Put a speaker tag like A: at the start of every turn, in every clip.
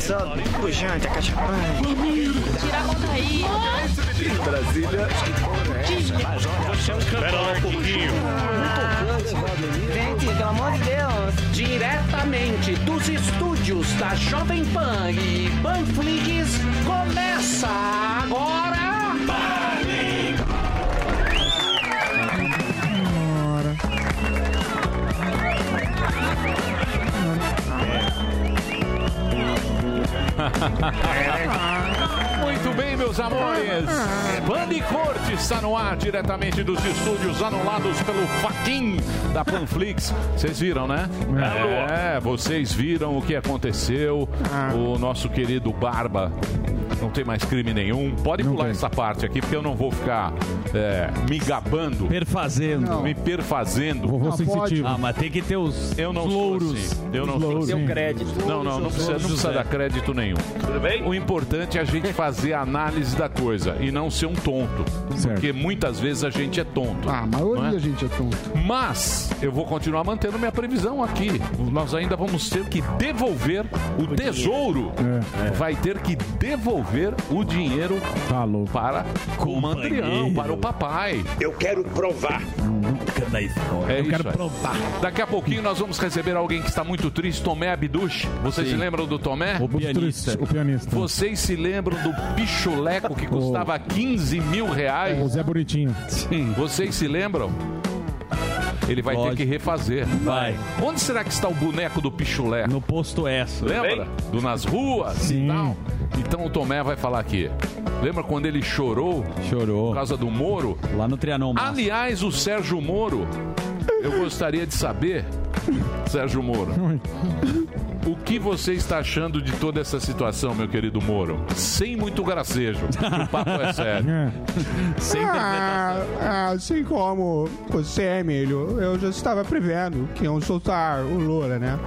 A: só pujante, acachapante.
B: Tira a mão daí.
C: Brasília.
D: Espera lá um pouquinho.
A: Gente, pelo amor de Deus.
E: Diretamente dos estúdios da Jovem Pan e Panflix, começa agora...
D: Muito bem, meus amores. Band Corte está no ar, diretamente dos estúdios anulados pelo Faquin da Panflix. Vocês viram, né? Vocês viram o que aconteceu. O nosso querido Barba não tem mais crime nenhum. Pode pular essa parte aqui, porque eu não vou ficar me gabando. Me perfazendo.
F: Vovô sensitivo.
G: Ah, mas tem que ter os
D: eu não
G: louros.
D: Assim. Eu não sou assim.
G: Tem um crédito.
D: Não precisa dar crédito nenhum.
C: Tudo bem?
D: O importante é a gente fazer a análise da coisa e não ser um tonto.
F: Certo.
D: Porque muitas vezes a gente é tonto.
F: A maioria da gente é tonto.
D: Mas eu vou continuar mantendo minha previsão aqui. Nós ainda vamos ter que devolver o tesouro. Vai ter que devolver o dinheiro para o Mandrião, para o papai.
C: Eu quero provar.
G: Nunca na história.
D: É
F: Eu
D: isso
F: quero
D: aí.
F: provar.
D: Daqui a pouquinho nós vamos receber alguém que está muito triste, Tomé Abduch. Vocês se lembram do Tomé?
F: O pianista.
D: Vocês se lembram do pichuleco que custava 15 mil reais?
F: O Zé Bonitinho.
D: Sim. Vocês se lembram? Ele vai ter que refazer.
G: Vai.
D: Onde será que está o boneco do pichulé?
G: No posto S.
D: Lembra? Do Nas Ruas e tal. Então o Tomé vai falar aqui. Lembra quando ele chorou?
G: Chorou.
D: Por causa do Moro?
G: Lá no Trianon.
D: Aliás, o Sérgio Moro, eu gostaria de saber, Sérgio Moro, o que você está achando de toda essa situação, meu querido Moro? Sem muito gracejo. O papo é sério.
G: Sem interpretação.
H: Assim como você, Emílio, eu já estava prevendo que iam soltar o Lula, né?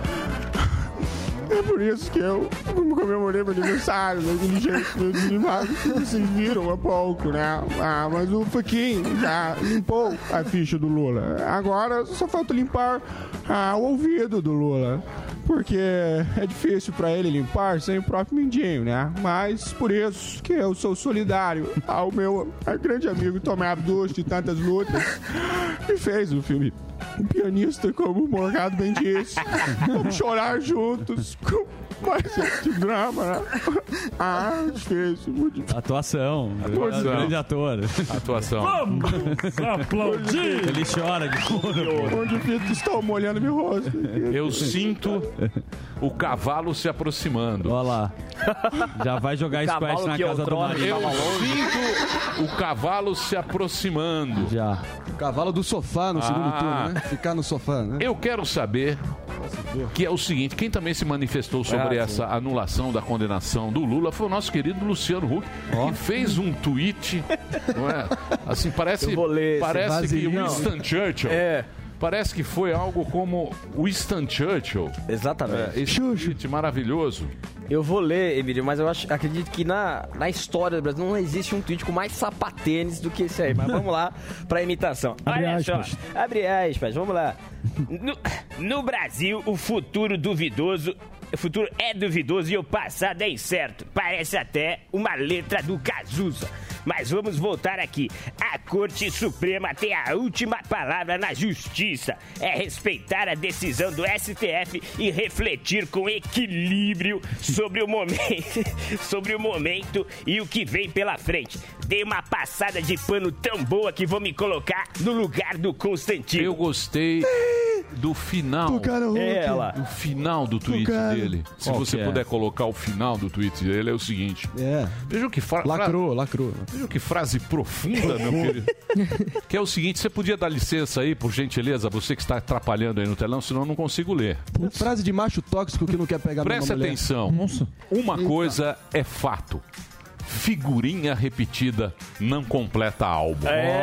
H: É por isso que eu comemorei meu aniversário daquele jeito meio desanimado que vocês viram há pouco, né? Mas o Faquin já limpou a ficha do Lula. Agora só falta limpar o ouvido do Lula. Porque é difícil pra ele limpar sem o próprio mindinho, né? Mas por isso que eu sou solidário ao meu grande amigo Tomé Abduch de tantas lutas que fez o filme O Pianista, como o Morgado bem disse. Vamos chorar juntos com mais esse drama, né? Difícil, muito difícil.
G: Atuação. Grande ator.
D: Atuação.
G: Vamos aplaudir. Ele chora de couro.
H: Muito difícil, estou molhando meu rosto.
D: Eu sinto o cavalo se aproximando.
G: Olha lá. Já vai jogar squash na casa do marido.
D: Eu sinto o cavalo se aproximando.
G: Já.
I: O cavalo do sofá no segundo turno, né? Ficar no sofá, né?
D: Eu quero saber que é o seguinte, quem também se manifestou sobre essa anulação da condenação do Lula foi o nosso querido Luciano Huck, que fez um tweet, não é? Assim, parece que Winston Churchill. Parece que foi algo como Winston Churchill.
J: Exatamente.
D: Esse tweet maravilhoso.
J: Eu vou ler, Emílio, mas eu acredito que na história do Brasil não existe um tweet com mais sapatênis do que esse aí. Mas vamos lá pra imitação. Olha só, abre aspas, vamos lá. No Brasil, o futuro é duvidoso e o passado é incerto. Parece até uma letra do Cazuza. Mas vamos voltar aqui. A Corte Suprema tem a última palavra na justiça. É respeitar a decisão do STF e refletir com equilíbrio sobre o momento e o que vem pela frente. Dei uma passada de pano tão boa que vou me colocar no lugar do Constantino.
D: Eu gostei do final.
J: O
D: final do tweet dele. Se você puder colocar o final do tweet dele, é o seguinte. Veja que
I: Lacrou.
D: Veja que frase profunda, meu querido. Que é o seguinte, você podia dar licença aí, por gentileza, você que está atrapalhando aí no telão, senão eu não consigo ler.
I: Frase de macho tóxico que não quer pegar na mulher.
D: Presta atenção.
F: Nossa.
D: Uma coisa é fato. Figurinha repetida não completa álbum.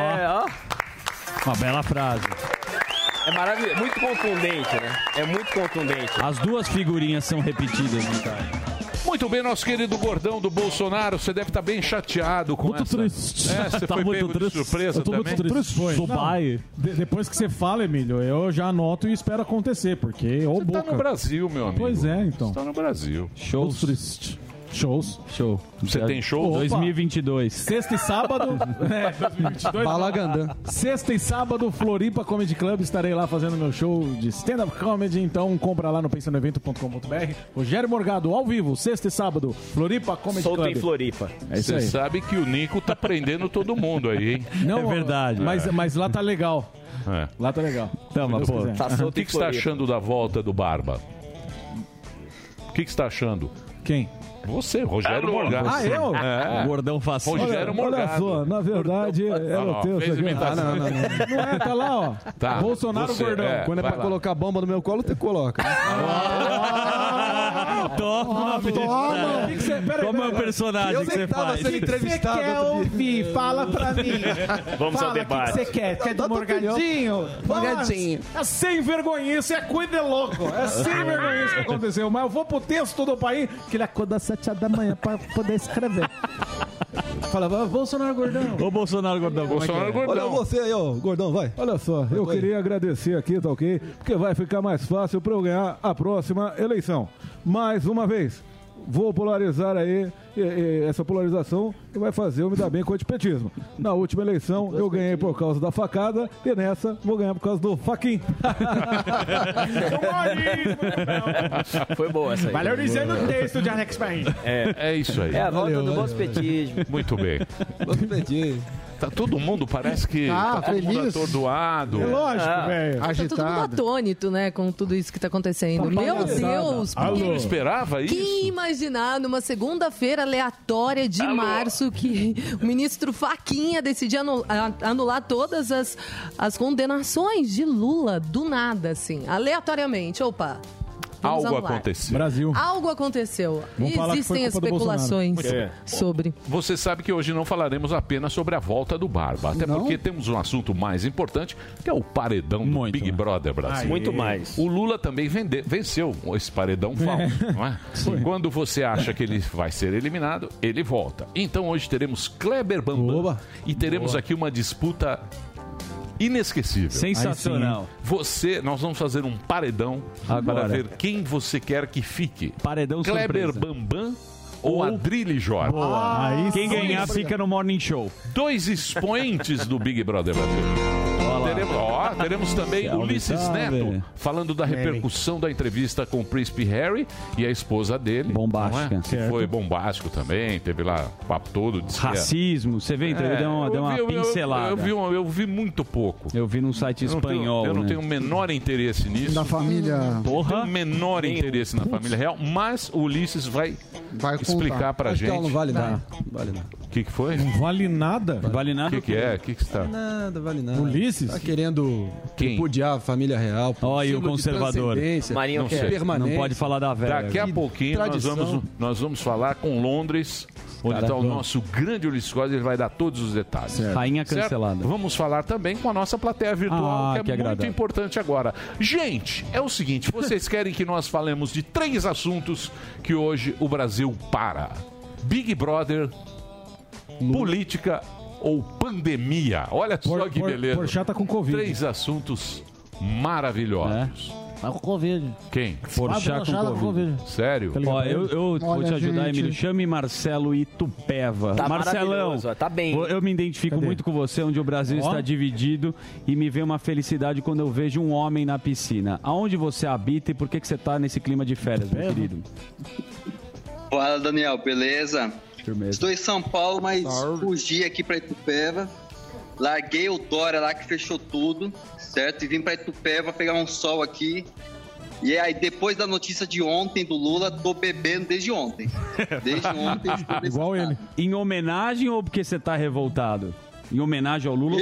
G: Uma bela frase.
J: É maravilhoso, muito contundente, né? É muito contundente.
G: As duas figurinhas são repetidas, né, cara?
D: Muito bem, nosso querido gordão do Bolsonaro, você deve estar bem chateado com
G: muito
D: essa...
G: triste.
D: Você foi
G: muito
D: pego de
G: triste.
D: surpresa
G: Eu tô
D: também?
G: muito triste.
K: Dubai. Depois que você fala, Emílio, eu já anoto e espero acontecer, porque ô
D: Você
K: boca.
D: tá no Brasil, meu amigo.
K: Pois é, então.
D: Você tá no Brasil.
G: Shows.
K: Triste. Shows.
G: Show.
D: Você tem show?
G: 2022.
K: Sexta e sábado. 2022.
I: Balagandã.
K: Sexta e sábado, Floripa Comedy Club. Estarei lá fazendo meu show de stand-up comedy. Então, compra lá no pensadoevento.com.br. Rogério Morgado, ao vivo, sexta e sábado, Floripa Comedy
J: Solto
K: Club.
J: em Floripa.
K: É isso
D: Você
K: aí.
D: sabe que o Nico tá prendendo todo mundo aí, hein?
K: Não,
G: É verdade.
K: Mas lá tá legal.
D: É.
K: Lá tá legal.
G: Tá, mas, pô,
J: Tá
D: O
J: solto
D: que
J: em
D: você tá
J: Floripa.
D: achando da volta do Barba? O que você tá achando?
K: Quem?
D: Você, Rogério Morgado.
K: Ah, eu?
D: É.
G: Gordão facinho.
D: Rogério Morgado.
K: Olha só, na verdade, é
D: Ó,
K: o teu.
D: fez
K: isso aqui.
D: imitação.
K: Não é, tá lá, ó.
D: Tá.
K: Bolsonaro
D: Você,
K: gordão.
I: Quando é
D: vai
I: pra
D: lá.
I: colocar bomba no meu colo, você coloca.
G: Toma,
K: Toma!
G: Como é o personagem que você faz?
I: sendo entrevistado.
K: Quer ouvir? Fala pra mim.
J: Vamos ao
K: Fala,
J: debate.
K: O que você quer? Quer do Morgadinho?
I: Morgadinho.
K: É sem vergonhice, é coisa de louco. É sem vergonhice que aconteceu. Mas eu vou pro texto do país, que ele acorda às 7 da manhã pra poder escrever. Fala, Bolsonaro gordão.
G: Ô, Bolsonaro gordão.
D: Bolsonaro
I: Olha
D: gordão.
I: você aí, ó, gordão, vai.
K: Olha só, eu queria agradecer aqui, tá ok? Porque vai ficar mais fácil para eu ganhar a próxima eleição. Mais uma vez, vou polarizar aí essa polarização que vai fazer eu me dar bem com o antipetismo. Na última eleição eu ganhei por causa da facada e nessa vou ganhar por causa do faquinho.
J: Foi boa essa aí.
K: Valeu dizendo o texto de Alex Paim.
D: É isso aí.
J: É a volta
I: Valeu,
J: do
I: valeu.
J: bospetismo.
D: Muito bem.
I: Vamos pedir.
D: Tá todo mundo, parece que
F: Ah,
D: tá todo mundo
F: feliz.
D: atordoado.
K: É lógico, velho.
B: Tá todo mundo
F: Agitado.
B: atônito, né, com tudo isso que tá acontecendo. Meu Deus,
K: Alô.
B: porque...
D: Não esperava isso?
B: Quem imaginar numa segunda-feira aleatória de março que o ministro Faquinha decidia anular todas as condenações de Lula do nada, assim, aleatoriamente. Opa, vamos
D: Algo
B: anular.
D: aconteceu.
K: Brasil.
B: Algo aconteceu.
K: Vamos falar que foi
B: Existem
K: culpa do
B: especulações
D: Bolsonaro.
B: sobre.
D: Você sabe que hoje não falaremos apenas sobre a volta do Barba, até porque temos um assunto mais importante, que é o paredão do
G: Muito,
D: Big
G: né?
D: Brother Brasil.
J: Muito mais.
D: O Lula também venceu esse paredão falso, não é? Quando você acha que ele vai ser eliminado, ele volta. Então hoje teremos Kleber Bambam
I: Oba.
D: e teremos aqui uma disputa inesquecível.
G: Sensacional.
D: Nós vamos fazer um paredão
G: Agora.
D: para ver quem você quer que fique.
G: Paredão
D: Kleber
G: surpresa.
D: Bambam ou Adrilles Jorge.
K: Aí
G: Quem
K: sim.
G: ganhar fica no Morning Show.
D: Dois expoentes do Big Brother Brasil. Teremos também
G: Salve,
D: Ulisses
G: salve.
D: Neto falando da repercussão da entrevista com o Príncipe Harry e a esposa dele.
G: Bombástica.
D: não é? Que foi bombástico também, teve lá o papo todo. Disse que
G: Racismo. Você vê, deu uma pincelada.
D: eu vi muito pouco.
G: Eu vi num site
D: Eu não tenho-
G: espanhol,
D: eu não
G: né?
D: tenho o menor interesse nisso.
F: Da família.
D: Não tenho
G: Porra.
D: o menor interesse na família real, mas o Ulisses vai
F: Vai
D: explicar
F: contar.
D: pra
I: Acho que ela
D: gente.
I: não vale nada. Vale nada.
D: O que foi?
K: Não vale nada.
G: Vale
D: O
G: nada.
D: que é? O que está?
I: Nada, vale nada.
K: Ulisses?
I: Tá querendo
D: Quem?
I: repudiar a família real. por
G: Ó, e o
I: símbolo de
G: conservador?
I: transcendência,
J: Marinho
D: Não
J: quer.
D: sei.
I: permanência.
G: Não pode falar da velha.
D: Daqui a pouquinho
I: tradição.
D: nós vamos falar com Londres, onde está o nosso grande Ulisses Costa, ele vai dar todos os detalhes.
G: Rainha
D: Certo?
G: cancelada.
D: Vamos falar também com a nossa plateia virtual,
G: Ah,
D: que
G: que
D: é muito
G: agradável.
D: importante agora. Gente, é o seguinte, vocês querem que nós falemos de 3 assuntos que hoje o Brasil para. Big Brother, política ou pandemia. Olha só que beleza.
K: Porchat tá com Covid.
D: 3 assuntos maravilhosos.
K: Tá com Covid.
D: Quem?
G: Porchat com Covid.
D: Sério?
G: Ó, eu vou
F: Olha,
G: te ajudar,
F: gente.
G: Emílio. Chame Marcelo Itupeva.
J: Tá
G: Marcelão,
J: maravilhoso, ó, tá bem.
G: eu me identifico
K: Cadê?
G: muito com você, onde o Brasil
K: Ó.
G: está dividido e me vem uma felicidade quando eu vejo um homem na piscina. Aonde você habita e por que você está nesse clima de férias, meu querido?
L: Fala, Daniel, beleza?
G: Firmeza.
L: Estou em São Paulo, mas fugi aqui para Itupeva. Larguei o Dória lá que fechou tudo, certo? E vim para Itupeva pegar um sol aqui. E aí, depois da notícia de ontem do Lula, tô bebendo desde ontem. Desde ontem. estou nesse
K: Igual
L: estado.
K: ele.
G: Em homenagem ou porque você está revoltado? Em homenagem ao Lula?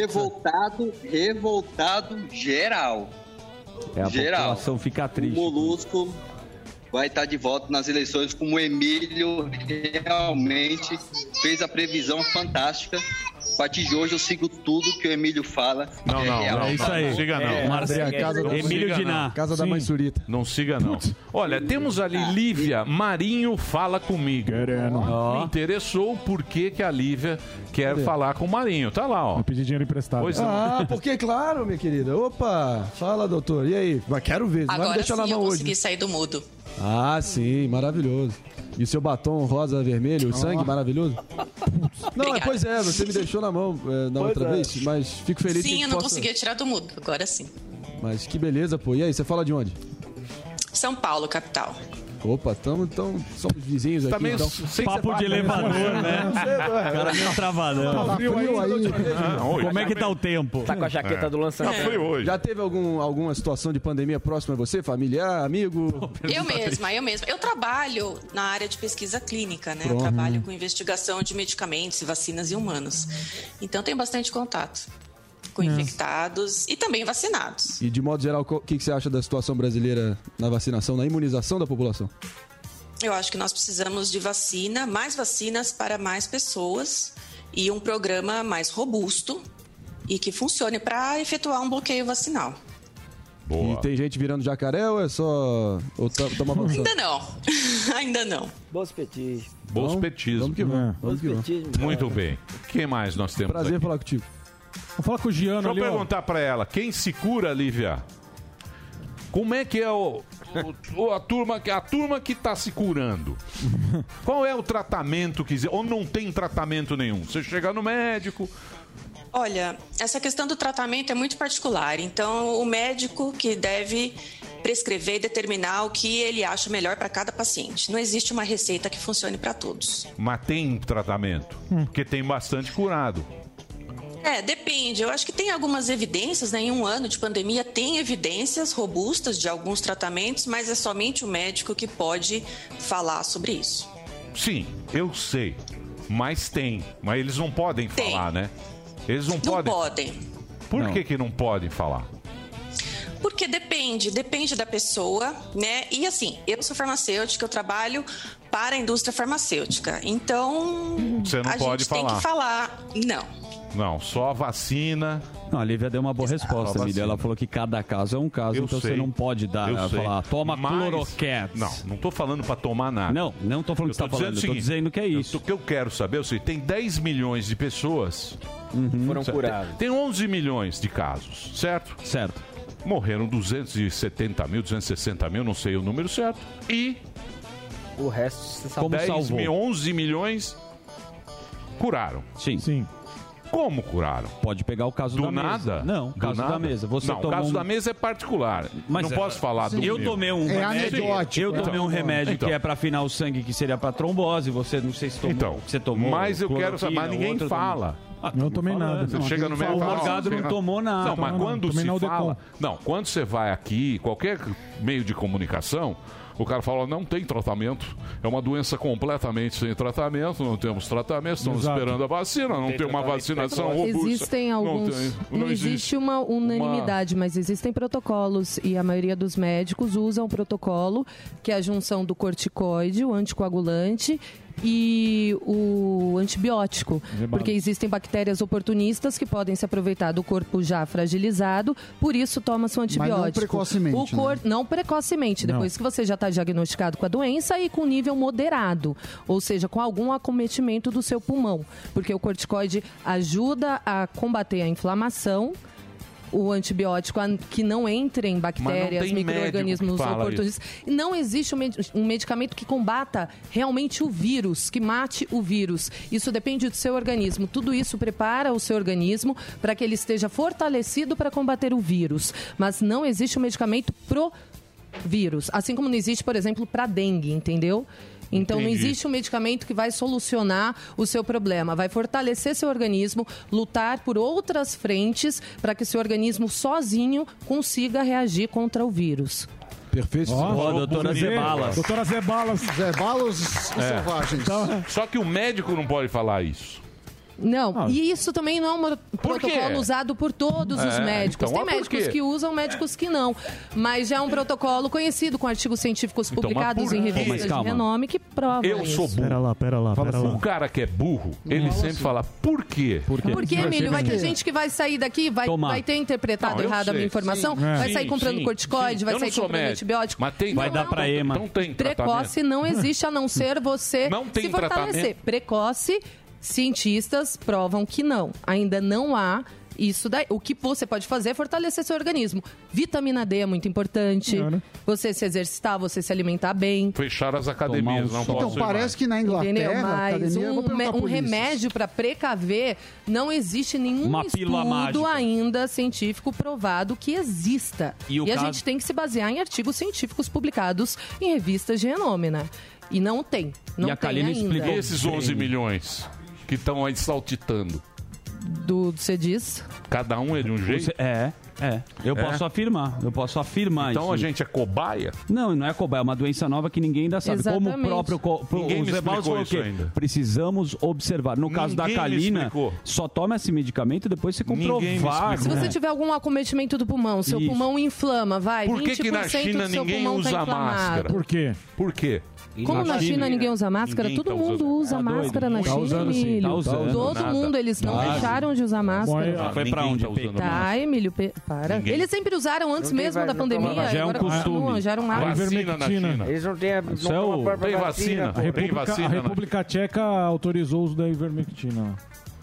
L: Revoltado geral.
G: A
L: geral.
G: população fica
L: O
G: triste.
L: Molusco vai estar de volta nas eleições, como o Emílio realmente fez a previsão fantástica. A partir de hoje eu sigo tudo que o Emílio fala.
D: Não,
L: real.
D: não siga não.
I: Abrir a casa do
G: Emílio Diná.
I: Casa da mãe Surita.
D: Não siga não. Olha, temos ali Lívia Marinho fala comigo. Me interessou por que a Lívia quer falar com o Marinho. Tá lá, ó.
K: Pedir dinheiro emprestado.
D: Pois
I: porque claro, minha querida. Opa, fala, doutor. E aí? Mas quero ver. Não vai me
M: Agora
I: deixar
M: sim
I: na
M: eu
I: mão hoje.
M: consegui sair do mudo.
I: Ah, sim, maravilhoso. E o seu batom rosa vermelho, o sangue maravilhoso? Não, pois é, você me deixou na mão na outra vez, mas fico feliz que
M: Sim, eu não conseguia tirar do mudo, agora sim.
I: Mas que beleza, pô. E aí, você fala de onde?
M: São Paulo, capital.
I: Opa, somos vizinhos aqui.
G: meio
I: Então.
G: papo de elevador, né? O cara meio travadão.
I: Tá frio aí.
G: Como é que tá o tempo?
J: Tá com a jaqueta do lançamento.
D: Tá frio hoje.
I: Já teve alguma situação de pandemia próxima a você? Familiar, amigo?
M: Eu mesma. Eu trabalho na área de pesquisa clínica, né? Eu
I: Pronto.
M: trabalho com investigação de medicamentos e vacinas em humanos. Então, tenho bastante contato com infectados e também vacinados.
I: E de modo geral, o que você acha da situação brasileira na vacinação, na imunização da população?
M: Eu acho que nós precisamos de vacina, mais vacinas para mais pessoas e um programa mais robusto e que funcione para efetuar um bloqueio vacinal.
I: Boa. E tem gente virando jacaré ou é só... Ou tamo avançando?
M: Ainda não. Ainda não.
J: Bons petis.
D: Bons petismos.
I: Vamos que vamos.
D: Muito bem. O que mais nós temos
I: Prazer
D: aqui?
I: falar contigo.
K: Vamos falar com o Giano
D: Deixa
K: ali,
D: eu perguntar pra ela, quem se cura, Lívia? Como é que é a turma que tá se curando? Qual é o tratamento que... Ou não tem tratamento nenhum? Você chega no médico...
M: Olha, essa questão do tratamento é muito particular. Então, o médico que deve prescrever e determinar o que ele acha melhor para cada paciente. Não existe uma receita que funcione para todos.
D: Mas tem tratamento? Porque tem bastante curado.
M: Depende. Eu acho que tem algumas evidências, né? Em um ano de pandemia tem evidências robustas de alguns tratamentos, mas é somente o médico que pode falar sobre isso.
D: Sim, eu sei. Mas tem. Mas eles não podem falar, né? Eles não podem. Por que não podem falar?
M: Porque depende da pessoa, né? E assim, eu sou farmacêutica, eu trabalho para a indústria farmacêutica. Então,
D: Você não
M: a
D: pode
M: gente tem que falar.
D: Não, só a vacina.
G: Não, a Lívia deu uma boa resposta, Emília. Ela falou que cada caso é um caso, então você não pode dar, falar, toma cloroquet.
D: Não tô falando pra tomar nada.
G: Não tô falando que você tá falando, eu tô dizendo que é isso.
D: O que eu quero saber, tem 10 milhões de pessoas...
J: Foram curadas.
D: Tem 11 milhões de casos, certo?
G: Certo.
D: Morreram 270 mil, 260 mil, não sei o número certo. E...
J: o resto, você sabe.
G: Como salvou?
D: 11 milhões curaram.
G: Sim.
D: Como curaram?
G: Pode pegar o caso da mesa.
D: Do nada?
G: Não, caso da mesa. Você
D: não, o caso da mesa é particular.
G: Mas
D: não posso falar do
G: Eu
D: meu.
G: tomei um remédio. Eu tomei um remédio que é pra afinar o sangue, que seria pra trombose. Você não sei se tomou. Você tomou.
D: Mas eu quero saber, mas ninguém fala.
K: Não tomei nada.
D: Você chega no meio e
G: O
D: fala...
G: Morgado não tomou nada.
D: Não, mas quando
K: tomei
D: se fala... Não, quando você vai aqui, qualquer meio de comunicação, o cara fala, não tem tratamento, é uma doença completamente sem tratamento, não temos tratamento, estamos esperando a vacina, não tem uma vacinação robusta.
B: Existem alguns... Não existe uma unanimidade, mas existem protocolos e a maioria dos médicos usam um protocolo que é a junção do corticoide, o anticoagulante e o antibiótico, porque existem bactérias oportunistas que podem se aproveitar do corpo já fragilizado, por isso toma-se um antibiótico.
F: Mas não precocemente,
B: Não precocemente, depois que você já está diagnosticado com a doença e com nível moderado, ou seja, com algum acometimento do seu pulmão, porque o corticoide ajuda a combater a inflamação. O antibiótico que não entre em bactérias, micro-organismos oportunistas. Não existe um medicamento que combata realmente o vírus, que mate o vírus. Isso depende do seu organismo. Tudo isso prepara o seu organismo para que ele esteja fortalecido para combater o vírus. Mas não existe um medicamento pro vírus. Assim como não existe, por exemplo, para dengue, entendeu? Então, não existe um medicamento que vai solucionar o seu problema. Vai fortalecer seu organismo, lutar por outras frentes para que seu organismo sozinho consiga reagir contra o vírus.
I: Perfeito.
G: Doutora Zé Balas.
K: Doutora Zé Balas.
F: Zé Balas, os selvagens.
D: Só que o médico não pode falar isso.
B: Não, e isso também não é um protocolo usado por todos os médicos.
D: então,
B: Tem
D: mas por
B: médicos
D: quê?
B: que usam, médicos que não. Mas já é um protocolo conhecido com artigos científicos publicados em revistas de renome que provam
D: Eu sou
B: isso.
D: burro.
K: Pera lá.
D: O cara que é burro, ele sempre fala, por quê?
B: Porque, Emílio, vai ter gente que vai sair daqui, vai ter interpretado
D: Não, eu
B: errado a minha
D: sei.
B: informação,
D: Sim.
B: vai
D: Sim,
B: sair comprando
D: sim,
B: corticoide,
D: sim.
B: vai
D: Eu
B: sair
D: não sou
B: comprando
D: médico,
B: antibiótico.
D: mas tem
G: Vai dar pra EMA.
D: Não tem
B: Precoce
D: tratamento.
B: não existe, a não ser você
D: Não tem
B: se fortalecer.
D: tratamento.
B: Precoce, cientistas provam que não. Ainda não há isso daí. O que você pode fazer é fortalecer seu organismo. Vitamina D é muito importante. Você se exercitar, você se alimentar bem.
D: Fechar as academias, não posso
F: Então,
D: ir
F: parece
D: mais.
F: que na Inglaterra,
B: Entendeu? Mas
F: academia, eu vou perguntar
B: um
F: por isso.
B: remédio para precaver, não existe nenhum
G: Uma pílula
B: estudo
G: mágica.
B: ainda científico provado que exista.
G: E o
B: a
G: caso-
B: gente tem que se basear em artigos científicos publicados em revistas de renome, né? E não tem. Não
G: E a
B: tem
G: Kalina
B: ainda.
G: explicou.
D: E esses 11 milhões que estão aí saltitando?
B: Você diz?
D: Cada um é de um jeito?
G: Eu posso afirmar.
D: Então
G: isso.
D: a gente é cobaia?
G: Não é cobaia, é uma doença nova que ninguém ainda sabe. Como o
B: Exatamente.
G: próprio
D: Ninguém
G: o
D: me
G: Zé
D: explicou
G: Barros falou o
D: isso
G: quê?
D: ainda.
G: Precisamos observar. No caso da
D: Ninguém me
G: Kalina,
D: explicou.
G: só toma esse medicamento depois você
D: Ninguém me
G: comprovar.
B: Se você tiver algum acometimento do pulmão, seu
G: Isso.
B: pulmão inflama, vai.
D: Por que
B: 20%
D: na China
B: do seu
D: ninguém
B: pulmão tá
D: usa
B: inflamado.
D: máscara?
K: Por quê?
D: Por quê?
B: Como na China ninguém usa máscara,
D: Ninguém
B: todo
D: tá
B: mundo
D: usando.
B: usa máscara na
G: Tá
B: China,
G: usando sim,
B: Emílio.
G: tá usando.
B: Todo
D: Nada.
B: mundo, eles não deixaram de usar máscara.
G: Foi pra onde?
B: Tá, Emílio, para.
D: Ninguém.
B: Eles sempre usaram antes
J: Não tem
B: mesmo da
J: vacina,
B: pandemia.
G: já é um
B: agora
G: costume.
B: continuam, já eram mais.
D: Vacina na China.
J: Eles não têm a
G: Isso é o-
D: Tem vacina?
K: A
D: Tem
K: República,
D: vacina?
K: a República Tcheca autorizou o uso da ivermectina.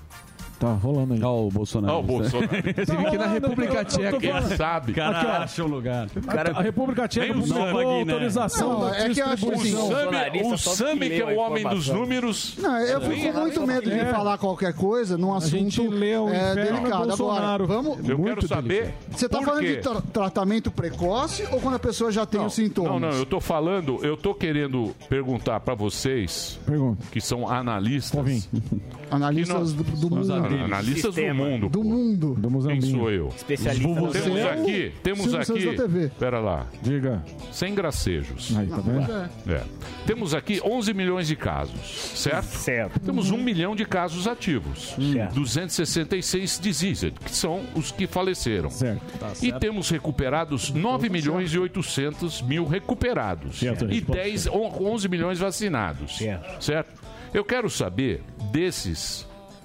K: Tá rolando aí.
G: Ó, o Bolsonaro.
D: Ó, o Bolsonaro.
I: Você viu que na República Tcheca.
D: Ele sabe.
G: Cara, acha um lugar.
K: A República Tcheca
D: Nem o
K: buscou
D: Nova Guiné.
K: autorização
F: Não,
K: da
F: é que eu acho
K: distribuição.
F: assim,
D: O Sami, que é o homem dos números.
F: Não, eu fico com muito medo de falar qualquer coisa num
K: gente
F: assunto
K: lê o inferno
F: delicado.
K: Bolsonaro.
F: Agora, vamos.
D: Eu quero saber.
F: Você tá
D: por
F: falando
D: quê?
F: de tratamento precoce ou quando a pessoa já tem os sintomas?
D: Não, eu tô falando, eu tô querendo perguntar pra vocês,
K: Pergunta.
D: que são analistas.
F: Analistas do mundo.
D: Analistas do mundo.
F: Do mundo.
K: Do
D: Quem
K: Mozambique.
D: sou eu?
J: Especialista
F: Você
D: Temos
F: é o
D: aqui, temos
F: Silvio Santos
D: aqui.
F: da TV.
D: Pera lá,
K: Diga.
D: sem gracejos.
K: Aí, tá vendo?
D: É. Temos aqui 11 milhões de casos, certo?
J: Certo.
D: Temos 1 milhão de casos ativos. 266 diseased, que são os que faleceram.
K: Certo.
D: E temos recuperados 9 milhões e 800 mil recuperados.
K: Certo,
D: E
K: resposta.
D: 11 milhões vacinados. Certo. Eu quero saber desses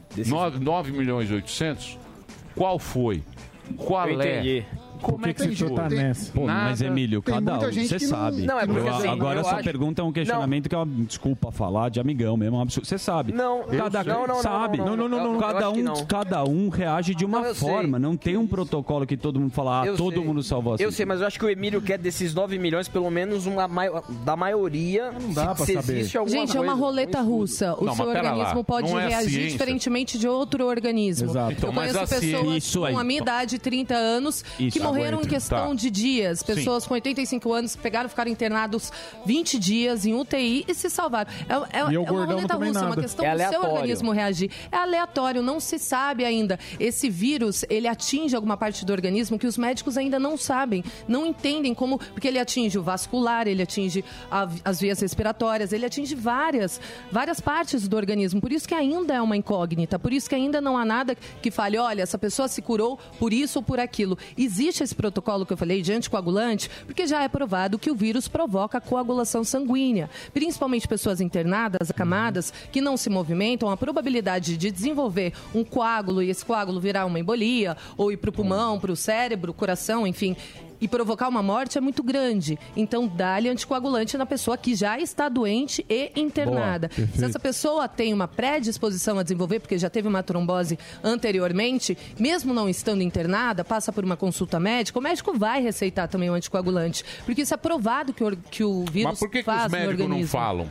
D: 9 milhões e 800, qual foi? Qual
J: Eu entendi.
D: Como é que
K: você tá
D: foi?
K: nessa?
G: Pô, mas
D: Nada.
G: Emílio,
F: Tem
G: cada
F: muita
G: um,
F: gente
G: você
F: que não-
G: sabe.
J: Não, é porque assim,
G: Agora
J: eu
G: essa
J: acho-
G: pergunta é um questionamento que é uma desculpa falar de amigão mesmo, é um absurdo. Você sabe.
J: Não,
G: cada
J: não,
G: sabe.
J: não, eu
G: Cada
J: acho que
G: um,
J: não.
G: cada um reage de uma
J: Não, eu sei.
G: forma. Não tem um protocolo que todo mundo fala,
J: Eu
G: todo
J: sei.
G: mundo salvou assim.
J: Eu sei, mas eu acho que o Emílio quer desses 9 milhões, pelo menos da maioria. Não
K: dá pra saber.
J: Existe alguma
B: Gente, é uma
J: coisa,
B: roleta
J: um estudo.
B: russa. O
D: Não,
B: seu
D: mas pera lá,
B: organismo pode
D: não é a
B: reagir
D: ciência.
B: diferentemente de outro organismo.
K: Exato.
D: Então,
B: Eu
D: mas
B: conheço
D: a ciência-
B: pessoas
G: Isso aí.
B: com a minha idade, 30 anos,
G: Isso,
B: que morreram em
G: aguenta.
B: questão
D: Tá.
B: de dias. Pessoas com 85 anos que ficaram internados 20 dias em UTI e se salvaram. É
K: E o
B: uma
K: gordão não
B: roleta
K: tomei
B: russa, é uma
K: nada.
B: questão
J: É
B: do seu
J: aleatório.
B: organismo reagir. É aleatório, não se sabe ainda. Esse vírus, ele atinge alguma parte do organismo que os médicos ainda não sabem, não entendem como, porque ele atinge o vascular, ele atinge as vias respiratórias, ele atinge várias partes do organismo. Por isso que ainda é uma incógnita, por isso que ainda não há nada que fale, olha, essa pessoa se curou por isso ou por aquilo. Existe esse protocolo que eu falei de anticoagulante, porque já é provado que o vírus provoca coagulação sanguínea. Principalmente pessoas internadas, acamadas, que não se movimentam, a probabilidade de desenvolver um coágulo e esse coágulo virar uma embolia, ou ir para o pulmão, para o cérebro, coração, enfim, e provocar uma morte é muito grande. Então, dá-lhe anticoagulante na pessoa que já está doente e internada.
K: Boa, perfeito.
B: Se essa pessoa tem uma predisposição a desenvolver, porque já teve uma trombose anteriormente, mesmo não estando internada, passa por uma consulta médica, o médico vai receitar também o anticoagulante. Porque isso é provado que o vírus
D: Mas por que
B: faz
D: os
B: no
D: médicos
B: organismo.
D: não falam?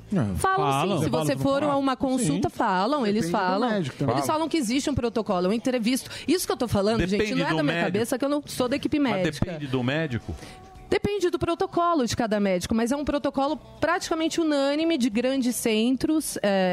B: Falam sim, se você for a uma consulta, falam, eles
F: Depende do
B: falam.
F: médico também.
B: Eles falam que existe um protocolo, é um entrevisto. Isso que eu tô falando, gente,
D: Depende
B: não é
D: do
B: da minha
D: médico.
B: cabeça, que eu não sou da equipe
D: Mas
B: médica.
D: depende do médico.
B: Depende do protocolo de cada médico, mas é um protocolo praticamente unânime de grandes centros.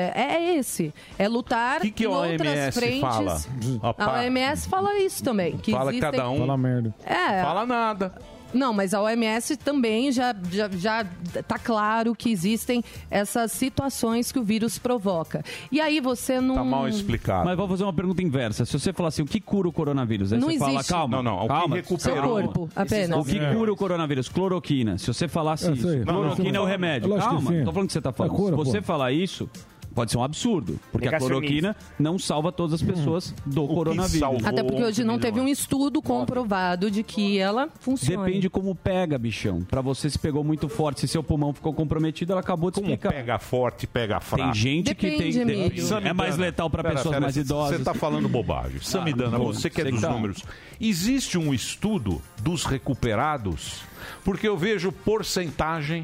B: É esse. É lutar
D: Que
B: em
D: a
B: outras
D: OMS
B: frentes.
D: fala?
B: A OMS fala isso também. Que
D: Fala
B: existem...
D: cada um.
K: Fala merda.
B: É,
D: Fala nada.
B: Não, mas a OMS também já tá claro que existem essas situações que o vírus provoca. E aí você não...
D: Tá mal explicado.
G: Mas vou fazer uma pergunta inversa. Se você falar assim, o que cura o coronavírus? Aí
B: Não
G: você fala,
B: existe.
G: calma,
D: Não,
G: calma.
D: o que recuperou...
B: Seu corpo, apenas.
G: O que cura o coronavírus? Cloroquina. Se você falasse isso,
K: aí.
G: cloroquina é o remédio.
K: Lógico que
G: Calma,
K: sim.
G: não tô falando que você tá falando.
K: É cura,
G: Se você
K: pô.
G: falar isso... Pode ser um absurdo, porque a
J: Negacionismo.
G: cloroquina não salva todas as pessoas do coronavírus.
D: salvou?
B: Até porque hoje não teve um estudo comprovado de que ela funciona.
G: Depende como pega, bichão. Pra você se pegou muito forte, se seu pulmão ficou comprometido, ela acabou de
D: Como
G: explicar.
D: pega forte, pega fraco.
G: Tem gente que
B: Depende,
G: tem...
B: Emílio.
G: É mais letal pra pessoas mais idosas.
D: Você tá falando bobagem. Samidana,
G: não,
D: você que é
G: sei
D: dos
G: que tá.
D: números. Existe um estudo dos recuperados? Porque eu vejo porcentagem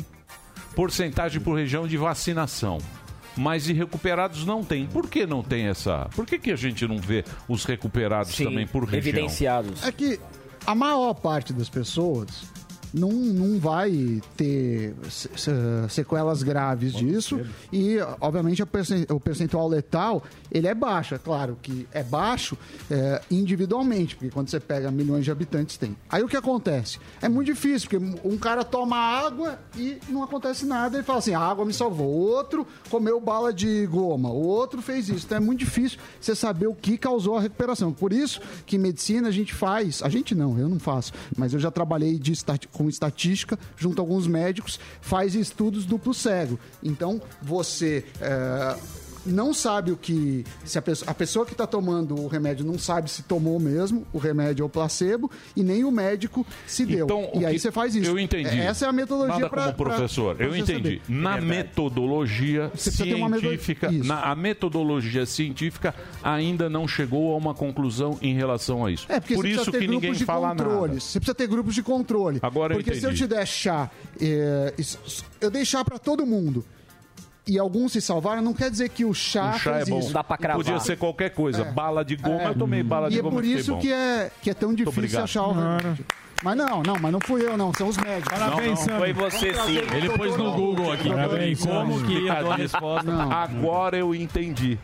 D: por região de vacinação. Mas de recuperados não tem. Por que não tem essa? Por que a gente não vê os recuperados também por região?
J: Evidenciados.
F: É que a maior parte das pessoas não vai ter sequelas graves disso e, obviamente, o percentual letal, ele é baixo. É claro que é baixo individualmente, porque quando você pega milhões de habitantes, tem. Aí o que acontece? É muito difícil, porque um cara toma água e não acontece nada, ele fala assim, a água me salvou. O outro comeu bala de goma, o outro fez isso. Então é muito difícil você saber o que causou a recuperação. Por isso que em medicina a gente faz, a gente não, eu não faço, mas eu já trabalhei com estatística junto a alguns médicos, faz estudos duplo cego. Então, você não sabe o que... Se a pessoa que está tomando o remédio não sabe se tomou mesmo o remédio ou placebo, e nem o médico se deu.
D: Então,
F: E aí você faz isso.
D: Eu entendi.
F: Essa é a metodologia
D: Nada
F: para...
D: como professor. Eu entendi. Na metodologia
F: Você precisa ter uma
D: científica,
F: isso.
D: a metodologia científica ainda não chegou a uma conclusão em relação a isso.
F: É, porque
D: Por
F: você
D: isso
F: precisa ter
D: que ninguém
F: grupos de
D: fala
F: controle.
D: nada.
F: Você precisa ter grupos de controle.
D: Agora eu
F: porque se eu
D: entendi.
F: te der chá, eu dei chá para todo mundo, e alguns se salvaram, não quer dizer que o chá,
D: O chá é
F: fez
D: bom.
F: isso.
D: Podia ser qualquer coisa. Bala de goma, eu tomei bala de
F: E é
D: goma.
F: por
D: fiquei
F: isso
D: bom.
F: que é tão difícil
D: obrigado.
F: achar o remédio. Mas não fui eu, não. São os médicos.
G: Parabéns, Sam.
J: Foi você, sim.
G: Ele pôs no Google aqui. Como que ia dar a resposta?
D: Agora eu entendi.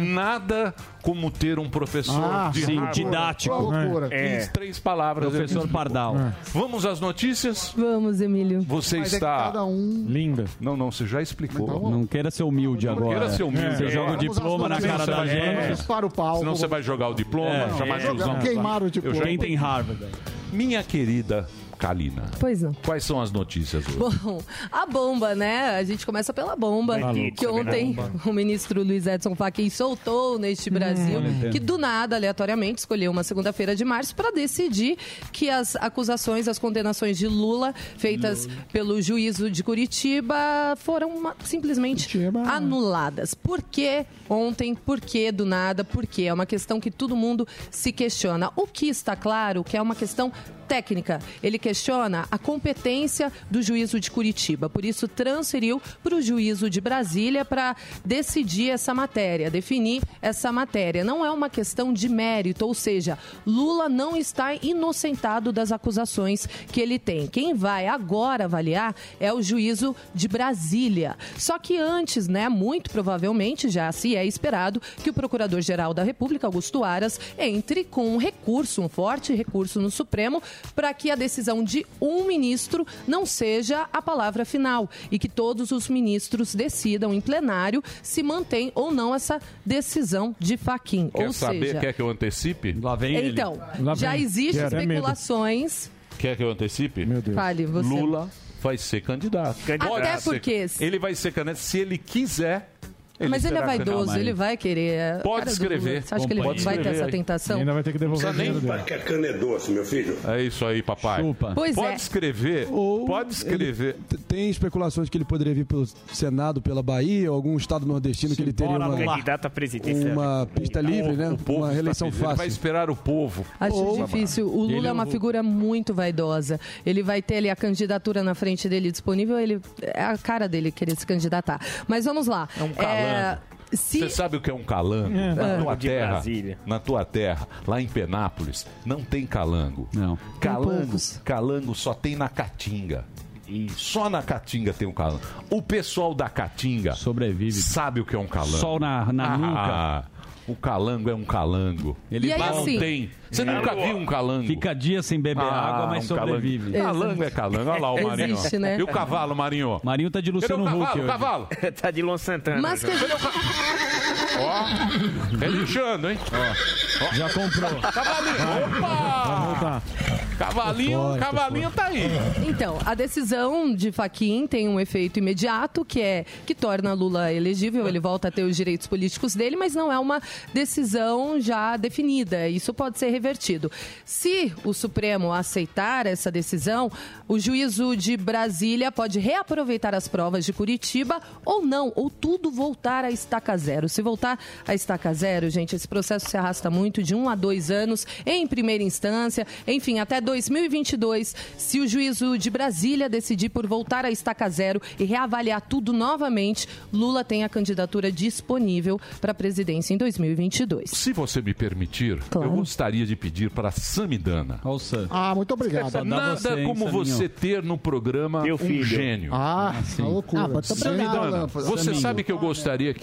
D: Nada como ter um professor de
G: sim,
D: Harvard.
G: didático.
F: Loucura.
D: Em 3 palavras.
G: Professor Pardal.
D: Vamos às notícias?
B: Vamos, Emílio.
D: Você
F: Mas é que
D: está...
F: cada um...
K: Linda.
D: Não, você já explicou.
G: Não queira ser humilde agora.
D: queira ser humilde.
G: Você joga o
F: Vamos às
G: diploma na
F: notícias.
G: cara da gente.
F: Para o palco.
D: Senão você vai jogar o diploma, chamar de tiozão.
F: Queimar o diploma.
D: Eu já
G: Quem tem Harvard?
D: Minha querida Kalina,
B: Pois não.
D: quais são as notícias hoje?
B: Bom, a bomba, né? A gente começa pela bomba. Que ontem o ministro Luiz Edson Fachin soltou neste Brasil, que do nada, aleatoriamente, escolheu uma segunda-feira de março para decidir que as acusações, as condenações de Lula, feitas pelo juízo de Curitiba, foram simplesmente anuladas. Por que ontem? Por que do nada? Por quê? É uma questão que todo mundo se questiona. O que está claro que é uma questão técnica. Ele questiona a competência do juízo de Curitiba. Por isso, transferiu para o juízo de Brasília para decidir essa matéria, definir essa matéria. Não é uma questão de mérito, ou seja, Lula não está inocentado das acusações que ele tem. Quem vai agora avaliar é o juízo de Brasília. Só que antes, né, muito provavelmente, já se é esperado que o Procurador-Geral da República, Augusto Aras, entre com um recurso, um forte recurso no Supremo, para que a decisão de um ministro não seja a palavra final e que todos os ministros decidam em plenário se mantém ou não essa decisão de Fachin.
D: Quer saber? Quer que eu antecipe?
G: Lá vem ele.
B: Então, já existem especulações.
D: Quer que eu antecipe?
K: Meu Deus.
B: Fale, você.
D: Lula vai ser candidato.
B: Até porque...
D: Ele vai ser candidato se ele quiser.
B: Mas ele é
D: será
B: vaidoso,
D: candidato.
B: ele vai querer.
D: Pode
B: Cara do
D: escrever.
B: Lula. Você acha que ele
D: Pode
B: vai ter
D: escrever
B: essa
D: aí.
B: tentação?
K: Ainda vai ter que devolver o dinheiro dele.
C: Que a cana é doce, meu filho.
D: É isso aí, papai.
G: Chupa.
B: Pois
D: Pode
B: é.
D: escrever.
I: Ou
D: Pode escrever.
I: Tem especulações que ele poderia vir pelo Senado, pela Bahia, ou algum estado nordestino que ele teria
J: Candidato à presidência.
I: uma pista livre, né?
D: O povo
I: Uma
D: está
I: reeleição
D: pedindo. Ele vai
I: fácil.
D: esperar o povo.
B: Acho difícil. O Lula
G: Ele
B: é uma
G: eu vou-
B: figura muito vaidosa. Ele vai ter ali a candidatura na frente dele disponível, ele é a cara dele querer se candidatar. Mas vamos lá.
D: É um calango. Você sabe o que é um calango? Na tua
J: De
D: terra,
J: Brasília.
D: na tua terra, lá em Penápolis, não tem calango.
G: Não.
D: Calango só tem na Caatinga. E só na Caatinga tem um calango. O pessoal da Caatinga
G: Sobrevive.
D: sabe o que é um calango.
G: Sol na nuca.
D: O calango é um calango.
G: Ele
B: E aí,
G: vai-
D: não
B: assim-
D: tem. Você nunca viu um calango?
G: Fica dias sem beber água, mas sobrevive.
D: Calango é calango. Olha lá o Marinho.
B: Existe, né?
D: E o cavalo, Marinho?
G: Marinho tá de
D: Cadê
G: Luciano
D: o
G: Huck
D: cavalo?
G: hoje.
D: O cavalo?
J: Tá de Luan Santana.
B: Mas que a gente-
D: Ó, relinchando, hein? Ó.
K: Já comprou.
D: Cavalinho, opa! Cavalinho tá aí.
B: Então, a decisão de Fachin tem um efeito imediato, que torna Lula elegível, ele volta a ter os direitos políticos dele, mas não é uma decisão já definida. Isso pode ser revertido. Se o Supremo aceitar essa decisão, o juízo de Brasília pode reaproveitar as provas de Curitiba ou não, ou tudo voltar a estaca zero. Se voltar a estaca zero, gente, esse processo se arrasta muito, de 1 a 2 anos, em primeira instância, enfim, até 2022, se o juízo de Brasília decidir por voltar a estaca zero e reavaliar tudo novamente, Lula tem a candidatura disponível para a presidência em 2022.
D: Se você me permitir,
B: Claro.
D: eu gostaria de pedir para a Samidana.
F: Ah, muito obrigado.
D: Nada como você ter no programa
J: Meu
D: um
J: filho.
D: gênio.
F: Ah, a loucura.
B: muito
D: Samidana, você sabe que eu gostaria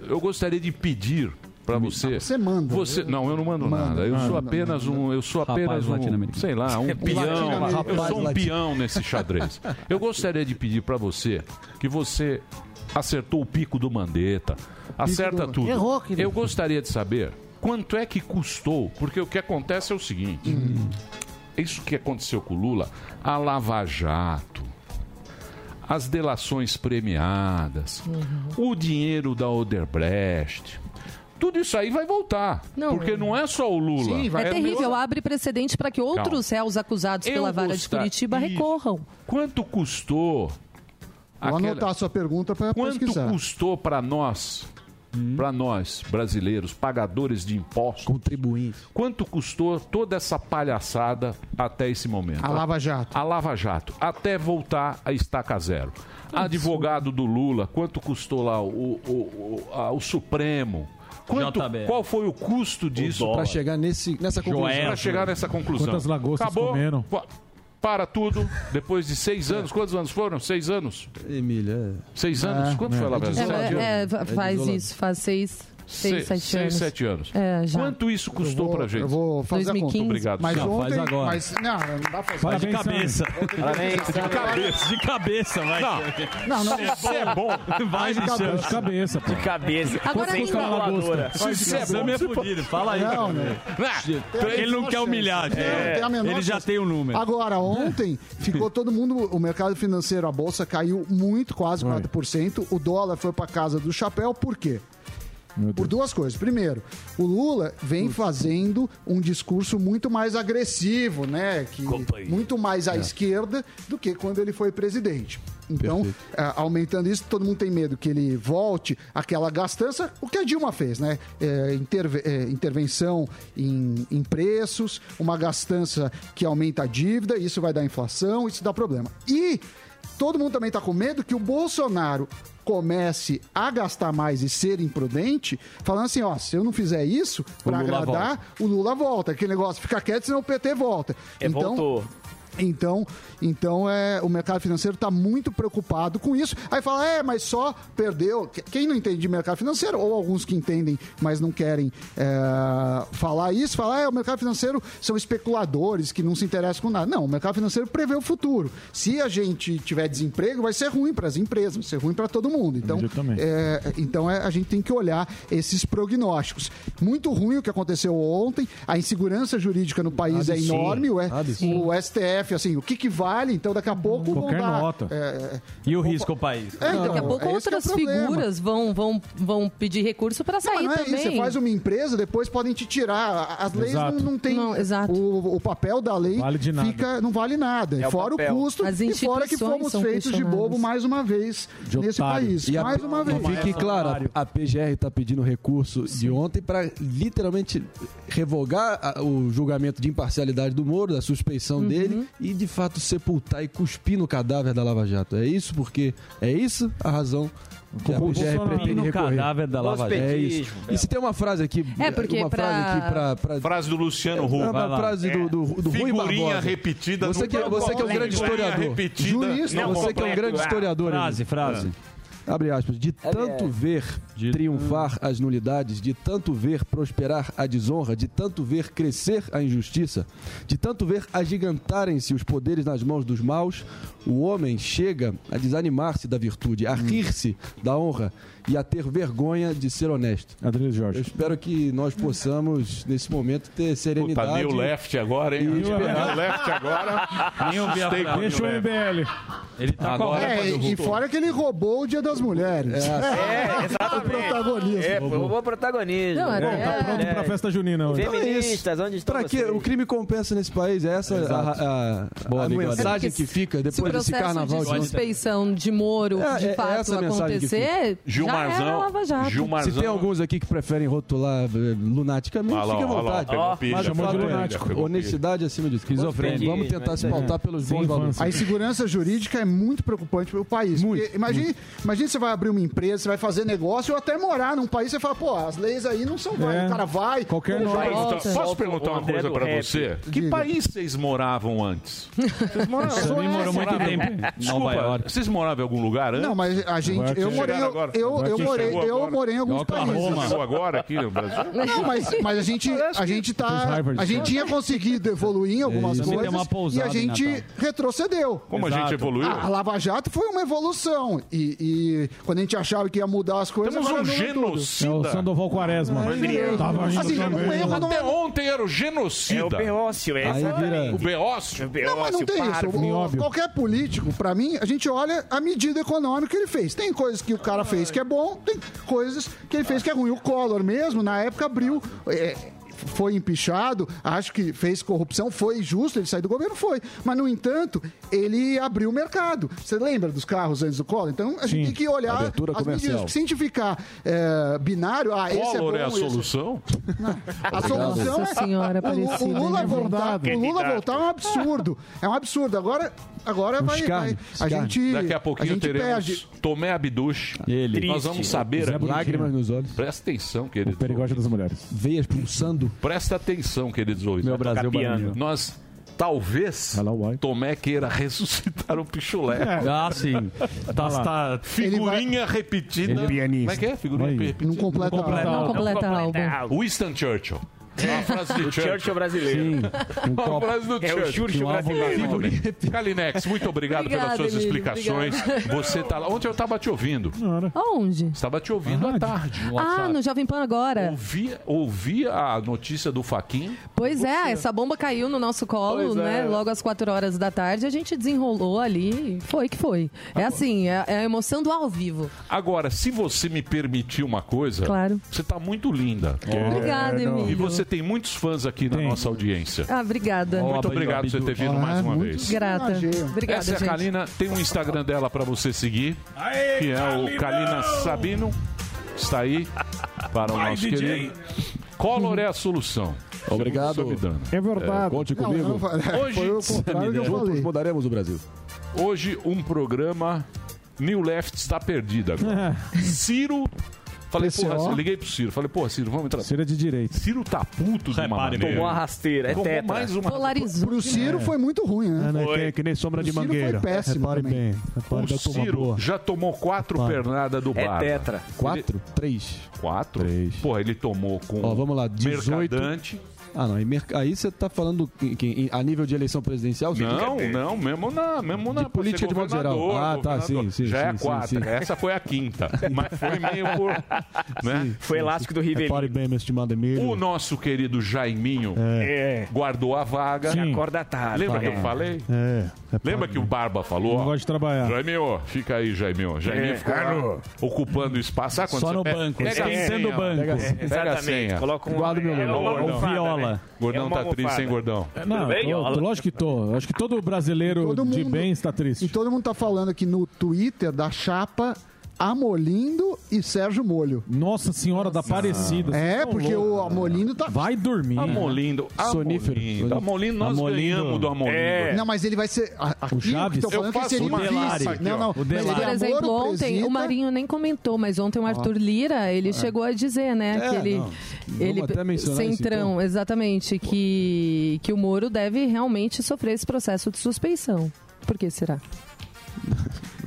D: de pedir para você.
F: Você manda.
D: Não, eu não mando nada. Eu sou apenas
G: Rapaz latino-americano.
D: sei lá, um peão. Eu sou um
F: latino.
D: peão nesse xadrez. Eu gostaria de pedir para você que você acertou o pico do Mandetta, acerta tudo.
A: Errou, querido.
D: Eu gostaria de saber quanto é que custou, porque o que acontece é o seguinte. Isso que aconteceu com o Lula, a Lava Jato, as delações premiadas, o dinheiro da Odebrecht, tudo isso aí vai voltar.
B: Não.
D: Porque não é só o Lula.
F: Sim,
B: É terrível, abre precedente para que outros réus acusados
D: Eu
B: pela vara de
D: gostar-
B: Curitiba
D: Isso.
B: recorram.
D: Quanto custou?
F: Vou anotar a sua pergunta para
D: Quanto
F: pesquisar.
D: custou para nós, brasileiros, pagadores de impostos?
I: Contribuintes.
D: Quanto custou toda essa palhaçada até esse momento?
F: A Lava Jato.
D: A Lava Jato, até voltar a estaca zero. Advogado do Lula, quanto custou lá o Supremo?
G: JBL.
D: Qual foi o custo disso
I: Para chegar nessa conclusão.
D: para chegar nessa conclusão?
K: Quantas lagostas
D: Acabou?
K: comeram?
D: Para tudo, depois de 6 anos. Quantos anos foram? 6 anos?
I: Emília,
D: 6 anos? Quanto foi a Lava Jato?
B: Faz isso, faz 6, 7 anos.
D: 7 anos.
B: É, já.
D: Quanto isso custou pra gente?
F: Eu vou fazer
B: 2015.
F: a conta.
D: Obrigado.
F: Mas
G: Não,
F: ontem,
G: faz agora.
F: Mas, não dá pra fazer.
G: Vai de
K: Parabéns,
G: cabeça.
D: De cabeça.
G: De cabeça, vai.
F: Não,
D: Isso é bom.
G: Vai de
K: De cabeça, pô.
J: Cabeça.
B: Agora
J: Sem
B: custa
K: uma
J: calculadora.
K: lagosta?
D: Isso é
G: Sam
D: bom.
G: é fudido, fala aí.
F: Não, né?
G: Ele não quer humilhar, gente.
F: Tem a menor
G: Ele já
F: chance.
G: tem o número.
F: Agora, ontem ficou todo mundo, o mercado financeiro, a bolsa caiu muito, quase 4%. O dólar foi para casa do chapéu, por quê? Por duas coisas. Primeiro, o Lula vem fazendo um discurso muito mais agressivo, né? Muito mais à esquerda do que quando ele foi presidente. Então, aumentando isso, todo mundo tem medo que ele volte àquela gastança, o que a Dilma fez, né? Intervenção em preços, uma gastança que aumenta a dívida, isso vai dar inflação, isso dá problema. E todo mundo também está com medo que o Bolsonaro comece a gastar mais e ser imprudente, falando assim, ó, se eu não fizer isso para agradar, o Lula volta. Aquele negócio, fica quieto, senão o PT volta.
J: Voltou.
F: Então o mercado financeiro está muito preocupado com isso. Aí fala, mas só perdeu. Quem não entende de mercado financeiro, ou alguns que entendem, mas não querem falar isso, fala, o mercado financeiro são especuladores que não se interessam com nada. Não, o mercado financeiro prevê o futuro. Se a gente tiver desemprego, vai ser ruim para as empresas, vai ser ruim para todo mundo. Então, a gente tem que olhar esses prognósticos. Muito ruim o que aconteceu ontem, a insegurança jurídica no país é enorme, o STF, assim, o que vale, então daqui a pouco
K: Qualquer
F: vão dar...
K: nota.
G: E o risco ao país?
B: Daqui a pouco outras figuras vão pedir recurso para sair
F: não é
B: também.
F: Isso. Você faz uma empresa, depois podem te tirar. As leis não têm...
B: exato.
F: O papel da lei
K: Vale de nada.
F: não vale nada. Fora o custo e fora que fomos feitos de bobo mais uma vez nesse país.
I: E
F: mais uma vez.
I: Fique claro, a PGR está pedindo recurso de ontem para literalmente revogar o julgamento de imparcialidade do Moro, da suspeição dele, e de fato sepultar e cuspir no cadáver da Lava Jato. É isso porque é isso a razão que a PGR pretende
G: no
I: recorrer.
G: cadáver da Lava Jato.
I: É isso. E se tem uma frase aqui,
B: porque
I: uma frase aqui para
D: frase do Luciano Huck.
I: uma frase do Rui
D: Figurinha
I: Barbosa.
D: repetida.
I: Você que é um grande historiador.
D: Repetida.
I: Juiz,
D: não
I: você que é um grande historiador.
G: Frase.
I: abre aspas, de tanto ver triunfar as nulidades, de tanto ver prosperar a desonra, de tanto ver crescer a injustiça, de tanto ver agigantarem-se os poderes nas mãos dos maus, o homem chega a desanimar-se da virtude, a rir-se da honra e a ter vergonha de ser honesto.
K: Adriano Jorge.
I: Eu espero que nós possamos, nesse momento, ter serenidade.
D: Puta, New Left agora, hein? New Left agora.
K: Deixa o MBL.
G: Ele tá
F: agora. E fora que ele roubou o Dia das Mulheres.
J: exatamente.
F: O protagonismo.
J: Roubou o protagonismo.
B: Não,
K: tá pronto pra festa junina hoje.
J: Feministas, onde estão
I: Pra quê? O crime compensa nesse país. Essa a mensagem que fica depois desse carnaval.
B: Se o processo de suspeição de Moro, de fato, acontecer, já era Lava Jato.
I: Se tem alguns aqui que preferem rotular lunaticamente, fique à vontade. Mas o fato é honestidade acima disso. Esquizofrênico. Vamos tentar se pautar pelos bons valores.
F: A insegurança jurídica é muito preocupante para o país. Imagine você vai abrir uma empresa, você vai fazer negócio ou até morar num país, você fala, pô, as leis aí não são válidas. O cara vai...
D: Posso perguntar uma coisa pra você? Que país vocês moravam antes? Vocês moravam?
K: Você nem morou muito tempo.
D: Nova York. Vocês moravam em algum lugar antes?
F: Não, mas a gente... Eu morei em alguns países.
D: Chegou agora aqui no Brasil?
F: Não, mas a gente tinha conseguido evoluir em algumas coisas e a gente retrocedeu.
D: Como a gente evoluiu?
F: A Lava Jato foi uma evolução. E quando a gente achava que ia mudar as coisas...
D: Temos um genocida.
K: É o Sandoval Quaresma.
D: Até ontem era o genocida.
J: É o Beócio.
D: O Beócio?
F: Não, mas não tem isso. Qualquer político, pra mim, a gente olha a medida econômica que ele fez. Tem coisas que o cara fez que é bom, tem coisas que ele fez que é ruim. O Collor mesmo, na época, abriu... foi empichado, acho que fez corrupção, foi justo, ele sair do governo, foi. Mas, no entanto, ele abriu o mercado. Você lembra dos carros antes do Collor? Então, a gente tem que olhar as medidas. Se a gente ficar binário, esse é bom...
D: a solução?
F: A solução
B: Nossa senhora,
F: o Lula voltar é um absurdo. É um absurdo. Agora vai a gente...
D: Daqui a pouquinho teremos Tomé Abduch. Nós vamos saber aqui.
I: Lágrimas nos olhos.
D: Presta atenção, querido.
K: O perigote das mulheres.
I: Veias pulsando.
D: Presta atenção, queridos ouvintes.
G: Meu Brasil Baiano.
D: Nós, talvez, Tomé queira ressuscitar o Pichulé.
G: Sim.
D: Figurinha repetida.
K: Ele é pianista.
D: Como é que é? Figurinha repetida.
F: Não completa
B: álbum.
D: Winston Churchill. É uma frase de
J: Churchill brasileiro.
D: Uma frase do
J: É o Churchill brasileiro.
D: Kalinex, muito obrigado pelas suas
B: Emílio,
D: explicações. Você tá lá. Ontem eu estava te ouvindo.
B: Aonde?
D: Estava te ouvindo à tarde.
B: No Jovem Pan agora.
D: Ouvi a notícia do Fachin.
B: Pois essa bomba caiu no nosso colo, né? Logo às 4 horas da tarde. A gente desenrolou ali. Foi que foi. É assim, é a emoção do ao vivo.
D: Agora, se você me permitir uma coisa, você tá muito linda.
B: Obrigada, Emílio.
D: E você tem muitos fãs aqui na nossa audiência.
B: Obrigada.
D: Muito obrigado por você ter vindo mais uma vez.
B: Grata. Obrigada,
D: Essa é a
B: gente.
D: Kalina. Tem um Instagram dela pra você seguir, que é o Kalina Sabino. Está aí para o nosso querido. Collor é a solução.
I: Obrigado.
K: É verdade.
I: Conte comigo. Juntos mudaremos o Brasil.
D: Hoje, um programa New Left está perdido agora. Ciro... Falei, eu liguei pro Ciro. Falei, Ciro, vamos entrar.
K: Ciro é de direita.
D: Ciro tá puto de uma maneira.
J: Tomou a rasteira, tetra.
D: Mais uma...
B: Polarizou.
F: Pro Ciro foi muito ruim, né?
K: Que nem sombra de
F: Ciro
K: mangueira.
F: foi péssimo também.
D: O Ciro já tomou 4 pernadas do Barba.
J: Tetra.
I: 4? 3.
D: 4?
I: 3.
D: Porra, ele tomou com
I: vamos lá, 18.
D: Mercadante.
I: Não, aí você tá falando a nível de eleição presidencial?
D: Não, mesmo na
I: de política de modo geral. Sim.
D: Já é a 4. Essa foi a 5ª. Mas foi meio por... Né?
J: Foi elástico do Rivelino.
K: Repare bem, meu estimado Emílio.
D: O nosso querido Jaiminho guardou a vaga.
J: Acorda tarde.
D: Lembra que eu falei? Lembra que o Barba falou?
K: Não gosta de trabalhar.
D: Jaiminho, fica aí, Jaiminho. Jaiminho ficou lá, ocupando espaço. Sabe quando
G: só no banco.
D: Esquecendo
G: o banco.
D: Pega a senha.
J: Coloca um...
G: Guarda meu nome. Viola.
D: Gordão tá triste, hein, Gordão?
K: Não, lógico que tô. Acho que todo brasileiro de bem está triste.
F: E todo mundo tá falando aqui no Twitter da chapa Amolindo e Sérgio Molho.
K: Nossa Senhora da Aparecida.
F: Porque o Amolindo tá...
K: Vai dormir.
D: Amolindo. Amolindo, nós ganhamos do Amolindo.
F: Não, mas ele vai ser...
K: O Chaves?
F: Eu faço uma vice. Não.
B: Por exemplo, ontem, o Marinho nem comentou, mas ontem o Arthur Lira, ele chegou a dizer, né, que ele
I: até mencionar
B: Centrão,
I: isso,
B: exatamente, que o Moro deve realmente sofrer esse processo de suspeição. Por que será?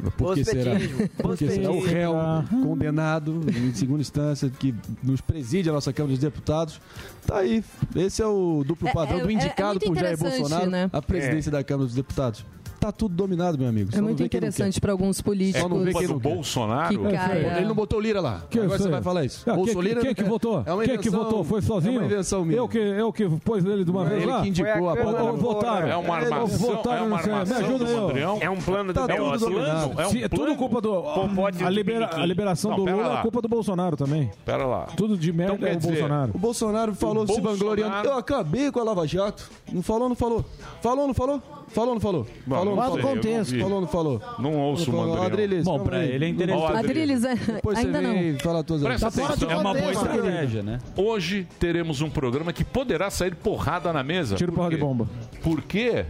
I: Por que será? Porque será o réu condenado em segunda instância que nos preside a nossa Câmara dos Deputados. Tá aí. Esse é o duplo padrão do indicado por Jair Bolsonaro à presidência da Câmara dos Deputados. Tá tudo dominado, meu amigo.
B: É muito interessante para alguns políticos.
D: Só não vê quem do Bolsonaro.
I: Ele não botou Lira lá. Agora você vai falar isso.
K: Quem que votou? Quem que votou? Foi sozinho?
I: É uma invenção minha.
K: Eu que pôs ele de uma vez lá?
I: Ele que indicou a pauta.
K: Votaram.
D: É uma armação. É uma armação.
K: Me ajuda aí.
J: É um plano do
K: É tudo culpa do... A liberação do Lula é culpa do Bolsonaro também.
D: Pera lá.
K: Tudo de merda é o Bolsonaro.
I: O Bolsonaro falou se vangloriando. Eu acabei com a Lava Jato. Não falou, não falou. Falou, não falou? Falou, não falou? Falou, não falou? Falou, não falou?
D: Não ouço o Mandrião.
I: Adriles,
G: bom, pra ele é interessante.
B: Adriles, ainda não.
I: Fala todas
D: Presta atenção.
G: É uma boa estratégia, né?
D: Hoje teremos um programa que poderá sair porrada na mesa.
K: Tiro porra de bomba.
D: Por quê?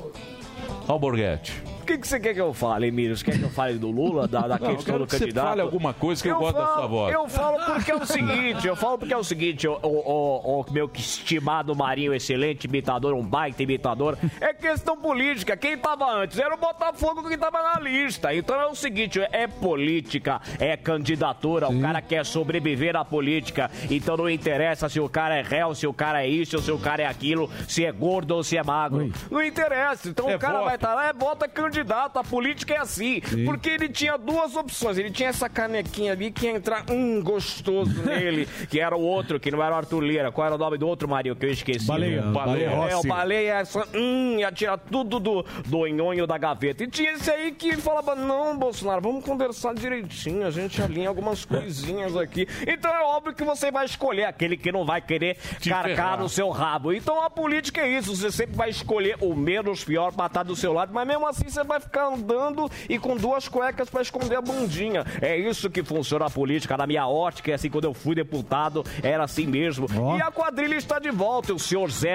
D: Alborguete.
J: O que você quer que eu fale, Emílio? Você quer que eu fale do Lula, da questão do candidato?
D: Você fale alguma coisa que eu gosto da sua voz.
J: Eu falo porque é o seguinte, o meu estimado Marinho, excelente imitador, um baita imitador, é questão política. Quem tava antes era o Botafogo que tava na lista. Então é o seguinte, é política, é candidatura, o cara quer sobreviver à política. Então não interessa se o cara é réu, se o cara é isso, se o cara é aquilo, se é gordo ou se é magro. Não interessa. Então o cara vai estar lá, vota candidato. A política é assim. Porque ele tinha duas opções. Ele tinha essa canequinha ali que ia entrar gostoso nele, que era o outro, que não era o Arthur Lira. Qual era o nome do outro, Marinho, que eu esqueci?
K: Baleia.
J: O Baleia ia tirar tudo do nhonho da gaveta. E tinha esse aí que falava, não, Bolsonaro, vamos conversar direitinho, a gente alinha algumas coisinhas aqui. Então é óbvio que você vai escolher aquele que não vai querer carcar no seu rabo. Então a política é isso, você sempre vai escolher o menos pior pra estar do seu lado, mas mesmo assim você vai ficar andando e com duas cuecas pra esconder a bundinha. É isso que funciona a política. Na minha ótica, assim, quando eu fui deputado, era assim mesmo. E a quadrilha está de volta. O senhor Zé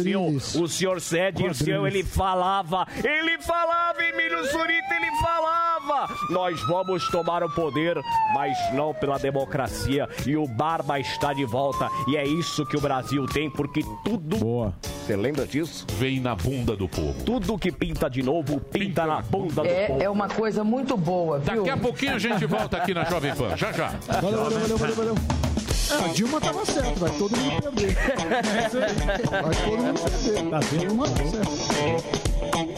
J: Dirceu, ele falava, Emílio Zurita, ele falava, nós vamos tomar o poder, mas não pela democracia. E o Barba está de volta. E é isso que o Brasil tem, porque tudo... Boa. Você lembra disso?
D: Vem na bunda do povo.
J: Tudo que pinta de novo, pinta na bunda do povo.
N: É uma coisa muito boa, viu?
D: Daqui a pouquinho a gente volta aqui na Jovem Pan. Já.
F: Valeu. A Dilma tava certo, vai todo mundo perder. Vai todo mundo perder. Tá vendo? Dilma tá certo.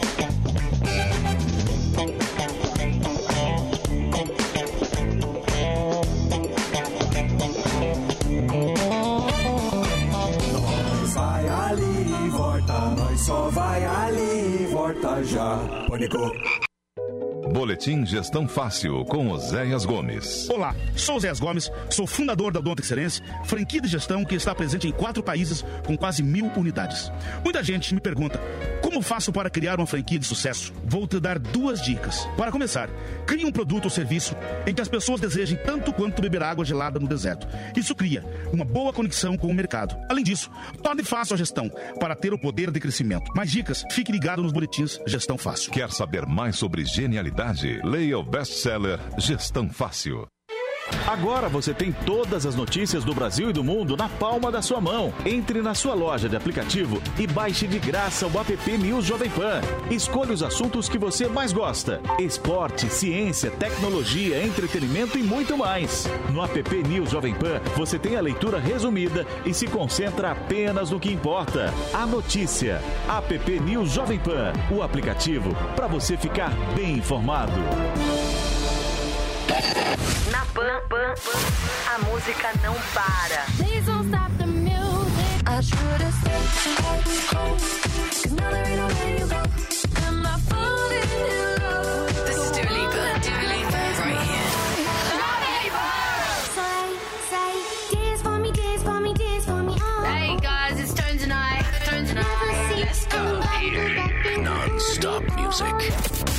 O: Vai ali e volta, nós só vai ali e volta já. Pânico.
P: Boletim Gestão Fácil com Oséias Gomes.
Q: Olá, sou Oséias Gomes, sou fundador da Odonto Excelência, franquia de gestão que está presente em 4 países com quase 1.000 unidades. Muita gente me pergunta, como faço para criar uma franquia de sucesso? Vou te dar 2 dicas. Para começar, crie um produto ou serviço em que as pessoas desejem tanto quanto beber água gelada no deserto. Isso cria uma boa conexão com o mercado. Além disso, torne fácil a gestão para ter o poder de crescimento. Mais dicas? Fique ligado nos boletins Gestão Fácil.
P: Quer saber mais sobre genialidade? Leia o best-seller Gestão Fácil.
R: Agora você tem todas as notícias do Brasil e do mundo na palma da sua mão. Entre na sua loja de aplicativo e baixe de graça o app News Jovem Pan. Escolha os assuntos que você mais gosta: esporte, ciência, tecnologia, entretenimento e muito mais. No app News Jovem Pan, você tem a leitura resumida e se concentra apenas no que importa: a notícia. App News Jovem Pan, o aplicativo para você ficar bem informado.
S: Na Pan, a música não para. Please don't stop the music. I should have stayed home. 'Cause now there ain't no way you go. Am I falling in love? This is Dua Lipa right here. Say, dance for me, dance for me, dance for me. Oh. Hey guys, it's Stone tonight. Let's go.
O: Non-stop music.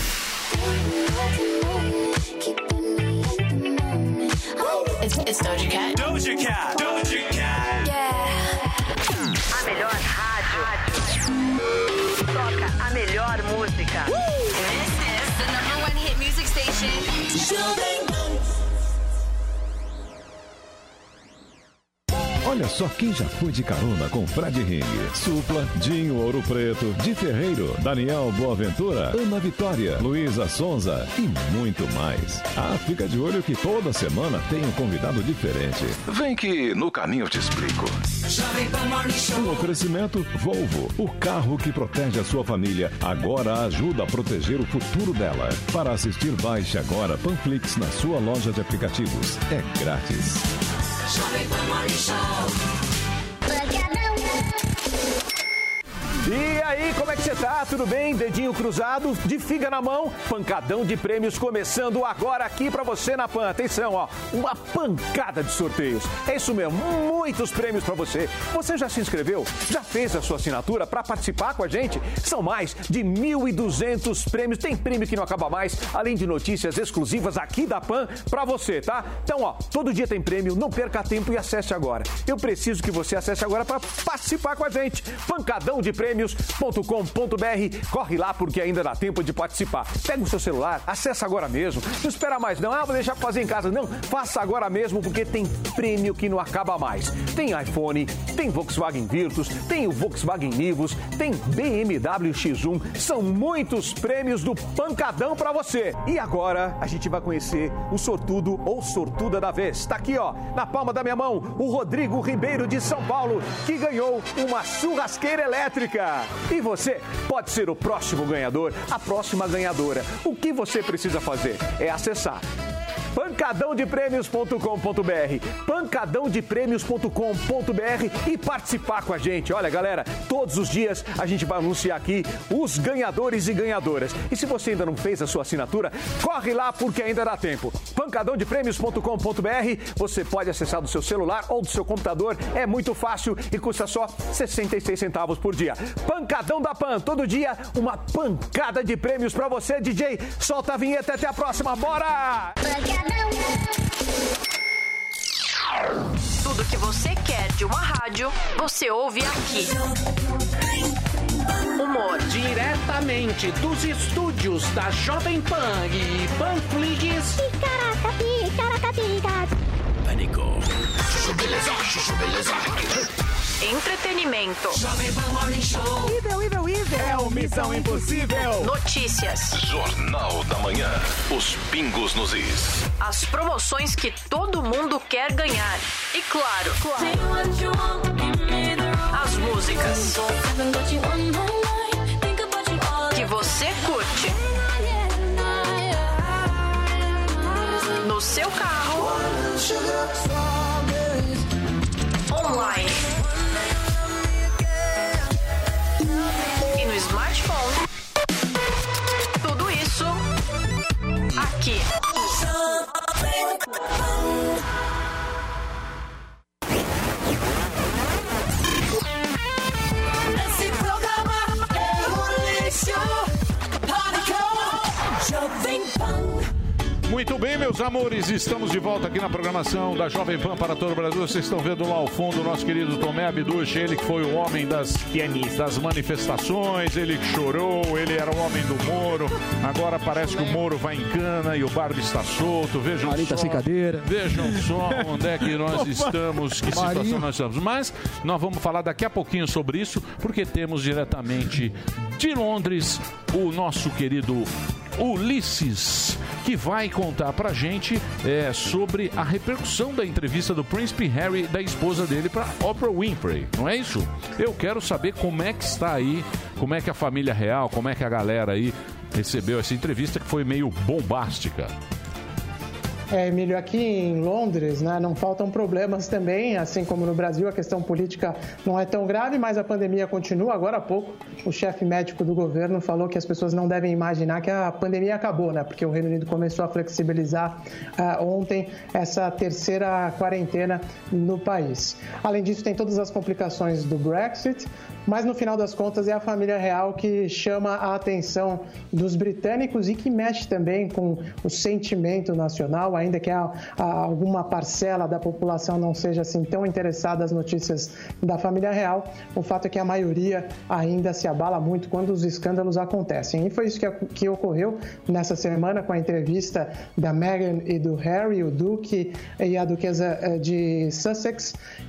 S: It's Doja Cat.
O: Doja Cat.
S: Yeah. A melhor rádio. Toca a melhor música. This is the #1 hit music station.
P: Olha só quem já foi de carona com Fred Ring, Supla, Dinho Ouro Preto, Di Ferreiro, Daniel Boaventura, Ana Vitória, Luísa Sonza e muito mais. Ah, fica de olho que toda semana tem um convidado diferente. Vem que no caminho eu te explico. Um oferecimento Volvo, o carro que protege a sua família, agora ajuda a proteger o futuro dela. Para assistir, baixe agora Panflix na sua loja de aplicativos. É grátis.
T: E aí, como é que você tá? Tudo bem? Dedinho cruzado, de figa na mão, pancadão de prêmios começando agora aqui pra você na PAN. Atenção, ó, uma pancada de sorteios. É isso mesmo, muitos prêmios pra você. Você já se inscreveu? Já fez a sua assinatura pra participar com a gente? São mais de 1.200 prêmios. Tem prêmio que não acaba mais, além de notícias exclusivas aqui da PAN pra você, tá? Então, ó, todo dia tem prêmio, não perca tempo e acesse agora. Eu preciso que você acesse agora pra participar com a gente. Pancadão de prêmios.com.br. Corre lá porque ainda dá tempo de participar. Pega o seu celular, acessa agora mesmo. Não espera mais não. Ah, vou deixar pra fazer em casa. Não, faça agora mesmo porque tem prêmio que não acaba mais. Tem iPhone, tem Volkswagen Virtus, tem o Volkswagen Nivus, tem BMW X1. São muitos prêmios do Pancadão pra você. E agora a gente vai conhecer o sortudo ou sortuda da vez. Tá aqui, ó, na palma da minha mão, o Rodrigo Ribeiro de São Paulo, que ganhou uma churrasqueira elétrica. E você pode ser o próximo ganhador, a próxima ganhadora. O que você precisa fazer é acessar pancadãodeprêmios.com.br, pancadãodeprêmios.com.br e participar com a gente. Olha, galera, todos os dias a gente vai anunciar aqui os ganhadores e ganhadoras. E se você ainda não fez a sua assinatura, corre lá porque ainda dá tempo. pancadãodeprêmios.com.br, você pode acessar do seu celular ou do seu computador, é muito fácil e custa só 66 centavos por dia. Pancadão da PAN, todo dia uma pancada de prêmios pra você, DJ. Solta a vinheta, até a próxima, bora!
S: Tudo que você quer de uma rádio, você ouve aqui. Humor.
E: Diretamente dos estúdios da Jovem Pan e Panflix.
S: Pânico. Entretenimento.
T: Nível. É o Missão Impossível.
S: Notícias.
P: Jornal da Manhã. Os pingos nos is.
S: As promoções que todo mundo quer ganhar. E claro, as músicas que você curte. No seu carro. Online. E no smartphone. Tudo isso aqui.
O: Esse programa é um lixo. Pânico. Jovem Pan.
D: Muito bem, meus amores, estamos de volta aqui na programação da Jovem Pan para todo o Brasil. Vocês estão vendo lá ao fundo o nosso querido Tomé Abduch, ele que foi o homem das manifestações, ele que chorou, ele era o homem do Moro. Agora parece que o Moro vai em cana e o Barbie está solto. Vejam
I: Marinho
D: só,
I: tá sem cadeira.
D: Vejam só onde é que nós estamos, que situação nós estamos. Mas nós vamos falar daqui a pouquinho sobre isso, porque temos diretamente de Londres o nosso querido Ulisses, que vai contar pra gente sobre a repercussão da entrevista do Príncipe Harry, da esposa dele, pra Oprah Winfrey, não é isso? Eu quero saber como é que está aí, como é que a família real, como é que a galera aí recebeu essa entrevista que foi meio bombástica.
U: Emílio, aqui em Londres, né, não faltam problemas também, assim como no Brasil, a questão política não é tão grave, mas a pandemia continua. Agora há pouco, o chefe médico do governo falou que as pessoas não devem imaginar que a pandemia acabou, né, porque o Reino Unido começou a flexibilizar ontem essa terceira quarentena no país. Além disso, tem todas as complicações do Brexit, mas no final das contas é a família real que chama a atenção dos britânicos e que mexe também com o sentimento nacional, ainda que alguma parcela da população não seja assim tão interessada nas notícias da família real. O fato é que a maioria ainda se abala muito quando os escândalos acontecem. E foi isso que ocorreu nessa semana com a entrevista da Meghan e do Harry, o Duque e a Duquesa de Sussex,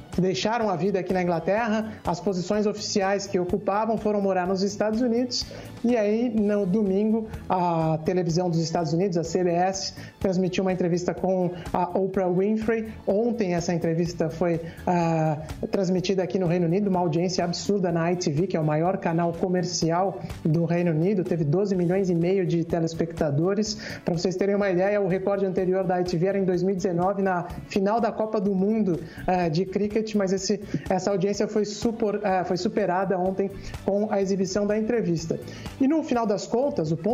U: deixaram a vida aqui na Inglaterra, as posições oficiais que ocupavam foram morar nos Estados Unidos, e aí no domingo a televisão dos Estados Unidos, a CBS, transmitiu uma entrevista com a Oprah Winfrey. Ontem essa entrevista foi transmitida aqui no Reino Unido, uma audiência absurda na ITV, que é o maior canal comercial do Reino Unido, teve 12 milhões e meio de telespectadores. Para vocês terem uma ideia, o recorde anterior da ITV era em 2019, na final da Copa do Mundo de cricket, mas essa audiência foi superada ontem com a exibição da entrevista. E no final das contas, os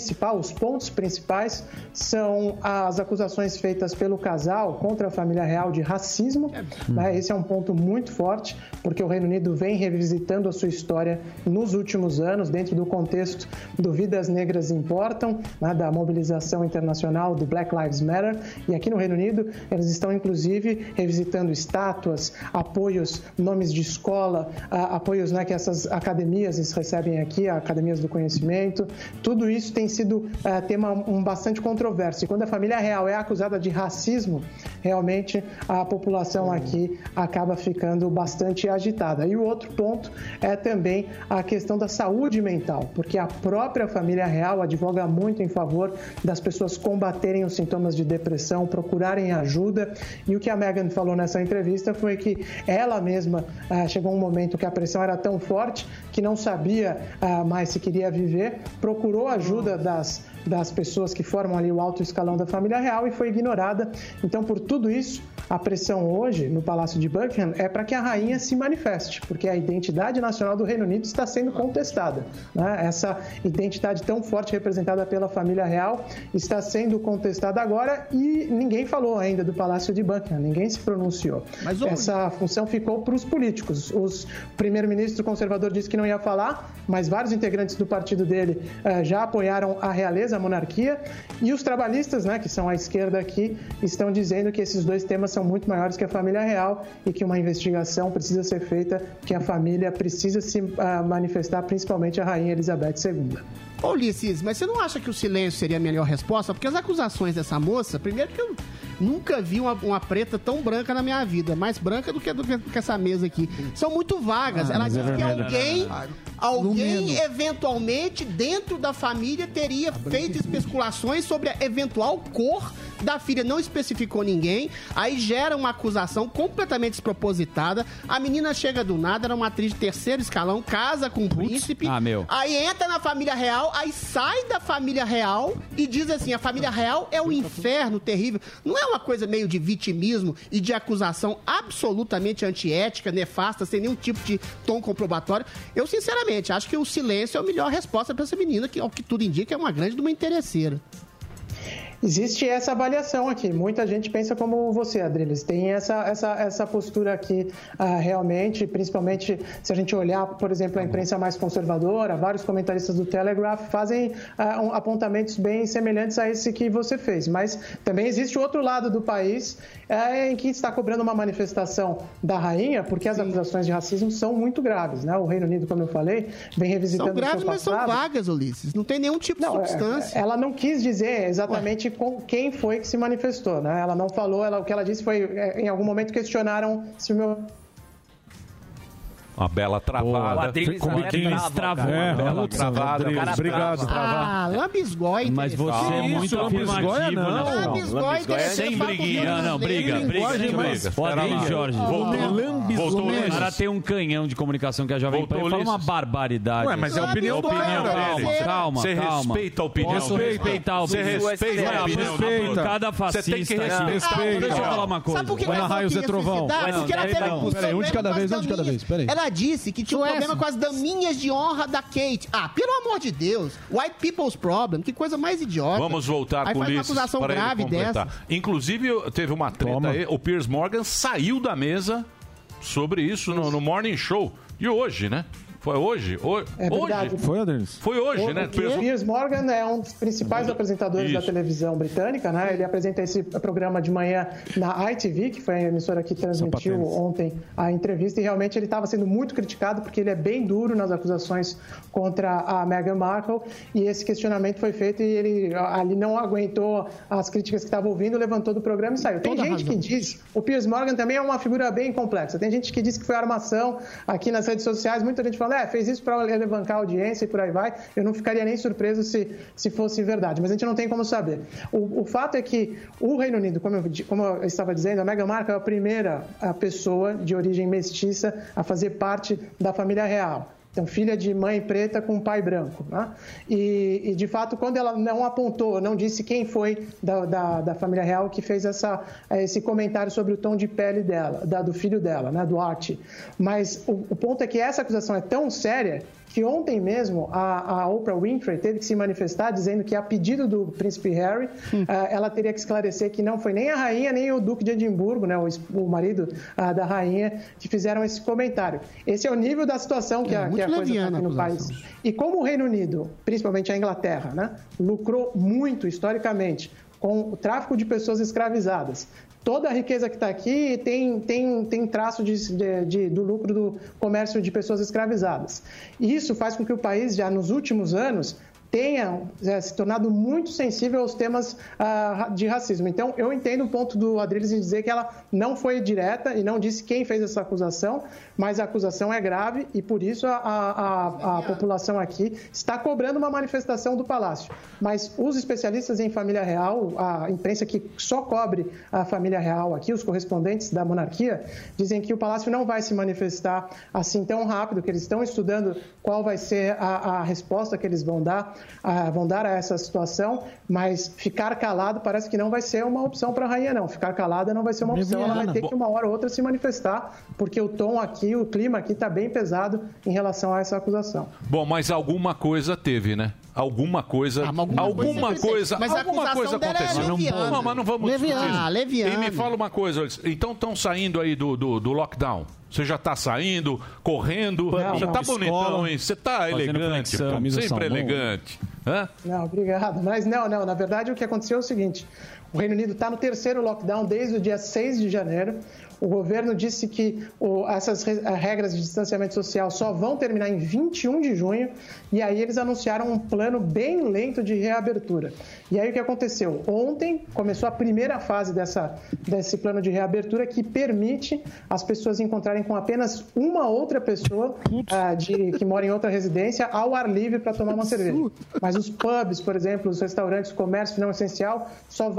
U: pontos principais são as acusações feitas pelo casal contra a família real de racismo. Esse é um ponto muito forte, porque o Reino Unido vem revisitando a sua história nos últimos anos, dentro do contexto do Vidas Negras Importam, da mobilização internacional do Black Lives Matter. E aqui no Reino Unido, eles estão inclusive revisitando estátuas, apoios, nomes de escola, apoios que essas academias recebem aqui, academias do conhecimento. Tudo isso tem sido tema bastante controverso. E quando a família real é acusada de racismo, realmente a população aqui acaba ficando bastante agitada. E o outro ponto é também a questão da saúde mental, porque a própria família real advoga muito em favor das pessoas combaterem os sintomas de depressão, procurarem ajuda. E o que a Meghan falou nessa entrevista foi que ela mesma chegou um momento que a pressão era tão forte que não sabia mais se queria viver, procurou ajuda das pessoas que formam ali o alto escalão da família real e foi ignorada. Então, por tudo isso, a pressão hoje no Palácio de Buckingham é para que a rainha se manifeste, porque a identidade nacional do Reino Unido está sendo contestada. Essa identidade tão forte representada pela família real está sendo contestada agora e ninguém falou ainda do Palácio de Buckingham, ninguém se pronunciou. Mas essa função ficou para os políticos. O primeiro-ministro conservador disse que não ia falar, mas vários integrantes do partido dele já apoiaram a realeza, a monarquia, e os trabalhistas, que são a esquerda aqui, estão dizendo que esses dois temas são muito maiores que a família real e que uma investigação precisa ser feita, que a família precisa se manifestar, principalmente a rainha Elizabeth II.
H: Ô Ulisses, mas você não acha que o silêncio seria a melhor resposta? Porque as acusações dessa moça, primeiro que eu nunca vi uma preta tão branca na minha vida, mais branca do que essa mesa aqui, são muito vagas. Ela diz que alguém eventualmente dentro da família teria feito especulações sobre a eventual cor da filha, não especificou ninguém, aí gera uma acusação completamente despropositada. A menina chega do nada, era uma atriz de terceiro escalão, casa com um príncipe, aí entra na família real, aí sai da família real e diz assim, a família real é um inferno terrível. Não é uma coisa meio de vitimismo e de acusação absolutamente antiética, nefasta, sem nenhum tipo de tom comprobatório? Eu, sinceramente, acho que o silêncio é a melhor resposta para essa menina, que, ao que tudo indica, é uma grande de uma interesseira.
U: Existe essa avaliação aqui. Muita gente pensa como você, Adriles. Tem essa postura aqui realmente, principalmente se a gente olhar, por exemplo, a imprensa mais conservadora, vários comentaristas do Telegraph fazem apontamentos bem semelhantes a esse que você fez. Mas também existe o outro lado do país em que está cobrando uma manifestação da rainha, porque as acusações de racismo são muito graves, né? O Reino Unido, como eu falei, vem revisitando o seu passado. São graves, mas são vagas, Ulisses. Não tem nenhum tipo de substância. Ela não quis dizer exatamente com quem foi que se manifestou, né? Ela não falou, o que ela disse foi, em algum momento questionaram se o meu...
D: Uma bela travada.
G: Como que travou?
D: Bela travada.
H: Obrigado. Lambisgoia.
G: Mas você é muito afirmativo.
H: Lambisgoia
G: sem briguinha. Não, briga. Pode ir, Jorge. Voltou. O cara tem um canhão de comunicação que a Jovem Pan fala uma barbaridade.
D: Ué, mas é a opinião dele.
G: Calma.
D: Você respeita a opinião dele.
G: Posso respeitar a opinião.
D: Você respeita a opinião dele.
G: Cada fascista.
D: Você tem que respeitar.
G: Deixa eu falar uma coisa.
H: Sabe por que
G: vai narrar o Zé Trovão?
I: Peraí, um de cada vez. Peraí.
H: Ela disse que tinha um problema com as daminhas de honra da Kate. Pelo amor de Deus. White people's problem. Que coisa mais idiota.
D: Vamos voltar com isso
H: para grave ele completar.
D: Dessa. Inclusive, teve uma treta aí. O Piers Morgan saiu da mesa sobre isso no Morning Show. E hoje, né? Foi hoje?
U: É verdade.
D: Hoje? Foi, Adriles? Foi hoje, né?
U: Piers Morgan é um dos principais apresentadores da televisão britânica, né? Ele apresenta esse programa de manhã na ITV, que foi a emissora que transmitiu ontem a entrevista, e realmente ele estava sendo muito criticado porque ele é bem duro nas acusações contra a Meghan Markle, e esse questionamento foi feito e ele ali não aguentou as críticas que estava ouvindo, levantou do programa e saiu. Tem gente que diz, o Piers Morgan também é uma figura bem complexa, tem gente que diz que foi armação aqui nas redes sociais, muita gente fala, fez isso para levantar a audiência e por aí vai. Eu não ficaria nem surpreso se fosse verdade, mas a gente não tem como saber. O fato é que o Reino Unido, como eu estava dizendo, a Meghan Markle é a primeira pessoa de origem mestiça a fazer parte da família real. Então, filha de mãe preta com pai branco. Né? E, de fato, quando ela não apontou, não disse quem foi da família real que fez esse comentário sobre o tom de pele dela, do filho dela, né, do Archie. Mas o ponto é que essa acusação é tão séria que ontem mesmo a Oprah Winfrey teve que se manifestar dizendo que, a pedido do príncipe Harry, ela teria que esclarecer que não foi nem a rainha nem o duque de Edimburgo, né, o marido da rainha, que fizeram esse comentário. Esse é o nível da situação que a coisa está aqui no país. E como o Reino Unido, principalmente a Inglaterra, né, lucrou muito historicamente com o tráfico de pessoas escravizadas, toda a riqueza que está aqui tem traço do lucro do comércio de pessoas escravizadas. E isso faz com que o país, já nos últimos anos, tenha se tornado muito sensível aos temas de racismo. Então, eu entendo o ponto do Adriles em dizer que ela não foi direta e não disse quem fez essa acusação, mas a acusação é grave e, por isso, a população aqui está cobrando uma manifestação do Palácio. Mas os especialistas em família real, a imprensa que só cobre a família real aqui, os correspondentes da monarquia, dizem que o Palácio não vai se manifestar assim tão rápido, que eles estão estudando qual vai ser a resposta que eles vão dar a essa situação, mas ficar calado parece que não vai ser uma opção para a rainha, não. Ficar calada não vai ser uma opção, ela vai ter que uma hora ou outra se manifestar, porque o tom aqui, o clima aqui está bem pesado em relação a essa acusação.
D: Bom, mas alguma coisa teve, né? Alguma coisa aconteceu.
H: Mas
D: não vamos
H: leviana.
D: E me fala uma coisa, então estão saindo aí do lockdown. Você já está saindo, correndo, você está bonitão, hein? Você está elegante, sempre elegante. Hã?
U: Não, obrigado. Mas não, na verdade o que aconteceu é o seguinte, o Reino Unido está no terceiro lockdown desde o dia 6 de janeiro. O governo disse que essas regras de distanciamento social só vão terminar em 21 de junho e aí eles anunciaram um plano bem lento de reabertura. E aí o que aconteceu? Ontem começou a primeira fase desse plano de reabertura que permite as pessoas encontrarem com apenas uma outra pessoa que mora em outra residência ao ar livre para tomar uma cerveja. Mas os pubs, por exemplo, os restaurantes, comércio não essencial,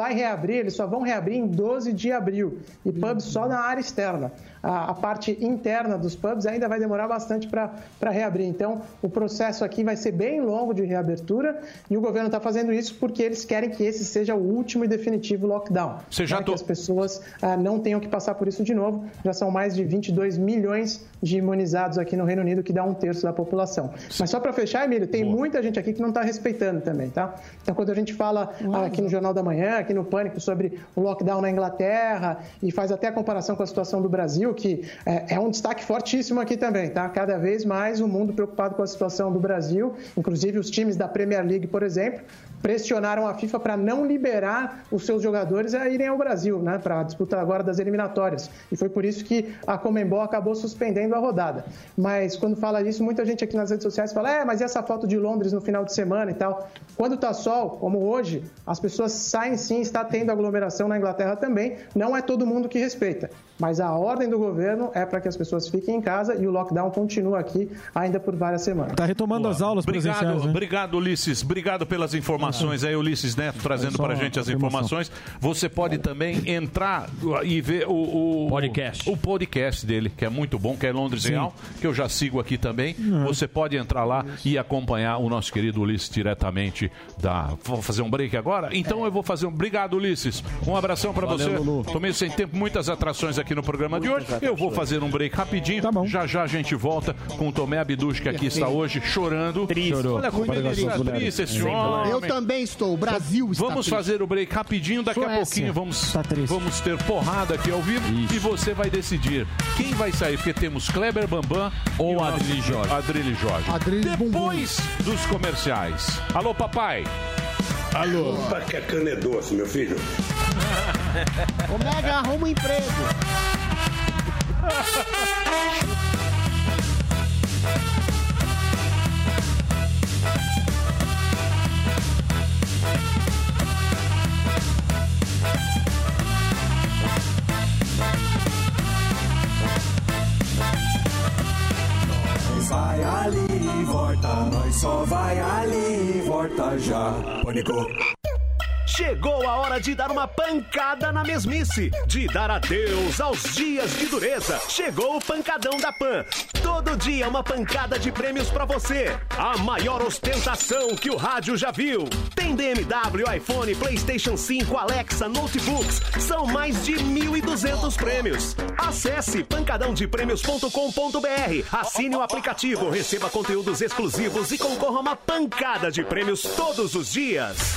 U: eles só vão reabrir em 12 de abril. E pubs só na área externa. A parte interna dos pubs ainda vai demorar bastante para reabrir. Então, o processo aqui vai ser bem longo de reabertura e o governo está fazendo isso porque eles querem que esse seja o último e definitivo lockdown. Que as pessoas não tenham que passar por isso de novo. Já são mais de 22 milhões de imunizados aqui no Reino Unido, que dá 1/3 da população. Mas só para fechar, Emílio, tem muita gente aqui que não está respeitando também, tá? Então, quando a gente fala aqui no Jornal da Manhã, aqui no Pânico, sobre o lockdown na Inglaterra e faz até a comparação com a situação do Brasil, que é um destaque fortíssimo aqui também, tá? Cada vez mais o mundo preocupado com a situação do Brasil, inclusive os times da Premier League, por exemplo, pressionaram a FIFA para não liberar os seus jogadores a irem ao Brasil, né? Para disputar agora das eliminatórias. E foi por isso que a Conmebol acabou suspendendo a rodada. Mas quando fala isso, muita gente aqui nas redes sociais fala, mas e essa foto de Londres no final de semana e tal? Quando tá sol, como hoje, as pessoas saem sim, está tendo aglomeração na Inglaterra também, não é todo mundo que respeita. Mas a ordem do governo é para que as pessoas fiquem em casa e o lockdown continua aqui ainda por várias semanas.
K: Está retomando as aulas presenciais, né?
D: Obrigado, Ulisses. Obrigado pelas informações aí, Ulisses Neto, trazendo para a gente as informações. Você pode também entrar e ver o podcast dele, que é muito bom, que é Londres Real, que eu já sigo aqui também. Você pode entrar lá e acompanhar o nosso querido Ulisses diretamente da... Vou fazer um break agora? Então eu vou fazer um... Obrigado, Ulisses. Um abração para você. Lulu. Tô meio sem tempo, muitas atrações aqui aqui no programa de hoje. Eu vou fazer um break rapidinho. Tá bom. Já a gente volta com o Tomé Abduch, que aqui está hoje chorando. Olha como ele está triste, esse homem.
H: Eu também estou. O Brasil está
D: Vamos
H: triste.
D: fazer o break rapidinho. Daqui a pouquinho vamos ter porrada aqui ao vivo. E você vai decidir quem vai sair. Porque temos Kleber Bambam ou Adrilho Jorge. Depois dos comerciais. Alô, papai.
C: Alô. Opa, que a cana é doce, meu filho.
H: Ô, Mega, arruma um emprego.
O: Vai ali e volta, nós só vai ali e volta já. Pânico.
T: Chegou a hora de dar uma pancada na mesmice, de dar adeus aos dias de dureza. Chegou o Pancadão da Pan. Todo dia uma pancada de prêmios pra você. A maior ostentação que o rádio já viu. Tem BMW, iPhone, PlayStation 5, Alexa, notebooks. São mais de 1.200 prêmios. Acesse pancadãodeprêmios.com.br. Assine o aplicativo, receba conteúdos exclusivos e concorra a uma pancada de prêmios todos os dias.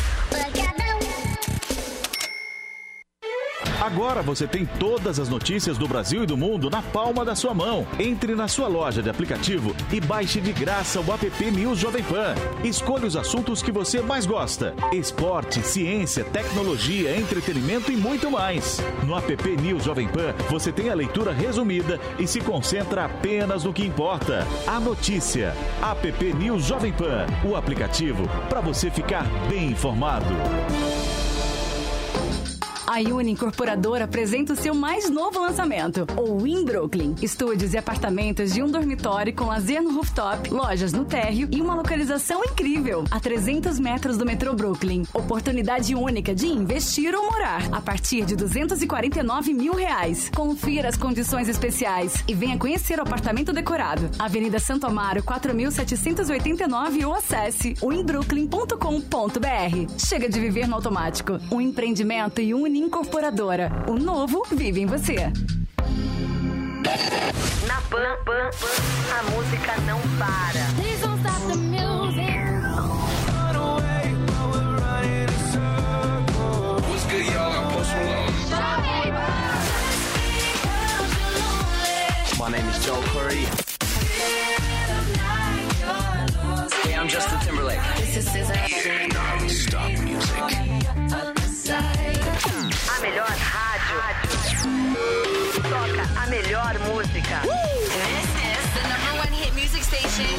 R: Agora você tem todas as notícias do Brasil e do mundo na palma da sua mão. Entre na sua loja de aplicativo e baixe de graça o app News Jovem Pan. Escolha os assuntos que você mais gosta: esporte, ciência, tecnologia, entretenimento e muito mais. No app News Jovem Pan, você tem a leitura resumida e se concentra apenas no que importa: a notícia. App News Jovem Pan, o aplicativo para você ficar bem informado.
L: A Uni Incorporadora apresenta o seu mais novo lançamento, o Win Brooklyn. Estúdios e apartamentos de um dormitório com lazer no rooftop, lojas no térreo e uma localização incrível, a 300 metros do metrô Brooklyn. Oportunidade única de investir ou morar, a partir de R$249 mil. Confira as condições especiais e venha conhecer o apartamento decorado. Avenida Santo Amaro, 4.789 ou acesse winbrooklyn.com.br. Chega de viver no automático. Um empreendimento e Uni Incorporadora. O novo vive em você.
S: Na Pan, a música não para. Please don't stop the music.
O: What's good, y'all? I'm Post Malone.
E: My name is Joel Curry. Hey, I'm Justin Timberlake.
S: This is SZA.
O: Non-stop music.
S: A melhor rádio. Toca a melhor música. This is the #1 hit music station.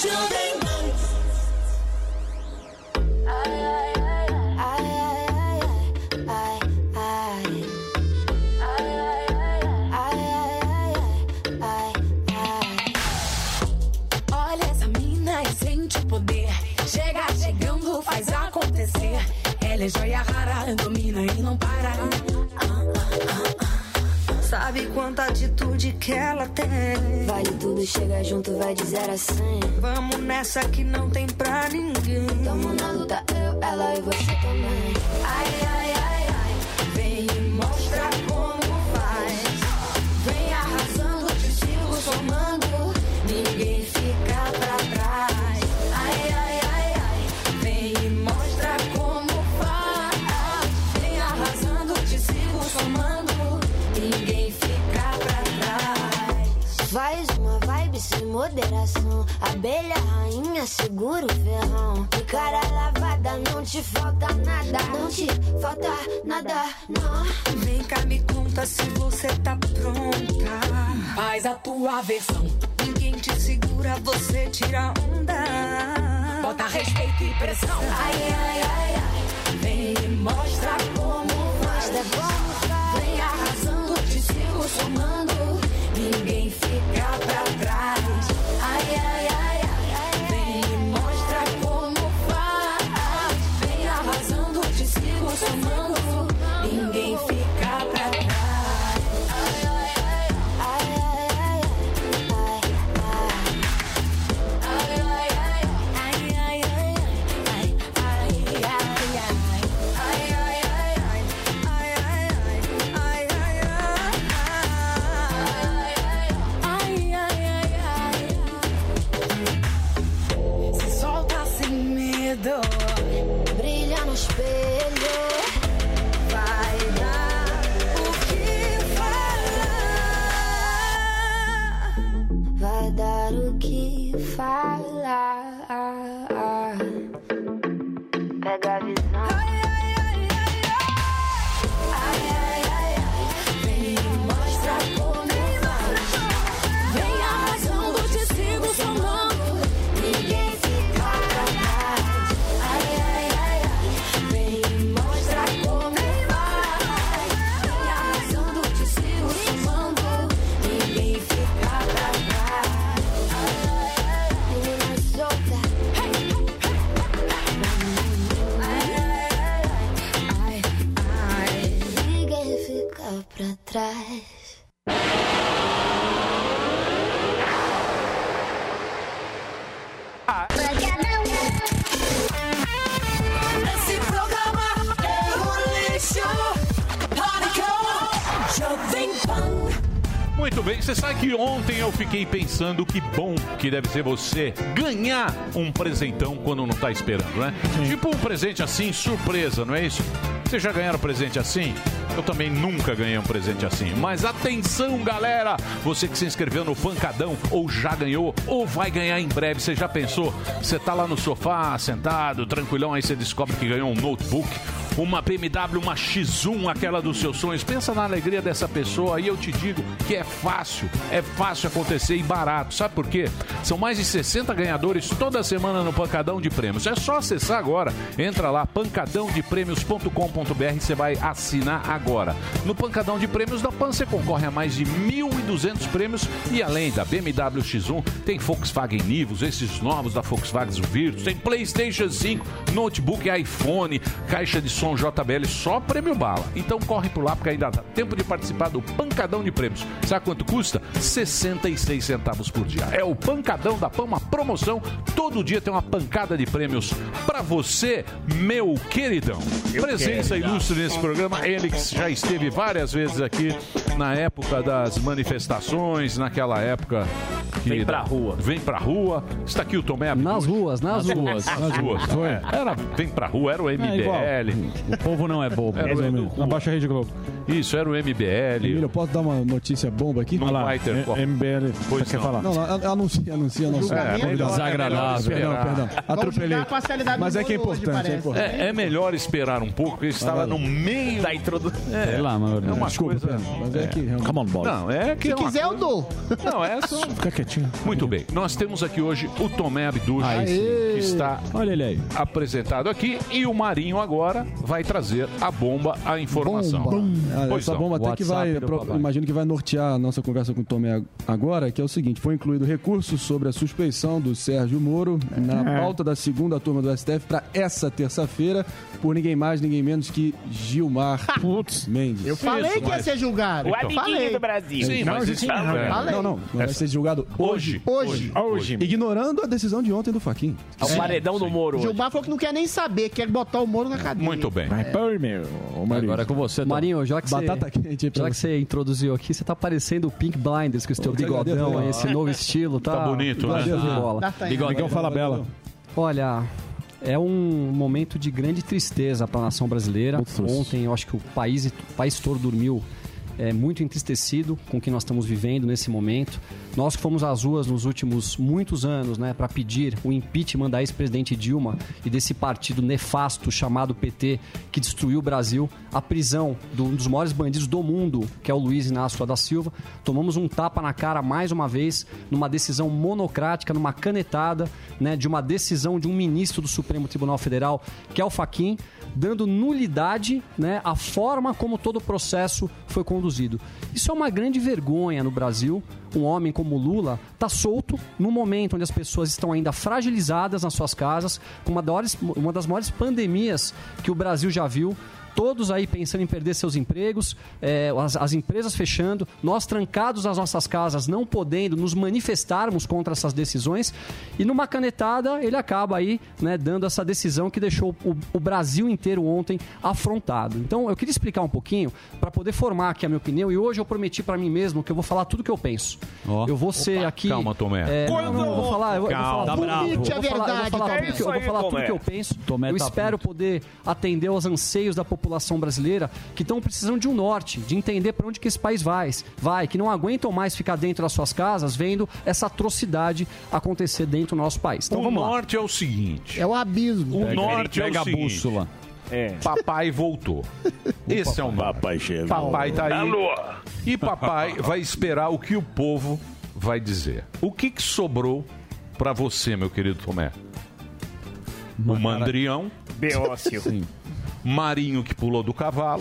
V: Olha essa mina e sente o poder. Chega chegando, faz acontecer. Ela é joia rara, domina e não para.
W: Sabe quanta atitude que ela tem.
V: Vale tudo, chega junto, vai de 0 a 100.
W: Vamos nessa que não tem pra ninguém.
V: Tamo na luta, eu, ela e você também. Ai, ai, ai, ai, vem e mostra como faz. Vem arrasando, te sigo somando. Ninguém fica pra trás. Ai, ai, ai, ai, vem e mostra como faz. Vem arrasando, te sigo somando. Ninguém fica pra trás. Faz uma vibe sem moderação. Abelha rainha, segura o ferrão. De cara lavada, não te falta nada. Não te falta nada, não.
W: Vem cá, me conta se você tá pronta.
V: Faz a tua versão.
W: Ninguém te segura, você tira onda.
V: Bota respeito e pressão.
W: Ai, ai, ai, ai.
V: Vem e mostra como faz. Vem arrasando, te sigo somando. Ninguém fica pra trás. Ai, ai, ai, ai. Vem e mostra como faz. Vem arrasando, te sigo somando. Ninguém fica pra trás. Ai, ai, ai, ai, ai, ai, ai, ai, ai, ai, ai, ai, ai, ai. quero que falar. Pega a visão. Vem me mostrar como faz. Vem arrasando, te sigo somando. Ninguém fica pra trás. Vem me mostrar como faz. Vem arrasando, te sigo somando. Ninguém fica pra trás. Menina solta. Ninguém fica pra trás.
S: Esse programa é um lixo. Pânico, Jovem Pan.
D: Muito bem, você sabe que ontem eu fiquei pensando que bom que deve ser você ganhar um presentão quando não tá esperando, né? Tipo um presente assim, surpresa, não é isso? Vocês já ganharam presente assim? Eu também nunca ganhei um presente assim. Mas atenção, galera! Você que se inscreveu no Pancadão, ou já ganhou, ou vai ganhar em breve. Você já pensou? Você tá lá no sofá, sentado, tranquilão, aí você descobre que ganhou um notebook, uma BMW, uma X1, aquela dos seus sonhos. Pensa na alegria dessa pessoa e eu te digo que é fácil acontecer e barato. Sabe por quê? São mais de 60 ganhadores toda semana no Pancadão de Prêmios. É só acessar agora. Entra lá, pancadãodeprêmios.com.br, você vai assinar agora. No Pancadão de Prêmios da PAN, você concorre a mais de 1.200 prêmios e além da BMW X1, tem Volkswagen Nivus, esses novos da Volkswagen Virtus, tem PlayStation 5, notebook, iPhone, caixa de som JBL, só prêmio bala. Então corre por lá porque ainda dá tempo de participar do Pancadão de Prêmios. Sabe quanto custa? 66 centavos por dia. É o Pancadão da PAN, uma promoção. Todo dia tem uma pancada de prêmios pra você, meu queridão. Presença ilustre nesse programa. Ele que já esteve várias vezes aqui na época das manifestações, naquela época que
J: Vem pra rua.
D: Vem pra rua. Está aqui o Tomé Abdu.
G: Nas ruas.
D: Nas ruas.
G: Foi.
D: Era Vem pra rua, era o MBL.
G: O povo não é bobo.
D: Era o Edu.
K: Na Baixa Rede Globo.
D: Isso, era o MBL.
I: Emílio, eu posso dar uma notícia bomba aqui?
D: Não vai ter como.
K: MBL,
D: Pois
K: você quer
D: não.
K: falar?
I: Não, anuncia nosso.
G: Desagradável.
I: Perdão. Atropelei. Mas é que é importante.
D: É melhor esperar um pouco, porque estava no meio da introdução.
G: Sei lá, mano.
D: É uma
I: Desculpa,
D: coisa.
I: mas é que realmente.
K: Come on, boy.
D: Não, é que
H: Se
D: é uma
H: quiser, eu
D: coisa-
H: dou.
D: Não, é só.
K: Fica quietinho.
D: Muito bem. Nós temos aqui hoje o Tomé Abdu,
I: Aí
D: que está
G: Olha ele aí.
D: apresentado aqui, e o Marinho agora vai trazer a bomba, a informação. Pois
I: Essa
D: não.
I: bomba até que vai,
G: WhatsApp do papai.
I: imagino que vai nortear a nossa conversa com o Tomé agora, que é o seguinte: foi incluído recurso sobre a suspeição do Sérgio Moro na pauta da segunda turma do STF para essa terça-feira, por ninguém mais, ninguém menos que Gilmar Mendes.
H: Eu falei que ia ser julgado.
J: O
H: Eu
J: amiguinho
H: falei.
J: do Brasil.
D: Sim, mas isso
H: Falei.
I: Não vai ser julgado hoje.
H: Hoje.
I: Ignorando a decisão de ontem do Faquin.
J: É o paredão do Moro. hoje.
H: Gilmar falou que não quer nem saber, quer botar o Moro na cadeia.
D: Muito bem.
K: Vai pôr, meu. Ô, Marinho.
G: Agora é com você, Tom.
A: Marinho, já que
I: Batata
A: você,
I: quente aí pra
A: já que
I: você.
A: você introduziu aqui, você tá parecendo o Pink Blinders, com esse teu
I: Ô, agradeço,
A: bigodão,
I: né?
A: esse novo estilo, tá?
D: Tá bonito, né?
A: Show de bola.
K: Miguel fala bela.
A: Olha, é um momento de grande tristeza para a nação brasileira. Ontem eu acho que o país todo dormiu muito entristecido com o que nós estamos vivendo nesse momento. Nós que fomos às ruas nos últimos muitos anos, né, para pedir o impeachment da ex-presidente Dilma e desse partido nefasto chamado PT, que destruiu o Brasil, a prisão de um dos maiores bandidos do mundo, que é o Luiz Inácio Lula da Silva. Tomamos um tapa na cara mais uma vez, numa decisão monocrática, numa canetada, né, de uma decisão de um ministro do Supremo Tribunal Federal, que é o Fachin, dando nulidade, né, à forma como todo o processo foi conduzido. Isso é uma grande vergonha no Brasil. Um homem como Lula está solto num momento onde as pessoas estão ainda fragilizadas nas suas casas, com uma das maiores pandemias que o Brasil já viu. Todos aí pensando em perder seus empregos, as empresas fechando, nós trancados nas nossas casas, não podendo nos manifestarmos contra essas decisões, e numa canetada ele acaba aí, né, dando essa decisão que deixou o Brasil inteiro ontem afrontado. Então eu queria explicar um pouquinho para poder formar aqui a minha opinião, e hoje eu prometi para mim mesmo que eu vou falar tudo que eu penso. Eu vou ser aqui...
D: Calma, Tomé.
A: Eu vou falar... Eu vou falar tudo que eu penso. Eu espero poder atender aos anseios da população população brasileira que estão precisando de um norte, de entender para onde que esse país vai, que não aguentam mais ficar dentro das suas casas vendo essa atrocidade acontecer dentro do nosso país. Então,
D: o
A: vamos lá.
D: norte é o seguinte.
F: É o abismo.
D: O norte é o
G: a
D: seguinte.
G: bússola.
D: Papai voltou. Esse é o papai chegou. Papai tá aí. E papai vai esperar o que o povo vai dizer. O que sobrou pra você, meu querido Tomé? O mandrião.
J: Beócio.
D: Marinho que pulou do cavalo.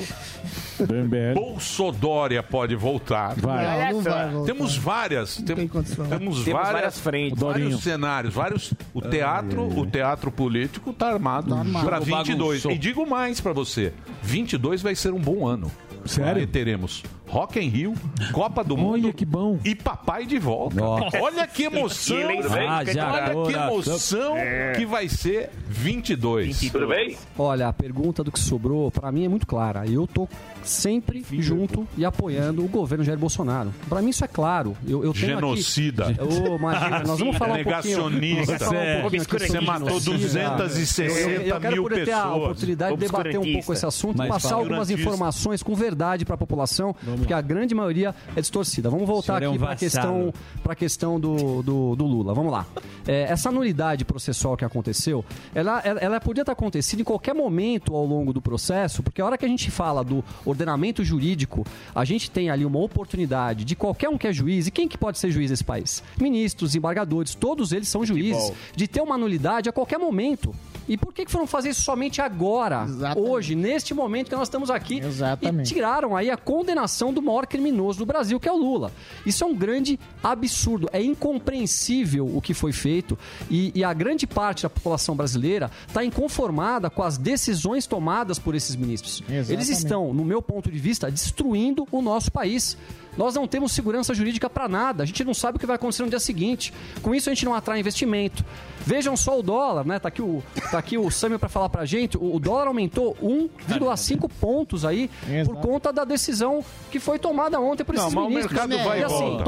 D: Bolsodória pode voltar.
F: Vai. Não vai voltar.
D: Temos várias. Temos
J: várias frentes.
D: Vários cenários. O teatro político está armado para 22. E digo mais para você. 22 vai ser um bom ano.
K: Sério?
D: Aí teremos Rock in Rio, Copa do Mundo.
K: Olha que bom.
D: E papai de volta.
G: Nossa.
D: Olha que emoção. Olha que emoção que vai ser 22.
J: Tudo bem?
A: Olha, a pergunta do que sobrou, pra mim é muito clara. Eu tô sempre junto e apoiando o governo Jair Bolsonaro. Pra mim isso é claro. Eu tenho
D: genocida.
A: Aqui... Imagina, nós vamos falar
D: negacionista. Você matou 260
A: eu quero
D: mil
A: poder ter a
D: pessoas.
A: oportunidade de debater um pouco esse assunto e passar algumas informações com verdade pra população, porque a grande maioria é distorcida. Vamos voltar aqui para a questão do Lula. Vamos lá. Essa nulidade processual que aconteceu, ela podia ter acontecido em qualquer momento ao longo do processo, porque a hora que a gente fala do ordenamento jurídico, a gente tem ali uma oportunidade de qualquer um que é juiz, e quem que pode ser juiz nesse país? Ministros, embargadores, todos eles são juízes, de ter uma nulidade a qualquer momento. E por que foram fazer isso somente agora, hoje, neste momento que nós estamos aqui? E tiraram aí a condenação do maior criminoso do Brasil, que é o Lula. Isso é um grande absurdo. É incompreensível o que foi feito e a grande parte da população brasileira está inconformada com as decisões tomadas por esses ministros. Eles estão, no meu ponto de vista, destruindo o nosso país. Nós não temos segurança jurídica para nada. A gente não sabe o que vai acontecer no dia seguinte. Com isso, a gente não atrai investimento. Vejam só o dólar, né? Tá aqui o Sâmio para falar pra gente. O dólar aumentou 1,5 pontos aí por conta da decisão que foi tomada ontem por esses ministros.
D: O mercado vai e volta.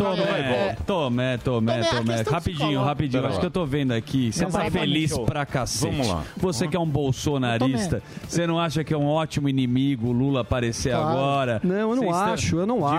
G: Tomé. Rapidinho. Acho que eu tô vendo aqui. Você tá feliz pra cacete.
D: Vamos lá.
G: Você que é um bolsonarista, você não acha que é um ótimo inimigo o Lula aparecer agora?
A: Não, eu não acho. Eu não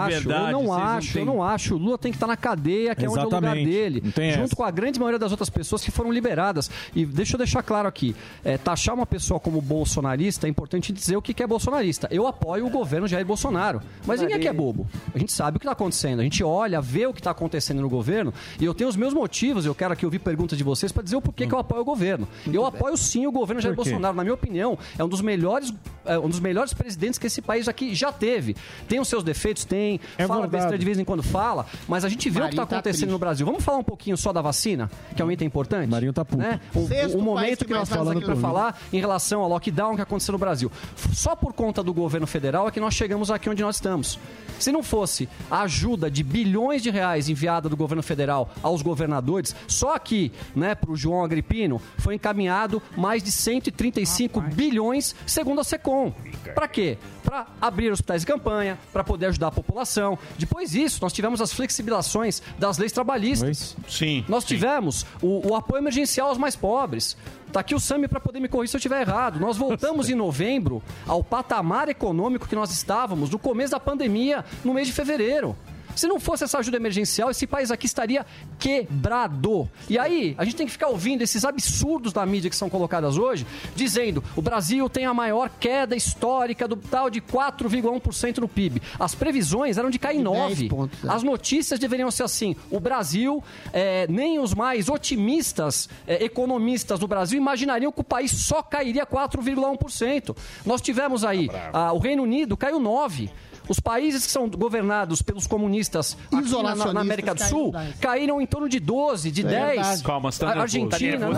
A: acho. O Lula tem que estar na cadeia, que é onde é o lugar dele. Junto com a grande maioria das outras pessoas que foram liberadas. E deixa eu deixar claro aqui. Taxar uma pessoa como bolsonarista é importante dizer o que é bolsonarista. Eu apoio o governo Jair Bolsonaro. Mas ninguém aqui é bobo. A gente sabe o que está acontecendo. A gente olha, vê o que está acontecendo no governo. E eu tenho os meus motivos. Eu quero aqui ouvir perguntas de vocês para dizer o porquê que eu apoio o governo. Eu apoio sim o governo Jair Bolsonaro. Na minha opinião, é um dos melhores presidentes que esse país aqui já teve. Tem os seus defeitos? Tem. Fala besteira de vez em quando fala, mas a gente vê o que está acontecendo no Brasil. Vamos falar um pouquinho só da vacina, que é um item importante?
K: Marinho tá puto.
A: Né? O momento que nós falando para falar em relação ao lockdown que aconteceu no Brasil. Só por conta do governo federal é que nós chegamos aqui onde nós estamos. Se não fosse a ajuda de bilhões de reais enviada do governo federal aos governadores, só aqui, né, para o João Agripino, foi encaminhado mais de 135 bilhões, segundo a SECOM. Para quê? Para abrir hospitais de campanha, para poder ajudar a população. Depois disso, nós tivemos as flexibilizações das leis trabalhistas.
D: Sim.
A: Nós tivemos o apoio emergencial aos mais pobres. Tá aqui o Sami para poder me corrigir se eu estiver errado. Nós voltamos em novembro ao patamar econômico que nós estávamos no começo da pandemia, no mês de fevereiro. Se não fosse essa ajuda emergencial, esse país aqui estaria quebrado. E aí, a gente tem que ficar ouvindo esses absurdos da mídia que são colocadas hoje, dizendo o Brasil tem a maior queda histórica do tal de 4,1% no PIB. As previsões eram de cair 9%. Pontos, As notícias deveriam ser assim, o Brasil, nem os mais otimistas economistas do Brasil imaginariam que o país só cairia 4,1%. Nós tivemos aí, o Reino Unido caiu 9%. Os países que são governados pelos comunistas aqui na América do Sul caíram em torno de 12, de 10.
D: Calma, você tá
A: nervoso. Argentina,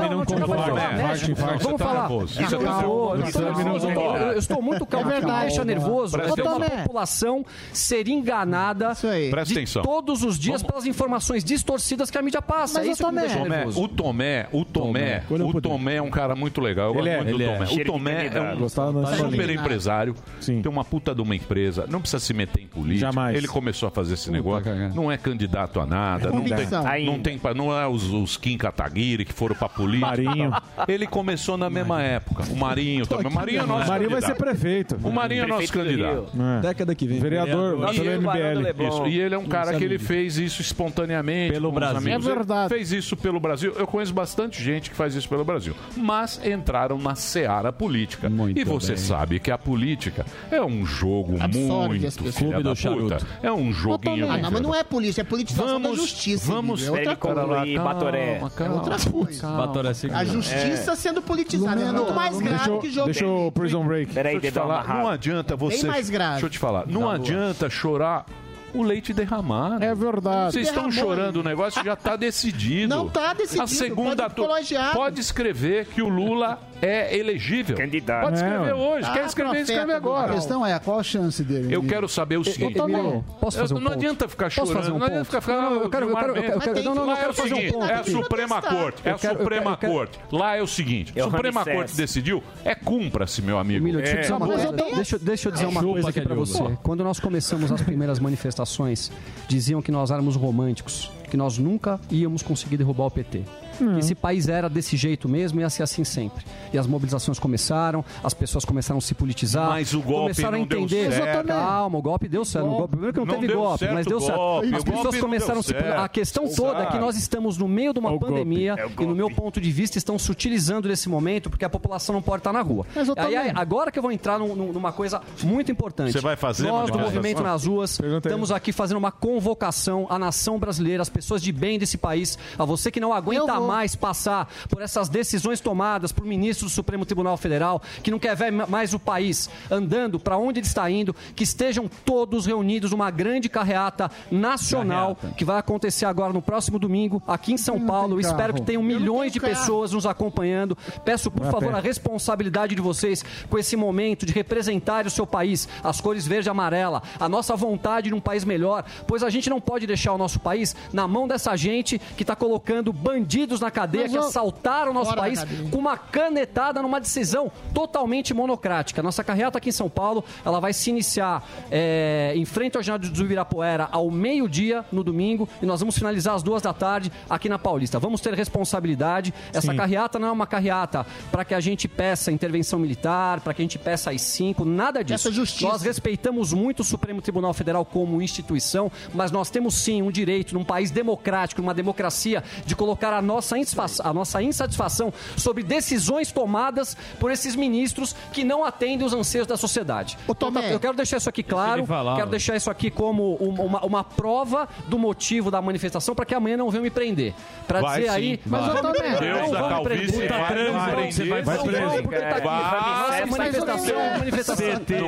A: vamos falar. Eu estou muito calmo, que me deixa nervoso. É ter uma população ser enganada de todos os dias pelas informações distorcidas que a mídia passa. É isso que me deixa nervoso.
D: O Tomé é um cara muito legal. Eu gosto muito do Tomé. O Tomé é um super empresário, tem uma puta de uma empresa. não precisa se meter em política.
K: Jamais.
D: Ele começou a fazer esse negócio. Não é candidato a nada. Não é os Kim Kataguiri que foram pra política.
K: Marinho.
D: Ele começou na mesma época. O Marinho também. O Marinho é nosso
K: Marinho vai ser
D: candidato.
K: prefeito.
D: O Marinho é nosso candidato.
I: Década que vem.
K: Vereador pelo MBL.
D: Isso. E ele é um cara que ele fez isso espontaneamente.
G: Pelo Brasil.
D: É
K: verdade.
D: Fez isso pelo Brasil. Eu conheço bastante gente que faz isso pelo Brasil. Mas entraram na seara política. E você sabe que a política é um jogo muito filha da puta. É um joguinho.
H: Não, mas não é polícia, é politização da justiça.
D: Vamos
H: é outra coisa.
J: Batoré.
H: É outra coisa. A justiça sendo politizada é muito mais grave que jogo.
K: Deixa o Prison Break.
D: Deixa eu te falar, não adianta você...
H: Bem mais grave.
D: Deixa eu te falar, não adianta chorar o leite derramado.
K: É verdade.
D: Vocês estão chorando, o negócio já está decidido.
H: Não está decidido.
D: A segunda pode escrever que o Lula é elegível.
J: Candidato.
D: Pode escrever hoje. Quer escrever, escreve agora.
F: A questão é, qual a chance dele?
D: Eu quero saber o seguinte.
A: Posso fazer um
D: não
A: ponto?
D: adianta ficar
A: Posso
D: chorando.
A: fazer um
D: Não adianta
A: ponto?
D: ficar...
A: Eu quero fazer um ponto.
D: É a Suprema Corte. É a Suprema Corte. Lá é o seguinte. A Suprema Corte decidiu. Cumpra-se, meu amigo.
A: Emílio, deixa eu dizer uma coisa aqui pra você. Quando nós começamos as primeiras manifestações, diziam que nós éramos românticos, que nós nunca íamos conseguir derrubar o PT. Que esse país era desse jeito mesmo e ia ser assim sempre. E as mobilizações começaram, as pessoas começaram a se politizar.
D: Mas o golpe
A: começaram a entender.
D: Deu certo.
A: Calma, o golpe deu certo. Primeiro que não teve golpe, mas deu certo. As pessoas começaram a se... A questão toda é que nós estamos no meio de uma pandemia e, no meu ponto de vista, estão se utilizando desse momento porque a população não pode estar na rua. Aí, agora que eu vou entrar numa coisa muito importante.
D: Você vai fazer
A: nós, do Movimento nas Ruas, estamos aqui fazendo uma convocação à nação brasileira, às pessoas de bem desse país, a você que não aguenta mais passar por essas decisões tomadas por ministros do Supremo Tribunal Federal, que não quer ver mais o país andando para onde ele está indo, que estejam todos reunidos numa grande carreata nacional que vai acontecer agora no próximo domingo aqui em São Paulo. Espero que tenham milhões de pessoas nos acompanhando. Peço, por favor, a responsabilidade de vocês com esse momento de representar o seu país, as cores verde e amarela, a nossa vontade de um país melhor, pois a gente não pode deixar o nosso país na mão dessa gente que está colocando bandidos na cadeia, que assaltaram o nosso país com uma canetada numa decisão totalmente monocrática. Nossa carreata aqui em São Paulo, ela vai se iniciar em frente ao ginásio do Ibirapuera ao meio-dia no domingo e nós vamos finalizar às 14h aqui na Paulista. Vamos ter responsabilidade. Essa carreata não é uma carreata para que a gente peça intervenção militar, para que a gente peça AI-5, nada disso. Nós respeitamos muito o Supremo Tribunal Federal como instituição, mas nós temos sim um direito num país democrático, numa democracia, de colocar a nossa insatisfação sobre decisões tomadas por esses ministros que não atendem os anseios da sociedade. Eu quero deixar isso aqui claro, quero deixar isso aqui como uma prova do motivo da manifestação para que amanhã não venham me prender. Para dizer aí... Mas eu também.
D: Deus da calvície vai prender.
A: Nossa manifestação é uma manifestação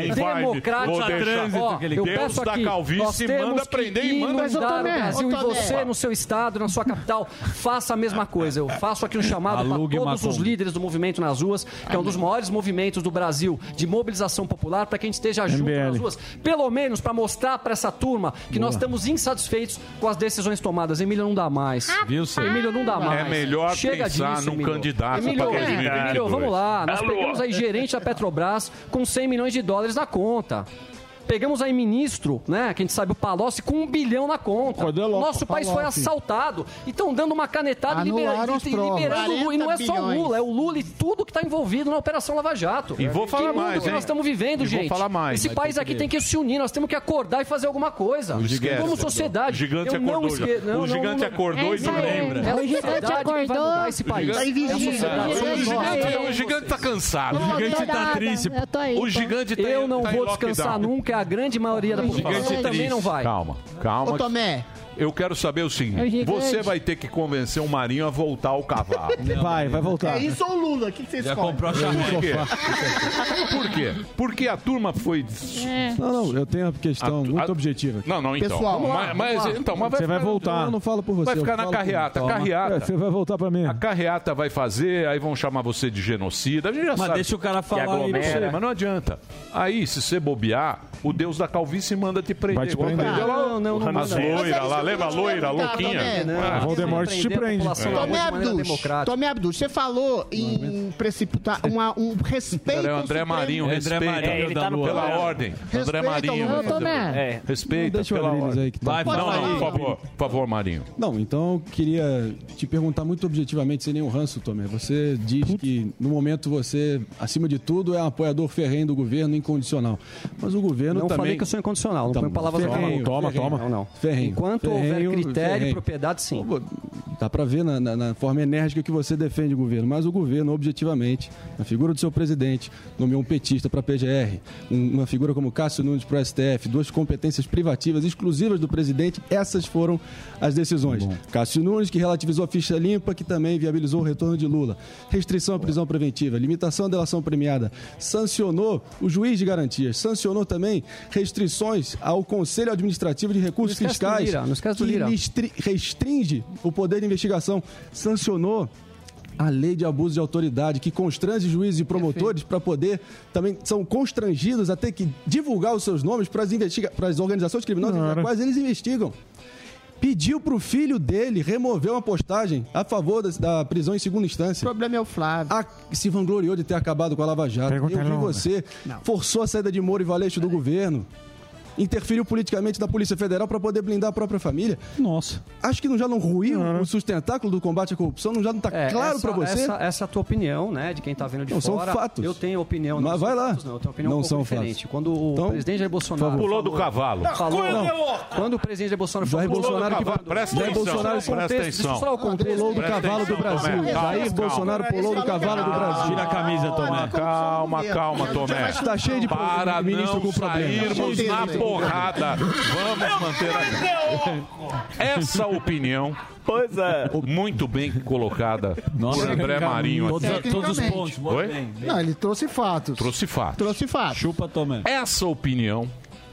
A: democrática. Eu peço aqui, nós temos que inundar o Brasil e você no seu estado, na sua capital, faça a mesma coisa. Eu faço aqui um chamado para todos os líderes do Movimento nas Ruas, que é um dos maiores movimentos do Brasil de mobilização popular, para que a gente esteja junto nas ruas, pelo menos para mostrar para essa turma que nós estamos insatisfeitos com as decisões tomadas. Emílio, não dá mais.
D: Viu, senhor?
A: Emílio, não dá mais.
D: É melhor
A: Chega
D: pensar
A: disso,
D: num
A: Emílio.
D: candidato para
A: Emílio,
D: 2022.
A: vamos lá. Nós pegamos aí gerente da Petrobras com $100 milhões na conta. Pegamos aí ministro, né, que a gente sabe, o Palocci, com $1 bilhão na conta. Nosso país foi assaltado. E estão dando uma canetada e liberando o Lula. E não é só o Lula, é o Lula e tudo que está envolvido na Operação Lava Jato.
D: E vou falar mais,
A: que nós estamos vivendo, gente.
D: Vou falar mais.
A: Esse país aqui tem que se unir, nós temos que acordar e fazer alguma coisa. Como sociedade.
D: O gigante acordou. O gigante acordou e não lembra.
A: É o gigante acordou. Vai mudar esse país.
D: O gigante está cansado.
G: O gigante está triste.
D: O gigante está
A: Eu não vou descansar nunca, é a grande maioria da população. Você também não vai.
D: Calma.
H: Ô, Tomé.
D: Eu quero saber o seguinte: você vai ter que convencer o Marinho a voltar ao cavalo.
K: Vai voltar.
H: É isso ou o Lula? O que você escolhe?
G: comprou a
D: Por quê? Porque a turma foi...
K: Não, eu tenho uma questão muito objetiva.
D: Não, então.
H: Pessoal,
D: mas
K: você vai voltar.
I: Eu não falo por você.
D: Vai ficar na carreata.
K: Você vai voltar pra mim.
D: A carreata vai fazer, aí vão chamar você de genocida. A gente já sabe.
G: Deixa o cara falar aí.
D: Mas não adianta. Aí, se você bobear, o Deus da calvície manda te prender.
K: Vai te prender.
A: Não,
D: as loiras lá, lembra a loira, a louquinha?
K: Voldemort te prende.
H: Tomé Abduch, você falou em precipitar um respeito.
D: André Marinho, respeita.
H: Ele tá no
D: pela ordem. André Marinho. Respeita pela ordem. Por favor, Marinho.
I: Não, então eu queria te perguntar muito objetivamente, sem nenhum ranço, Tomé. Você diz que, no momento, você, acima de tudo, é um apoiador ferrenho do governo, incondicional. Mas o governo
A: não
I: também...
A: Não falei que eu sou incondicional, não põe palavras na boca.
I: Toma.
A: Não.
I: Ferrenho.
A: Enquanto houver critério e propriedade, sim.
I: Dá pra ver na forma enérgica que você defende o governo. Mas o governo, objetivamente, na figura do seu presidente, nomeou um petista para a PGR, uma figura como Cássio Nunes para o STF, 2 competências privativas exclusivas do presidente. Essas foram as decisões. Cássio Nunes, que relativizou a ficha limpa, que também viabilizou o retorno de Lula. Restrição à prisão preventiva, limitação à delação premiada. Sancionou o juiz de garantias. Sancionou também restrições ao Conselho Administrativo de Recursos Fiscais.
A: Não esquece do Lira.
I: Que restringe o poder de investigação. Sancionou a lei de abuso de autoridade, que constrange juízes e promotores para poder, também são constrangidos a ter que divulgar os seus nomes para as organizações criminosas nas quais eles investigam. Pediu para o filho dele remover uma postagem a favor da prisão em segunda instância.
H: O problema é o Flávio.
I: Se vangloriou de ter acabado com a Lava Jato. Eu vi você. Forçou a saída de Moro e Valeixo do governo. Interferiu politicamente da Polícia Federal para poder blindar a própria família.
G: Nossa.
I: Acho que já não ruiu o sustentáculo do combate à corrupção? Já não está claro para você?
A: Essa é a tua opinião, né? De quem está vendo de
I: não,
A: fora.
I: São fatos.
A: Eu tenho opinião.
I: Mas vai lá.
A: Eu tenho opinião um pouco diferente.
I: Fatos.
A: Quando o presidente Jair Bolsonaro...
D: Pulou do cavalo.
A: Quando o presidente Jair Bolsonaro falou...
D: Jair Bolsonaro presta atenção.
I: Pulou do cavalo do Brasil. Jair Bolsonaro pulou do cavalo do Brasil.
G: Tira a camisa, Tomé.
D: Calma, Tomé.
I: Está cheio de
D: para
I: ministro com problema.
D: Sairmos na porrada. Vamos manter essa opinião.
J: Pois é.
D: Muito bem colocada por André Marinho.
G: Todos os pontos.
D: Oi?
F: Não, ele trouxe fatos.
D: Trouxe fatos.
G: Chupa, Tomé.
D: Essa opinião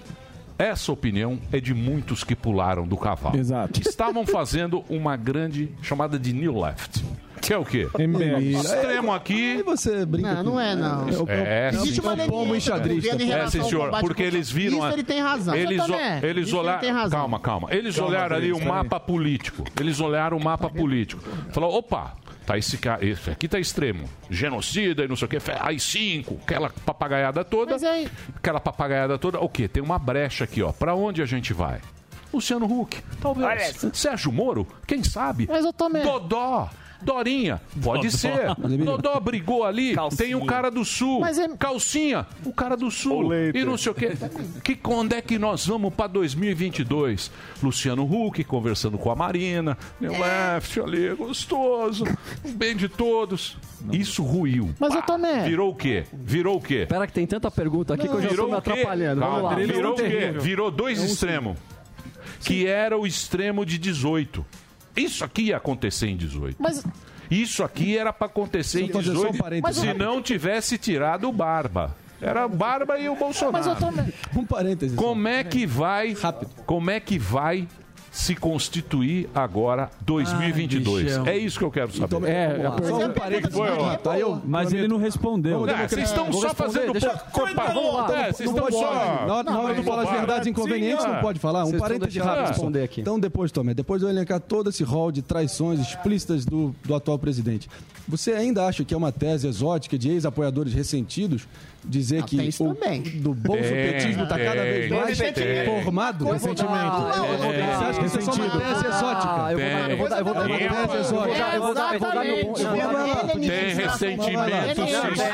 D: é de muitos que pularam do cavalo.
K: Exato.
D: Estavam fazendo uma grande chamada de New Left. Que é o quê?
K: Extremo
D: aqui.
I: E você brinca.
H: Não é.
I: Existe uma pombo enxadrista.
D: Sim, senhor. Porque eles viram.
H: Isso ele tem razão.
D: Eles olharam. Calma. Eles olharam ali o mapa político. Falou, opa. Tá esse aqui tá extremo. Genocida e não sei o que. AI-5, aquela papagaiada toda. O quê? Tem uma brecha aqui, ó. Pra onde a gente vai? Luciano Huck, talvez. Sérgio Moro, quem sabe?
H: Mas eu também.
D: Dodó. Dorinha, pode ser. Dodó brigou ali, tem o cara do Sul. Calcinha, o cara do Sul. E não sei o quê. Quando é que nós vamos para 2022? Luciano Huck conversando com a Marina. Meu left ali, gostoso. Bem de todos. Isso ruiu.
H: Mas eu também.
D: Virou o quê?
A: Espera que tem tanta pergunta aqui que eu já estou me atrapalhando. Vamos lá.
D: Virou o quê? Virou 2 extremos. Que era o extremo de 18. Isso aqui ia acontecer em 18. Isso aqui era para acontecer em 18 se não tivesse tirado o Barba. Era o Barba e o Bolsonaro.
I: Um parênteses.
D: Como é que vai se constituir agora 2022? É isso que eu quero saber.
I: Só um parênteses.
G: Mas ele não respondeu.
D: Vocês estão só fazendo...
A: Vamos lá.
I: Vocês estão só... Na hora de falar as verdades inconvenientes, não pode falar. Um parênteses rápido.
A: Responder aqui.
I: Então, depois eu elencar todo esse rol de traições explícitas do atual presidente. Você ainda acha que é uma tese exótica de ex-apoiadores ressentidos dizer que do bolsopetismo está cada vez mais formado?
F: Ressentimento.
I: Você acha que isso é só uma tese exótica?
A: Eu vou dar uma tese exótica. Eu vou dar meu ponto.
D: Tem ressentimento.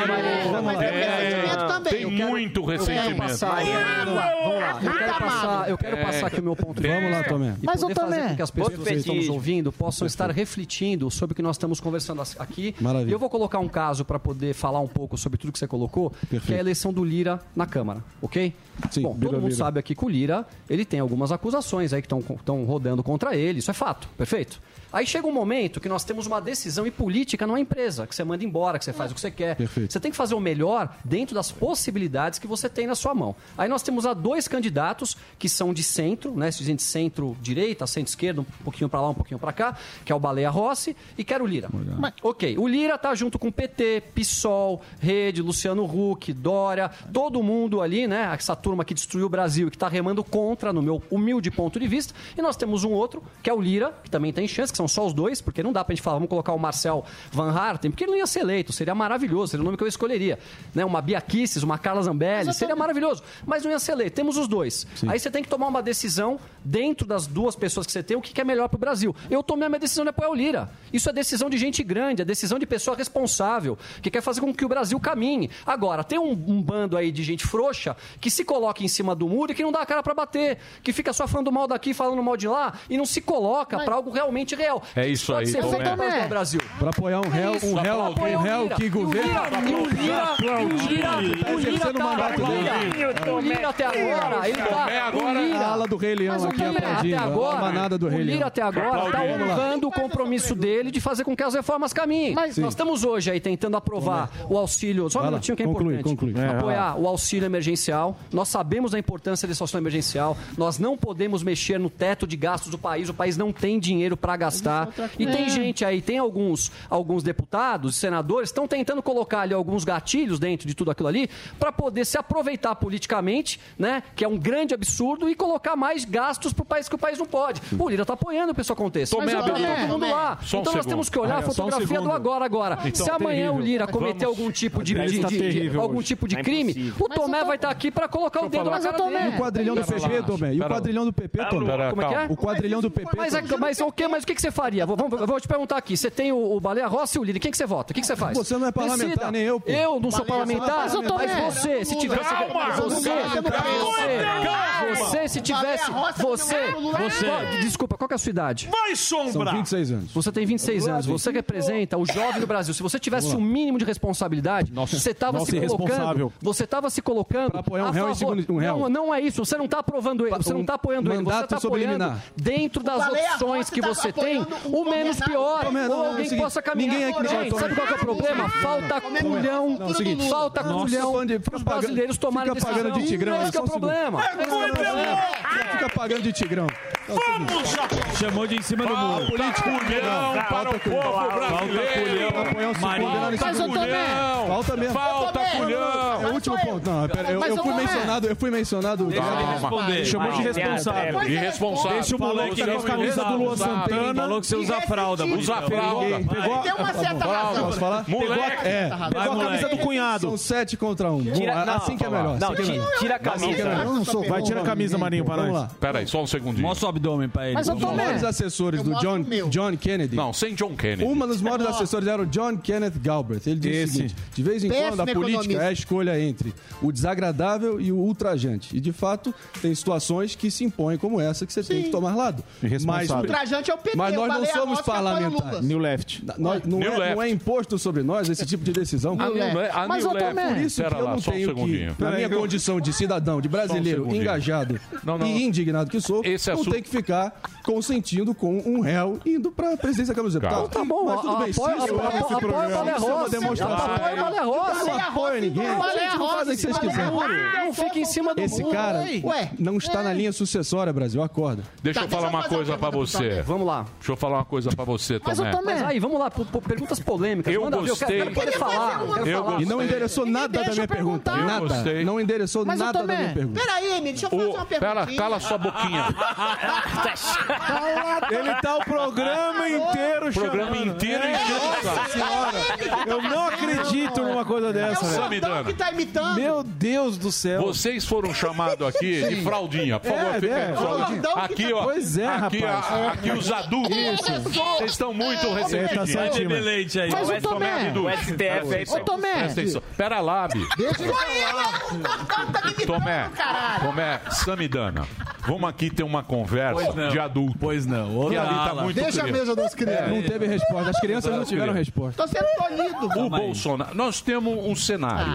D: Tem muito ressentimento.
A: Eu quero passar aqui o meu ponto de vista.
I: Vamos lá, Tomé.
A: Mas eu também. Que as pessoas que estão nos ouvindo possam estar refletindo sobre o que nós estamos conversando aqui.
I: Maravilha.
A: E eu vou colocar um caso para poder falar um pouco sobre tudo que você colocou, que é a eleição do Lira na Câmara, ok?
I: Sim,
A: bom, todo mundo sabe aqui que o Lira, ele tem algumas acusações aí que estão rodando contra ele, isso é fato, perfeito? Aí chega um momento que nós temos uma decisão, e política não é empresa, que você manda embora, que você faz o que você quer.
I: Perfeito.
A: Você tem que fazer o melhor dentro das possibilidades que você tem na sua mão. Aí nós temos 2 candidatos que são de centro, né? Se dizem de centro-direita, centro-esquerda, um pouquinho para lá, um pouquinho para cá, que é o Baleia Rossi e quero o Lira. Ok, o Lira tá junto com PT, PSOL, Rede, Luciano Huck, Henrique, Dória, todo mundo ali, né? Essa turma que destruiu o Brasil e que está remando contra, no meu humilde ponto de vista. E nós temos um outro, que é o Lira, que também tem chance, que são só os dois, porque não dá pra gente falar, vamos colocar o Marcel Van Harten, porque ele não ia ser eleito, seria maravilhoso, seria o nome que eu escolheria. Né? Uma Bia Kicis, uma Carla Zambelli, seria maravilhoso, mas não ia ser eleito. Temos os dois. Sim. Aí você tem que tomar uma decisão dentro das duas pessoas que você tem, o que é melhor pro Brasil. Eu tomei a minha decisão de apoiar o Lira. Isso é decisão de gente grande, é decisão de pessoa responsável, que quer fazer com que o Brasil caminhe. Agora, tem um bando aí de gente frouxa que se coloca em cima do muro e que não dá a cara pra bater, que fica só falando mal daqui, falando mal de lá, e não se coloca pra algo realmente real.
D: É isso aí,
A: no Brasil.
I: Pra apoiar um réu que governa.
A: O Lira até agora, ele tá...
I: A ala do Rei Leão aqui aplaudindo. A manada do Rei Leão.
A: O Lira até agora tá honrando o compromisso dele de fazer com que as reformas caminhem. Mas nós estamos hoje aí tentando aprovar o auxílio... Só um minutinho que é importante. Apoiar o auxílio emergencial. Nós sabemos da importância desse auxílio emergencial. Nós não podemos mexer no teto de gastos do país. O país não tem dinheiro para gastar. E tem gente aí, tem alguns deputados, senadores, estão tentando colocar ali alguns gatilhos dentro de tudo aquilo ali para poder se aproveitar politicamente, né? Que é um grande absurdo, e colocar mais gastos para o país que o país não pode. O Lira está apoiando o pessoal contexto. Mas tá todo mundo lá. Então nós temos que olhar a fotografia do agora. Então, se amanhã o Lira cometer algum tipo de crime, o Tomé vai estar aqui para colocar o dedo na cara dele.
I: E o quadrilhão do PP, Tomé? E o quadrilhão do PP, Tomé?
A: Como é que é?
I: O quadrilhão do PP.
A: Mas o que você faria? Vou te perguntar aqui. Você tem o Baleia Rossi e o Lira. Quem que você vota? O que você faz?
I: Você não é parlamentar, nem eu, pô.
A: Eu não sou parlamentar, mas você, se tivesse... Você, se tivesse... Desculpa, qual que é a sua idade?
K: Vai, Sombra!
I: São 26 anos.
A: Você tem 26 anos. Você representa o jovem do Brasil. Se você tivesse o mínimo de responsabilidade, você estava se colocando
I: para apoiar um réu.
A: Não é isso. Você não está aprovando ele. Você não está apoiando ele. Você está apoiando dentro das opções que você tem o menos pior. Ou alguém que possa caminhar. Sabe qual que é o problema? Falta culhão. Falta culhão para os brasileiros tomarem decisão.
I: Fica pagando de tigrão.
A: Esse é o problema.
I: Fica pagando de tigrão.
G: Chamou de em cima do muro.
D: Político culhão para o povo brasileiro.
I: Falta mesmo.
D: Falta culhão.
I: É o último ponto. Não, pera, eu fui mencionado.
G: Chamou de responsável.
D: Irresponsável.
G: Deixa o moleque com a camisa do Luan Santana. Falou que você usa fralda.
D: Usa fralda.
U: Tem uma certa razão.
I: Posso falar?
D: Moleque.
I: Pegou a camisa do cunhado. São 7 contra 1. Assim que é melhor.
J: Não, tira a camisa.
K: Vai, tira a camisa, Marinho, para nós.
D: Pera aí, só um segundinho.
G: Mostra o abdômen pra ele.
I: Um dos maiores assessores do John Kennedy.
D: Não, sem John Kennedy.
I: Um dos maiores assessores era o John Kenneth Galbraith. Ele disse o seguinte: de vez em quando a política é a escolha entre o desagradável e o ultrajante. E de fato, tem situações que se impõem como essa que você tem que tomar lado.
U: Mas o ultrajante é o PT.
I: Mas nós não somos parlamentares.
K: New Left.
I: Não é imposto sobre nós esse tipo de decisão.
U: Mas eu também.
I: Por isso que eu não tenho que, na minha condição de cidadão, de brasileiro engajado e indignado que sou, não tem que ficar consentindo com um réu indo pra presidência da Câmara dos Deputados.
A: Tá bom,
I: mas tudo bem.
A: Apoia
I: uma demonstração.
A: Não
I: apoia ninguém. Fazem o que vocês quiserem.
A: Não fica em cima do
I: Esse cara não está na linha sucessória, Brasil. Acorda.
D: Deixa eu falar uma coisa pra você.
A: Vamos lá.
D: Deixa eu falar uma coisa pra você, Tomé.
A: Mas aí, vamos lá. Perguntas polêmicas.
D: Eu gostei.
A: Eu quero falar.
I: E não endereçou nada da minha pergunta. Nada. Não endereçou nada da minha pergunta.
U: Peraí, Emílio, deixa eu fazer uma pergunta.
D: Pera, cala sua boquinha.
K: Ele tá o programa inteiro Eu não acredito numa coisa dessa, velho.
D: Samidana.
U: Que tá imitando.
K: Meu Deus do céu.
D: Vocês foram chamados aqui de fraldinha. Por favor, fiquem aqui, ó.
K: Pois é, rapaz.
D: Aqui os adultos. Vocês estão muito receptivos.
U: Mas o Tomé.
J: O STF aí.
U: Ô, Tomé.
D: Pera lá, Bi.
U: Deixa ele falar.
D: Tomé, Samidana. Vamos aqui ter uma conversa de adulto.
G: Pois não.
D: Que ali tá muito
F: Deixa a mesa das crianças.
I: Não teve resposta. As crianças não tiveram resposta.
U: Tô sendo tolhido.
D: O Bolsonaro. Nós temos um cenário.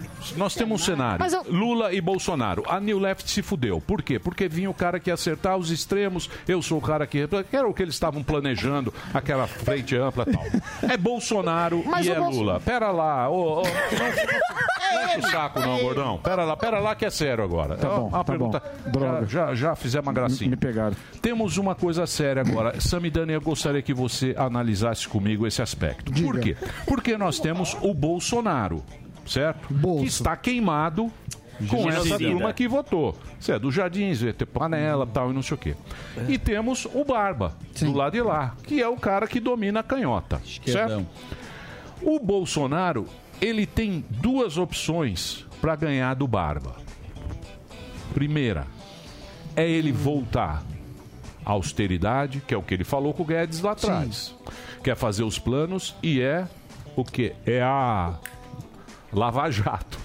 D: Lula e Bolsonaro. A New Left se fudeu. Por quê? Porque vinha o cara que ia acertar os extremos. Eu sou o cara que era o que eles estavam planejando, aquela frente ampla e tal. É Bolsonaro e é Lula. Pera lá. Não enche o saco não, gordão. Pera lá que é sério agora.
K: Tá bom,
D: pergunta.
K: Droga.
D: Já fizemos uma gracinha.
K: Me pegaram.
D: Temos uma coisa séria agora. Samidana, eu gostaria que você analisasse comigo esse aspecto. Por quê? Porque nós temos o Bolsonaro. certo? Que está queimado com essa turma que votou. Você é do Jardins, vai ter panela, tal, e não sei o quê. E temos o Barba, do lado de lá, que é o cara que domina a canhota, certo? O Bolsonaro, ele tem duas opções para ganhar do Barba. Primeira, é ele voltar à austeridade, que é o que ele falou com o Guedes lá atrás. Quer fazer os planos e é o quê? É a Lava Jato.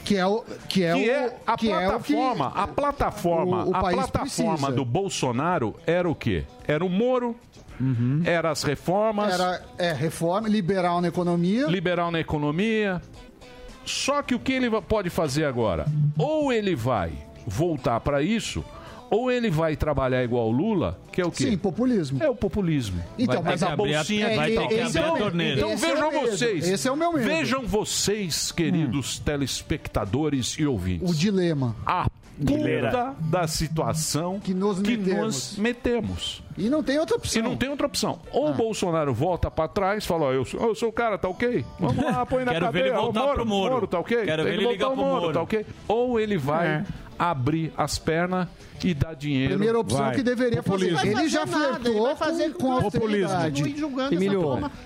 D: A plataforma do Bolsonaro era o quê? Era o Moro, era as reformas.
F: Reforma, liberal na economia.
D: Liberal na economia. Só que o que ele pode fazer agora? Ou ele vai voltar para isso, ou ele vai trabalhar igual o Lula, que é o quê?
F: Sim, populismo.
D: É o populismo.
F: Então, mas a bolsinha...
D: Vai ter que abrir a torneira. Então vejam vocês.
F: Esse é o meu medo.
D: Vejam vocês, queridos telespectadores e ouvintes.
F: O dilema.
D: A puta da situação que nos metemos.
F: E não tem outra opção.
D: Ou o Bolsonaro volta pra trás e fala, ó, eu sou o cara, tá ok? Vamos lá, põe na cadeia.
G: Quero ver ele voltar pro Moro.
D: Tá ok?
G: Quero ver ele ligar pro Moro.
D: Tá ok? Ou ele vai abrir as pernas e dar dinheiro.
F: Primeira opção que deveria fazer. Ele já flertou com a
D: populismo.
A: Emílio,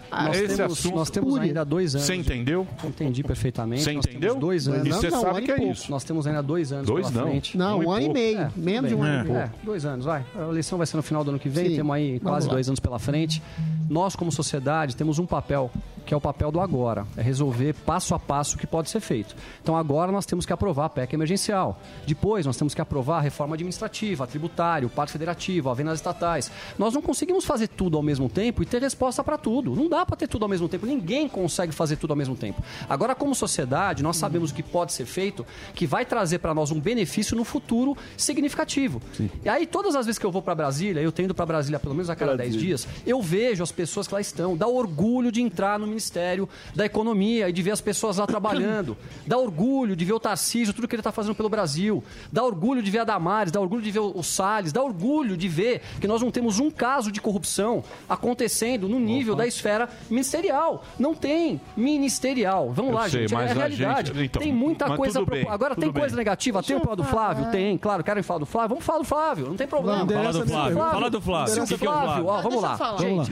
A: nós temos
D: Fúria.
A: ainda 2 anos.
D: Você entendeu?
A: Entendi perfeitamente.
D: Você
A: Nós
D: entendeu?
A: temos 2 anos.
D: E você sabe que é isso.
A: Nós temos ainda 2 anos
D: Dois
A: pela
D: não.
A: frente.
H: Não, um ano e meio. Menos de um ano e pouco.
A: 2 anos, vai. A eleição vai ser no final do ano que vem.
H: Sim.
A: Temos aí quase 2 anos pela frente. Nós, como sociedade, temos um papel, que é o papel do agora. É resolver passo a passo o que pode ser feito. Então, agora nós temos que aprovar a PEC emergencial. Depois, nós temos que aprovar a reforma administrativa, a tributária, o Pacto Federativo, a vendas estatais. Nós não conseguimos fazer tudo ao mesmo tempo e ter resposta para tudo. Não dá para ter tudo ao mesmo tempo. Ninguém consegue fazer tudo ao mesmo tempo. Agora, como sociedade, nós sabemos o que pode ser feito, que vai trazer para nós um benefício no futuro significativo. Sim. E aí, todas as vezes que eu vou para Brasília, eu tenho ido para Brasília pelo menos a cada 10 dias, eu vejo as pessoas que lá estão. Dá orgulho de entrar no Ministério da Economia e de ver as pessoas lá trabalhando. Dá orgulho de ver o Tarcísio, tudo que ele está fazendo pelo Brasil. Dá orgulho de ver a Damares, dá orgulho de ver o Salles, dá orgulho de ver que nós não temos um caso de corrupção acontecendo no nível da esfera ministerial. Não tem ministerial. Vamos lá, gente. É a realidade.
D: Então,
A: tem muita coisa... Agora tem coisa negativa. Tem o plano do Flávio? Tem. Claro, querem falar do Flávio? Vamos falar do Flávio. Não tem problema.
G: Fala do Flávio. Fala do Flávio.
A: O Flávio, ó, vamos lá. Gente,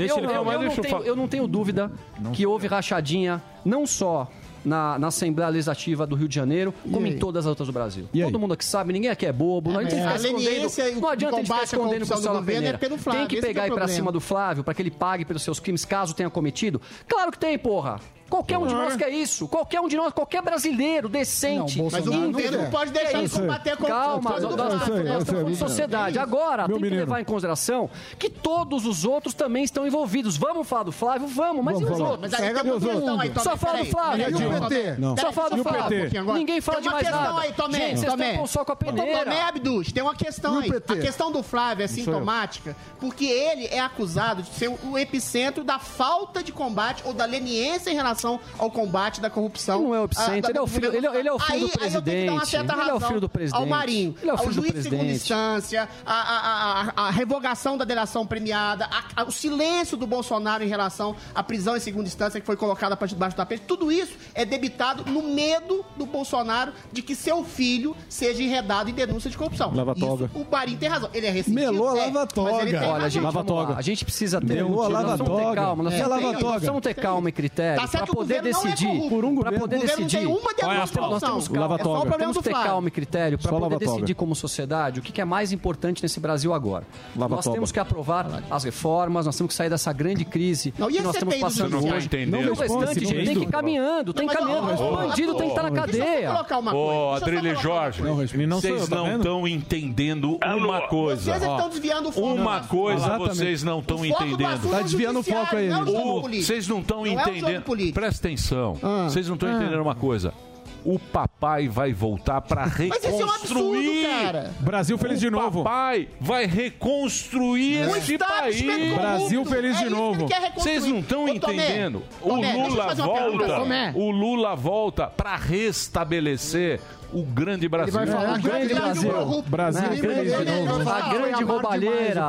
A: eu não tenho dúvida que houve rachadinha, não só na Assembleia Legislativa do Rio de Janeiro, como em todas as outras do Brasil. Todo mundo aqui sabe, ninguém aqui é bobo. Não adianta a gente ficar escondendo com o Céu na peneira. Tem que pegar e ir pra cima do Flávio para que ele pague pelos seus crimes, caso tenha cometido? Claro que tem, porra! Qualquer um de nós quer isso. Qualquer um de nós, qualquer brasileiro decente.
H: Não, mas o governo não pode deixar de combater a corrupção.
A: Calma, nós estamos falando de sociedade. Agora, tem que levar em consideração que todos os outros também estão envolvidos. Vamos falar do Flávio? Vamos, mas e os outros? Só fala do Flávio. Só fala do Flávio. Ninguém fala de mais nada. Gente, vocês estão só com a peneira.
H: Tomé Abduz, tem uma questão aí. A questão do Flávio é sintomática porque ele é acusado de ser o epicentro da falta de combate ou da leniência em relação ao combate da corrupção.
A: Ele não é o epicentro, ele é o filho do presidente. Ele é o filho do presidente.
H: Ao Marinho,
A: ele é o filho
H: ao juiz de segunda instância, a revogação da delação premiada, o silêncio do Bolsonaro em relação à prisão em segunda instância que foi colocada para debaixo do tapete. Tudo isso é debitado no medo do Bolsonaro de que seu filho seja enredado em denúncia de corrupção.
K: Lava toga.
H: O Marinho tem razão. Ele é ressentido.
K: Melou lava toga.
A: Olha, gente, a gente precisa ter
K: lava toga.
A: Calma. Nós precisamos ter calma e critério para poder decidir. Para poder decidir. Nós temos que ter calma e critério para poder decidir como sociedade o que é mais importante nesse Brasil agora. Nós temos que aprovar as reformas, nós temos que sair dessa grande crise que nós estamos passando hoje. O restante, gente, tem que ir caminhando. O bandido tem que estar na cadeia.
D: Ô, Adrilho Jorge, vocês não estão entendendo uma coisa.
H: Vocês estão desviando o foco.
D: Uma coisa vocês não estão entendendo.
K: Tá desviando o foco aí.
D: Vocês não estão entendendo. Presta atenção. Vocês não estão entendendo uma coisa. O papai vai voltar para reconstruir. Mas isso é um absurdo, cara.
K: Brasil feliz de novo.
D: O papai vai reconstruir esse país.
K: Brasil feliz de novo.
D: Vocês não estão entendendo. O Lula volta para restabelecer o grande Brasil.
A: Ele vai falar o grande Brasil.
K: Brasil feliz de novo.
A: A grande roubalheira,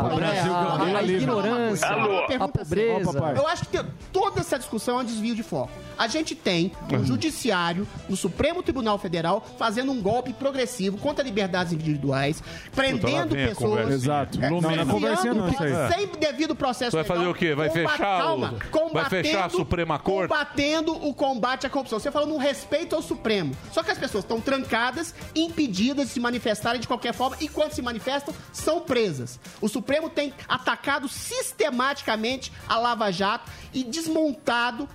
A: a ignorância, a pobreza.
H: Eu acho que toda essa discussão é um desvio de foco. A gente tem o Judiciário, no Supremo Tribunal Federal, fazendo um golpe progressivo contra liberdades individuais, prendendo pessoas.
K: Exato. Na conversinha não, isso aí.
H: Sem devido processo
D: legal. Vai fazer o quê? Vai fechar a Suprema Corte?
H: Combatendo o combate à corrupção. Você falou no respeito ao Supremo. Só que as pessoas estão trancadas, impedidas de se manifestarem de qualquer forma, e quando se manifestam, são presas. O Supremo tem atacado sistematicamente a Lava Jato e desmontado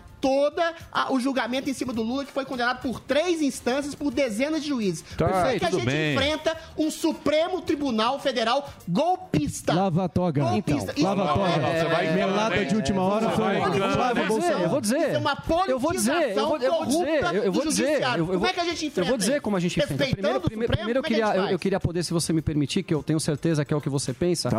H: o julgamento em cima do Lula, que foi condenado por 3 instâncias, por dezenas de juízes. Por isso que a gente enfrenta um Supremo Tribunal Federal golpista.
I: Lava-toga.
H: Golpista.
I: Então, lava-toga. Melada de última hora foi...
A: Eu vou dizer.
H: Isso é uma politização corrupta do Judiciário. Como é que a gente enfrenta?
A: Eu vou dizer como a gente enfrenta. Primeiro eu queria poder, se você me permitir, que eu tenho certeza que é o que você pensa,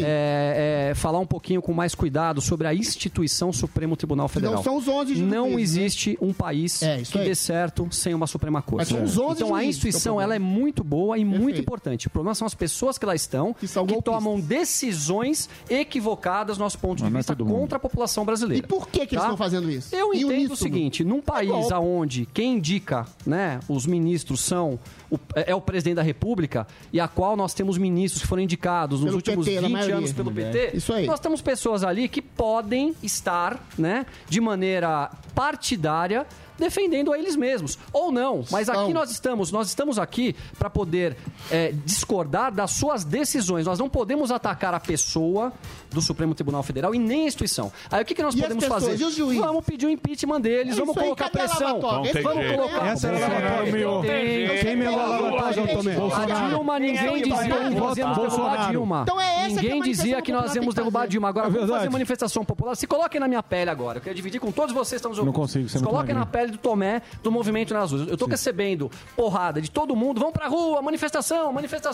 A: falar um pouquinho com mais cuidado sobre a instituição Supremo Tribunal Federal.
H: Não são os 11
A: Não existe um país que dê certo sem uma Suprema Corte. Então a instituição ela é muito boa e muito importante. O problema são as pessoas que lá estão, que tomam decisões equivocadas, nosso ponto de vista, contra a população brasileira.
H: E por que eles estão fazendo isso?
A: Eu entendo o seguinte, num país onde quem indica, né, os ministros são o presidente da República, e a qual nós temos ministros que foram indicados nos últimos 20 anos pelo PT, nós temos pessoas ali que podem estar, né, de maneira partidária, defendendo a eles mesmos. Ou não, mas aqui nós estamos aqui para poder discordar das suas decisões. Nós não podemos atacar a pessoa do Supremo Tribunal Federal e nem a instituição. Aí o que nós podemos fazer? Vamos pedir o impeachment deles, vamos colocar pressão. Vamos colocar.
K: Essa era a lavatória. Quem me lavatória, também?
A: A Dilma, ninguém dizia que nós íamos derrubar a Dilma. Ninguém dizia que nós íamos derrubar a Dilma. Agora vamos fazer manifestação popular. Se coloquem na minha pele agora. Eu quero dividir com todos vocês que estão nos ouvindo.
K: Não consigo.
A: Se coloquem na pele do Tomé, do movimento nas ruas. Eu tô recebendo porrada de todo mundo. Vamos pra rua, manifestação.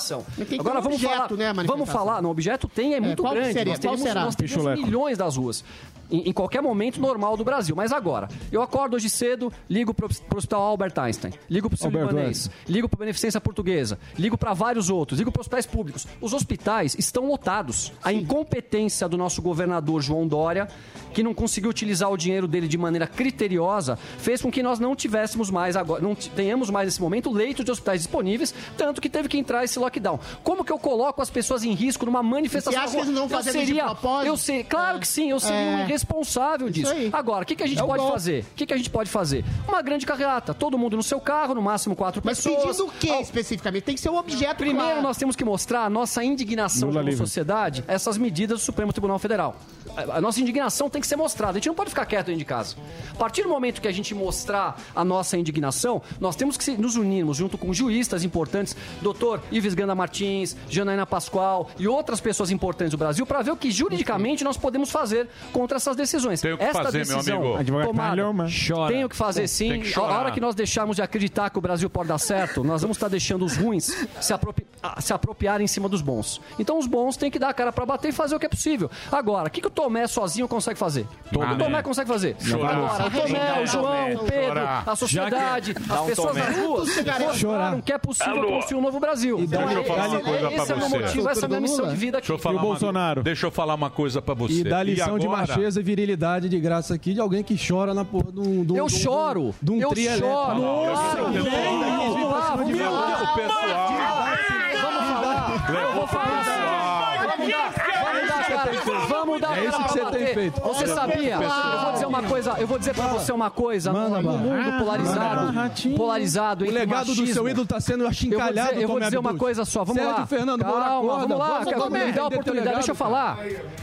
A: Agora vamos falar. Né, vamos falar. Não, o objeto é muito grande. Nós temos milhões das ruas. Em qualquer momento normal do Brasil. Mas agora, eu acordo hoje cedo, ligo pro Hospital Albert Einstein, ligo pro Sírio-Libanês, ligo pro Beneficência Portuguesa, ligo para vários outros, ligo para hospitais públicos. Os hospitais estão lotados. A incompetência do nosso governador João Dória, que não conseguiu utilizar o dinheiro dele de maneira criteriosa, fez com que nós não tivéssemos mais agora, não tenhamos mais nesse momento leitos de hospitais disponíveis, tanto que teve que entrar esse lockdown. Como que eu coloco as pessoas em risco numa manifestação?
H: Você acha que eles não vão fazer de propósito?
A: Claro que sim, eu seria um irresponsável disso. Agora, o que a gente pode fazer? O que a gente pode fazer? Uma grande carreata, todo mundo no seu carro, no máximo 4 pessoas.
H: Mas pedindo o que especificamente? Tem que ser um objeto.
A: Primeiro, nós temos que mostrar a nossa indignação como sociedade, essas medidas do Supremo Tribunal Federal. A nossa indignação tem que ser mostrada. A gente não pode ficar quieto dentro de casa. A partir do momento que a gente mostrar a nossa indignação, nós temos que nos unirmos junto com juristas importantes, doutor Ives Ganda Martins, Janaína Pascoal e outras pessoas importantes do Brasil, para ver o que juridicamente nós podemos fazer contra essas decisões.
D: Tenho que fazer, meu amigo.
A: Tenho que fazer sim. A hora que nós deixarmos de acreditar que o Brasil pode dar certo, nós vamos estar deixando os ruins se apropriarem em cima dos bons. Então os bons têm que dar a cara para bater e fazer o que é possível. Agora, o que o Tomé sozinho consegue fazer? O Tomé consegue fazer. Agora, o Tomé, o João, o Pedro, a sociedade, as pessoas nas ruas mostraram que é possível construir um novo Brasil. Esse é o meu motivo, essa é a minha missão de vida aqui.
D: Deixa eu falar uma coisa pra você.
I: E dá lição de macheza e virilidade de graça aqui de alguém que chora na porra de um...
A: Eu choro!
I: Eu choro!
A: Vamos dar
I: isso que você tem feito.
A: Você sabia? Eu vou dizer pra você uma coisa. No mundo polarizado
I: o legado do seu ídolo tá sendo achincalhado.
A: Eu vou dizer uma coisa só. Vamos lá.
I: Fernando,
A: calma, vamos lá. Me dá a oportunidade. Deixa eu falar.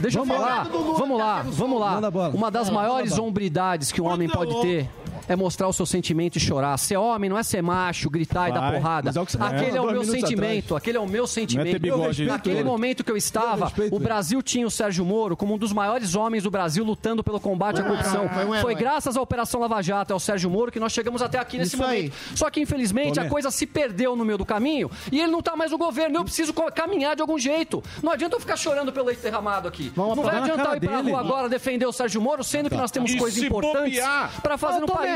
A: Vamos lá. Uma das maiores hombridades que um homem pode ter é mostrar o seu sentimento e chorar. Ser homem não é ser macho, gritar e dar porrada. Aquele é o meu sentimento. Naquele momento que eu estava, o Brasil tinha o Sérgio Moro como um dos maiores homens do Brasil lutando pelo combate à corrupção. Foi graças à Operação Lava Jato, ao Sérgio Moro, que nós chegamos até aqui nesse momento. Só que, infelizmente, a coisa se perdeu no meio do caminho e ele não está mais no governo. Eu preciso caminhar de algum jeito. Não adianta eu ficar chorando pelo leite derramado aqui. Não vai adiantar eu ir pra rua agora defender o Sérgio Moro, sendo que nós temos coisas importantes para fazer no país.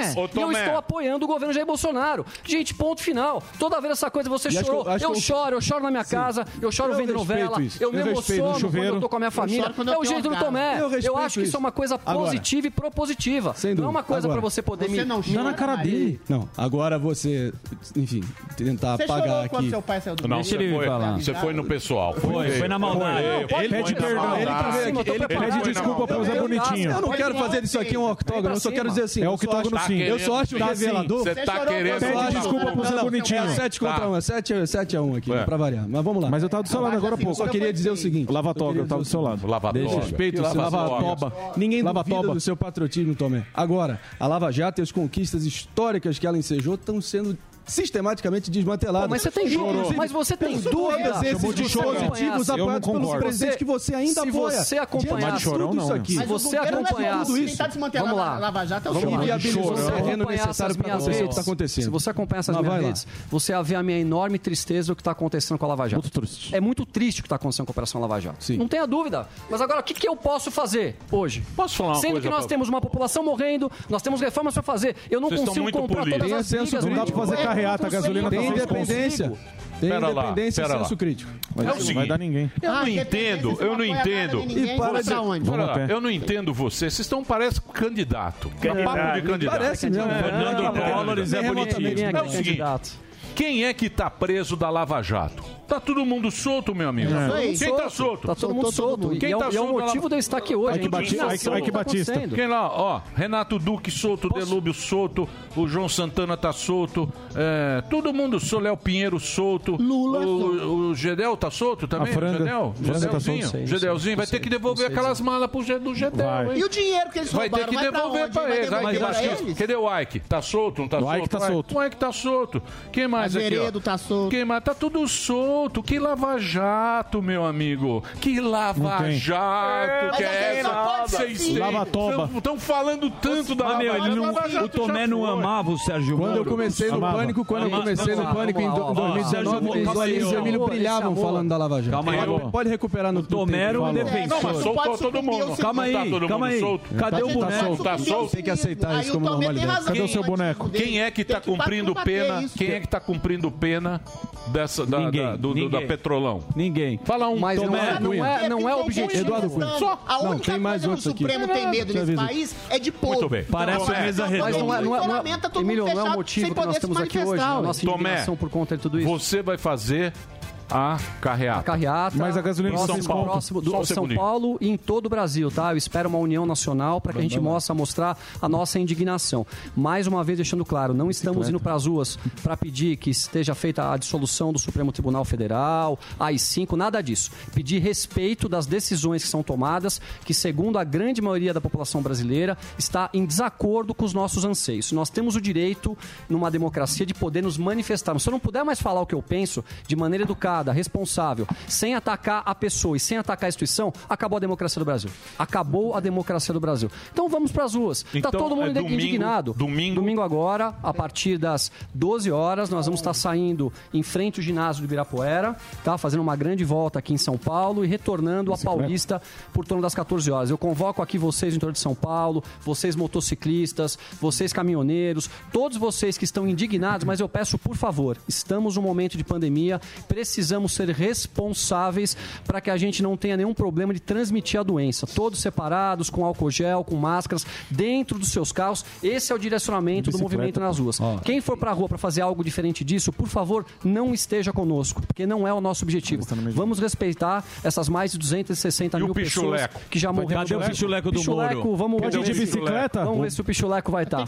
A: país.
D: Ô,
A: E eu
D: Tomé.
A: estou apoiando o governo Jair Bolsonaro. Gente, ponto final. Toda vez essa coisa, você
I: E acho
A: chorou.
I: que eu
A: Eu choro na minha casa, eu choro
I: Eu
A: vendo
I: respeito
A: novela,
I: isso.
A: eu me
I: Eu respeito no
A: emociono quando
I: chuveiro.
A: eu tô com a minha família.
H: choro quando eu
A: É o
H: tenho
A: jeito do
H: orgasmo.
A: Tomé.
I: Eu
A: Eu
I: respeito
A: acho que isso é uma coisa
I: Agora.
A: positiva e propositiva.
I: Sem
A: Não é uma
I: dúvida.
A: coisa pra
I: Agora.
A: você poder
H: Você não
A: me...
H: chora,
I: na cara
H: Maria?
I: dele. Não, agora você, enfim, tentar
H: Você
I: apagar
H: chorou quando
I: aqui.
H: seu pai saiu do
D: Não,
H: meio?
D: você foi no pessoal.
G: Foi na maldade.
K: Ele pede perdão. Ele pede desculpa pro Zé Bonitinho.
I: Eu não quero fazer isso aqui um octógono, eu só quero dizer assim.
K: É
I: eu só
K: octógono
I: acho-
K: sim.
I: Eu só acho
K: Tá
I: revelador.
D: Você tá querendo...
K: Pede desculpa pro Zé Bonitinho.
I: É 7 contra 1, é 7-1 aqui, pra variar. Mas vamos lá.
K: Mas eu tava do seu lado agora há
I: Eu
K: pouco.
I: só queria dizer o seguinte.
K: Lava toga, eu tava do seu lado.
I: Deixa respeito, seu lava-toba. Ninguém duvida do seu patriotismo, Tomé. Agora, a Lava Jato e as conquistas históricas que ela ensejou estão sendo sistematicamente desmanteladas.
A: Mas você tem dúvida. Mas você tem dúvida.
I: Desses dispositivos apoiados pelos presidentes que você ainda apoia.
A: Se você acompanhasse
I: tudo isso aqui.
A: Se você acompanhasse
H: Quem tá desmantelando
A: Vamos lá.
H: a Lava Jato é o
A: Vamos lá.
H: senhor.
I: Viabilizou o terreno necessário para
A: minhas
I: acontecer o que
A: redes,
I: está acontecendo.
A: Se você acompanhar essas
I: Mas
A: minhas
I: vai lá.
A: redes, você vai ver a minha enorme tristeza o que está acontecendo com a Lava Jato.
K: Muito triste.
A: É muito triste o que está acontecendo com a Operação Lava Jato.
I: Sim.
A: Não tenha dúvida. Mas agora, o que eu posso fazer hoje?
D: Posso falar uma
A: Sendo
D: coisa
A: que nós
D: pra-
A: temos uma população morrendo, nós temos reformas para fazer. Eu não
D: Vocês estão
A: consigo
D: muito
A: comprar
D: políticos.
A: todas
I: Tem
A: as
I: senso
A: brigas.
K: Não dá pra fazer carreata, a gasolina tá
I: Tem
K: sem
I: independência. Tem
D: Pera lá,
I: independência e
D: pera lá.
I: senso crítico.
D: É o
K: Não
D: seguinte,
K: vai dar ninguém.
D: eu não entendo, eu não entendo.
H: E para de onde?
D: Olha lá,
K: Vamos a pé.
D: eu não entendo vocês. Vocês estão, parece candidato. Papo de candidato.
I: Parece mesmo.
G: Fernando Collor e Zé Bonitinho.
A: Ninguém
D: É
A: aqui
D: o
A: é
D: seguinte,
A: candidato.
D: quem é que tá preso da Lava Jato? Tá todo mundo solto, meu amigo. Quem tá solto?
A: Tá todo mundo solto.
D: Quem
A: E é
D: tá
A: o
D: solto
A: motivo de eu estar aqui hoje.
K: Ike Batista. Ike Batista.
D: Quem lá, ó, Renato Duque solto, Delúbio solto, o João Santana tá solto, todo mundo solto, Léo Pinheiro solto,
H: Lula
D: o Gedel tá solto também?
K: A Franga.
D: Gedel?
K: Franga tá
D: Gedelzinho?
K: solto.
D: Gedelzinho vai ter que devolver aquelas malas do Gedel,
K: Vai.
D: hein?
H: E o dinheiro que eles
D: Vai ter
H: roubaram,
D: que
H: vai pra
D: devolver
H: onde?
D: pra
H: Vai
D: eles.
H: devolver
D: Vai,
H: pra
D: mas
H: eles?
D: cadê o Ike? Tá solto? Não tá
K: O
D: solto?
K: Ike tá solto.
D: O Ike tá solto. Quem mais aqui, ó?
H: Azeredo tá solto.
D: Quem mais? Tá tudo solto. Que Lava Jato, meu amigo. Que Lava
K: Não tem.
D: Jato. Que
H: Mas
D: é
H: só pode ser
D: Vocês
H: assim.
D: têm-
K: Lava toba.
D: Estão falando tanto da
G: Mas,
D: Lava
G: meu,
D: Jato.
G: ele não,
D: Lava Jato
G: o Tomé
D: já
G: não
D: foi.
G: amava o Sérgio
I: Quando eu
G: Moro.
I: comecei no
K: Amava.
I: Pânico, quando eu comecei no Pânico em
A: Vamos lá,
I: 2019,
G: vamos lá.
I: os Luiz e Emílio brilhavam falando da Lava Jato.
G: Calma aí,
I: Pode-
G: ó.
I: Pode recuperar no
G: Tomé era um
I: Twitter.
G: defensor.
D: Não, mas
H: Não
D: soltou
H: pode
D: todo
H: sucumbir
D: mundo.
H: ao
G: Calma
D: Não tá
G: aí,
D: todo
G: calma
D: mundo
G: aí.
D: solto?
G: Cadê o
H: Tá
G: boneco?
H: solto,
D: Tá solto?
I: Tem que aceitar isso
H: Aí
I: como
H: o Tomé tem
I: normalidade.
H: razão,
K: Cadê o seu
H: bandido
K: boneco?
H: dele.
D: Quem é que tá
H: Tem
D: cumprindo
H: combater
D: pena?
H: isso.
D: Quem é que tá cumprindo pena dessa,
G: Ninguém,
D: da
G: ninguém.
D: Petrolão?
G: Ninguém.
D: Fala um.
A: Mas
I: Tomé,
A: não é objetivo.
I: Eduardo Cunha.
H: Só. A
I: Não,
H: única
I: tem mais
H: coisa que o
I: outros aqui.
H: Supremo tem medo
I: Deixa eu
H: nesse
I: avisar.
H: país é de povo.
D: Muito bem.
G: Parece
D: Tomé.
G: a mesa
A: Mas
G: redonda.
A: Emílio, não é o motivo que nós estamos aqui hoje, a nossa
D: Tomé,
A: indignação por conta de tudo isso.
D: Você vai fazer a carreata.
A: Carreata,
K: Mas a gasolina em São Paulo.
A: próximo
D: Só um
A: do São
D: segundinho.
A: Paulo e em todo o Brasil, tá? Eu espero uma união nacional para que a gente mostrar a nossa indignação. Mais uma vez deixando claro, não estamos indo para as ruas para pedir que esteja feita a dissolução do Supremo Tribunal Federal, AI-5, nada disso. Pedir respeito das decisões que são tomadas, que segundo a grande maioria da população brasileira está em desacordo com os nossos anseios. Nós temos o direito, numa democracia, de poder nos manifestarmos. Se eu não puder mais falar o que eu penso de maneira educada, responsável, sem atacar a pessoa e sem atacar a instituição, acabou a democracia do Brasil. Acabou a democracia do Brasil. Então vamos para as ruas.
D: Então,
A: Tá todo mundo
D: é domingo-
A: indignado.
D: domingo
A: Agora, a partir das 12 horas, nós vamos estar saindo em frente ao ginásio do Ibirapuera, tá? Fazendo uma grande volta aqui em São Paulo e retornando a Paulista por torno das 14 horas. Eu convoco aqui vocês, em torno de São Paulo, vocês motociclistas, vocês caminhoneiros, todos vocês que estão indignados, mas eu peço, por favor, estamos num momento de pandemia, precisamos ser responsáveis para que a gente não tenha nenhum problema de transmitir a doença. Todos separados, com álcool gel, com máscaras, dentro dos seus carros. Esse é o direcionamento do movimento nas ruas. Quem for para a rua para fazer algo diferente disso, por favor, não esteja conosco, porque não é o nosso objetivo. Vamos respeitar essas mais de 260 mil pessoas
D: pichuleco?
A: que já morreram.
G: Cadê o pichuleco do Moro?
A: Vamos
K: Pode ir de bicicleta?
A: Vamos ver se o pichuleco vai estar.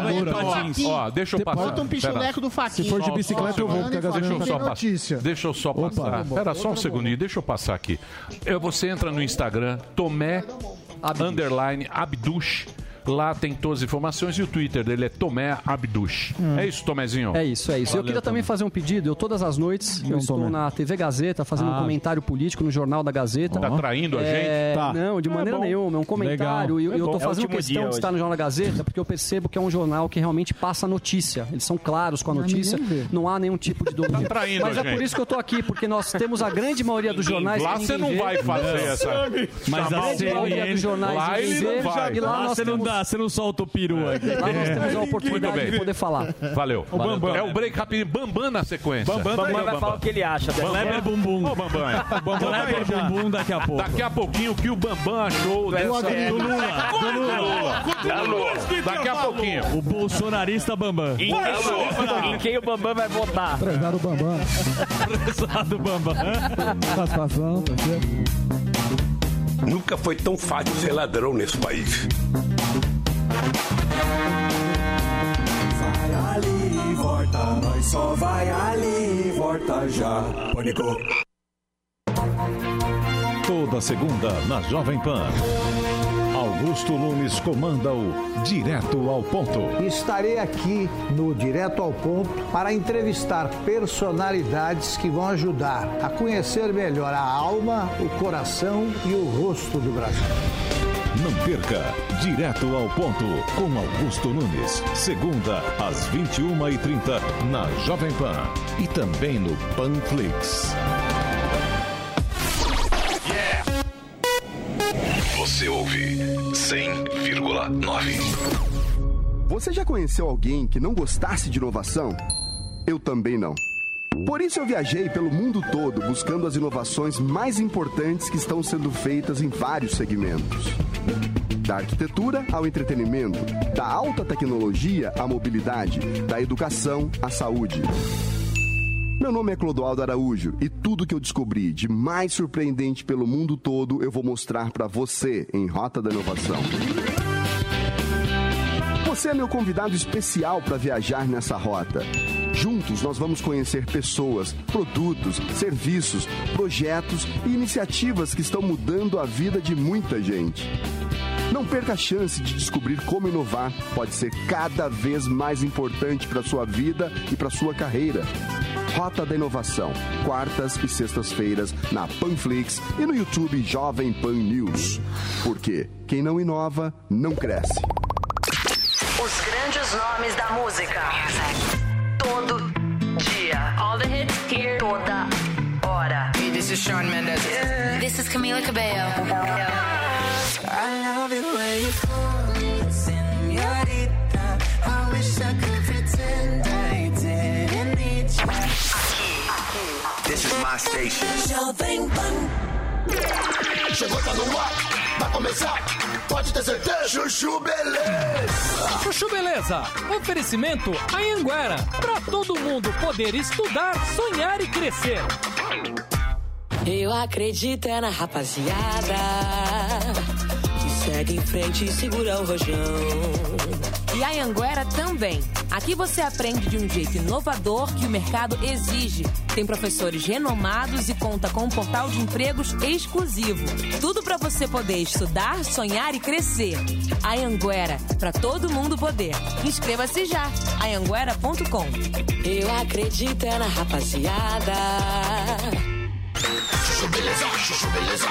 D: Ó, deixa eu passar.
H: Bota um pichuleco do Faquinha.
K: Se for de bicicleta, eu vou, porque a gasolina
D: Deixa eu
K: tá
D: só passar. Deixa eu só passar. Espera só um segundinho, deixa eu passar aqui. Você entra no Instagram, Tomé _ Abduch. Lá tem todas as informações e o Twitter dele é Tomé Abduch. É isso, Tomézinho?
A: É isso. Eu queria também fazer um pedido. Eu todas as noites, eu estou na TV Gazeta fazendo um comentário político no Jornal da Gazeta.
D: Tá traindo a gente?
K: Tá.
A: Não, de maneira nenhuma. É um comentário. E eu estou fazendo questão de estar no Jornal da Gazeta porque eu percebo que é um jornal que realmente passa notícia. Eles são claros com a notícia. Não há nenhum tipo de dúvida.
D: Tá traindo
A: Mas
D: a
A: é por
D: gente.
A: isso que eu estou aqui, porque nós temos a grande maioria dos jornais.
D: Lá
A: que
D: você
A: ninguém
D: não
A: vê.
D: vai fazer essa.
G: Mas a
A: A grande maioria
G: CNN
A: dos jornais
D: lá
A: ninguém
D: ele
A: vê.
D: não vai.
A: E lá nós
G: você não
A: temos
G: você não solta o peru aqui.
A: Lá nós temos a oportunidade de poder falar.
D: Valeu.
A: O Bambam.
D: É o break rapidinho. Bambam na sequência.
J: Bambam vai falar o que ele acha.
G: Kleber Bumbum.
D: Ô, Bambam.
G: Kleber Bumbum daqui a pouco.
D: Daqui a pouquinho o que o Bambam achou dessa...
G: Do Lula.
D: Daqui a pouquinho.
G: O bolsonarista Bambam.
J: Em quem o Bambam vai votar?
K: Prezado Bambam.
G: Prezado Bambam.
K: Satisfação, tá certo?
C: Nunca foi tão fácil ser ladrão nesse país.
O: Vai ali e volta, nós só vai ali e volta já. Pânico.
P: Toda segunda na Jovem Pan. Augusto Nunes comanda o Direto ao Ponto.
B: Estarei aqui no Direto ao Ponto para entrevistar personalidades que vão ajudar a conhecer melhor a alma, o coração e o rosto do Brasil.
P: Não perca Direto ao Ponto com Augusto Nunes. Segunda às 21h30 na Jovem Pan e também no Panflix.
M: Você ouve 100,9.
N: Você já conheceu alguém que não gostasse de inovação? Eu também não. Por isso eu viajei pelo mundo todo buscando as inovações mais importantes que estão sendo feitas em vários segmentos. Da arquitetura ao entretenimento, da alta tecnologia à mobilidade, da educação à saúde. Meu nome é Clodoaldo Araújo e tudo que eu descobri de mais surpreendente pelo mundo todo eu vou mostrar para você em Rota da Inovação. Você é meu convidado especial para viajar nessa rota. Juntos nós vamos conhecer pessoas, produtos, serviços, projetos e iniciativas que estão mudando a vida de muita gente. Não perca a chance de descobrir como inovar pode ser cada vez mais importante para a sua vida e para a sua carreira. Rota da Inovação, quartas e sextas-feiras na Panflix e no YouTube Jovem Pan News. Porque quem não inova, não cresce.
L: Os grandes nomes da música. Todo dia. All the hits here. Toda hora.
X: Hey, this is Shawn Mendes.
L: This is Camila Cabello.
X: I love it when you call, señorita. I wish I could pretend I didn't need you.
M: This is my station.
X: Jovem Pan.
M: Chegou, tá no ar, vai começar, pode ter certeza. Chuchu Beleza.
Y: Chuchu Beleza, oferecimento Anhanguera, pra todo mundo poder estudar, sonhar e crescer.
W: Eu acredito é na rapaziada que segue em frente e segura o rojão.
Z: E a Anhanguera também. Aqui você aprende de um jeito inovador que o mercado exige. Tem professores renomados e conta com um portal de empregos exclusivo. Tudo para você poder estudar, sonhar e crescer. A Anhanguera, para todo mundo poder. Inscreva-se já. anhanguera.com.
W: Eu acredito é na rapaziada.
M: Chuchu Beleza, Chuchu Beleza.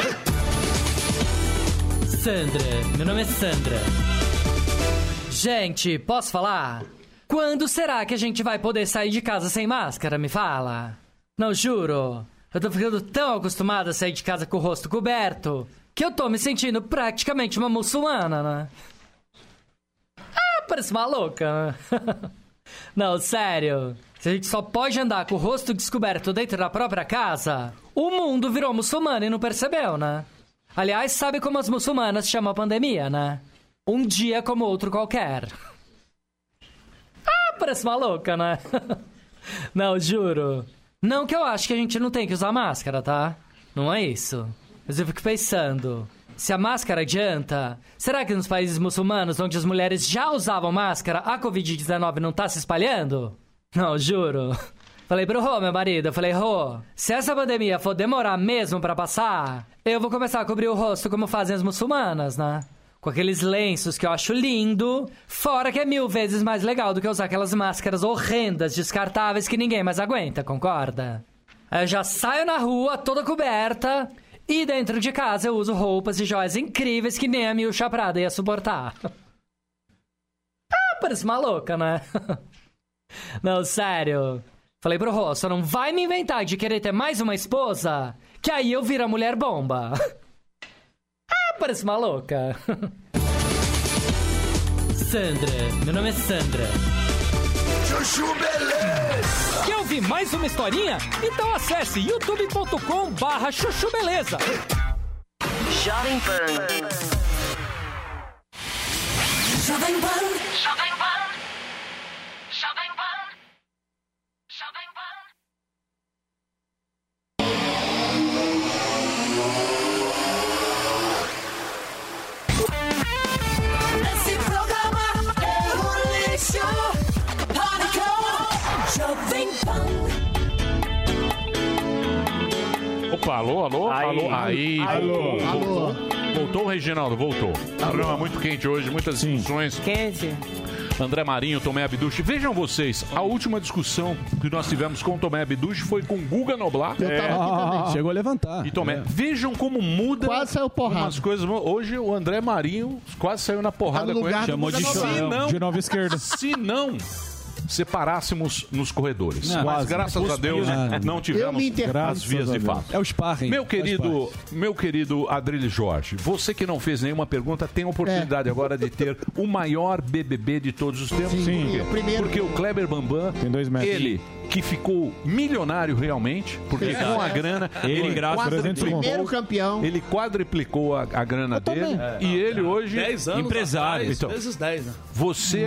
Y: Sandra, meu nome é Sandra. Gente, posso falar? Quando será que a gente vai poder sair de casa sem máscara? Me fala. Não, juro. Eu tô ficando tão acostumada a sair de casa com o rosto coberto que eu tô me sentindo praticamente uma muçulmana, né? Parece uma louca, né? Não, sério. Se a gente só pode andar com o rosto descoberto dentro da própria casa, o mundo virou muçulmano e não percebeu, né? Aliás, sabe como as muçulmanas chamam a pandemia, né? Um dia como outro qualquer. Parece uma louca, né? Não, juro. Não que eu acho que a gente não tem que usar máscara, tá? Não é isso. Mas eu fico pensando, se a máscara adianta, será que nos países muçulmanos, onde as mulheres já usavam máscara, a Covid-19 não tá se espalhando? Não, juro. Falei pro Rô, meu marido, eu falei, Rô, se essa pandemia for demorar mesmo pra passar, eu vou começar a cobrir o rosto como fazem as muçulmanas, né? Com aqueles lenços que eu acho lindo, fora que é 1000 vezes mais legal do que usar aquelas máscaras horrendas, descartáveis que ninguém mais aguenta, concorda? Aí eu já saio na rua toda coberta e dentro de casa eu uso roupas e joias incríveis que nem a Milcha Prada ia suportar. Parece uma louca, né? Não, sério. Falei pro Rô, só não vai me inventar de querer ter mais uma esposa, que aí eu viro a mulher bomba. Parece uma louca. Sandra. Meu nome é Sandra.
M: Chuchu Beleza.
E: Quer ouvir mais uma historinha? Então acesse youtube.com/chuchu beleza.
X: Jovem Pan. Jovem Pan. Jovem Pan. Jovem Pan. Jovem Pan. Esse programa é um lixo. Pânico. Jovem Pan.
D: Opa, alô? Aí.
H: Alô.
D: Voltou, Reginaldo? Voltou. Programa muito quente hoje, muitas discussões.
Y: Quente.
D: André Marinho, Tomé Abduch. Vejam vocês, a última discussão que nós tivemos com o Tomé Abduch foi com Guga Noblar.
I: Chegou a levantar.
D: E Tomé, vejam como muda
H: Quase saiu porrada.
D: umas coisas. Hoje o André Marinho quase saiu na porrada com ele.
G: Chamou de chorão.
D: De nova esquerda. Se não separássemos nos corredores.
G: Não,
D: mas
G: quase.
D: graças a Deus não tivemos as vias de fato.
I: É o sparring.
D: Meu querido Adrilles Jorge, você que não fez nenhuma pergunta, tem a oportunidade agora de ter o maior BBB de todos os tempos.
H: Sim.
D: Por quê?
H: Primeiro.
D: Porque o Kleber Bambam,
K: Tem 2 metros.
D: ele que ficou milionário realmente, porque com a grana,
G: Ele, graças a
H: Primeiro campeão.
D: ele quadriplicou a grana dele e ele hoje
G: 10 anos
D: empresário.
G: atrás,
D: Então,
G: vezes 10, né?
D: você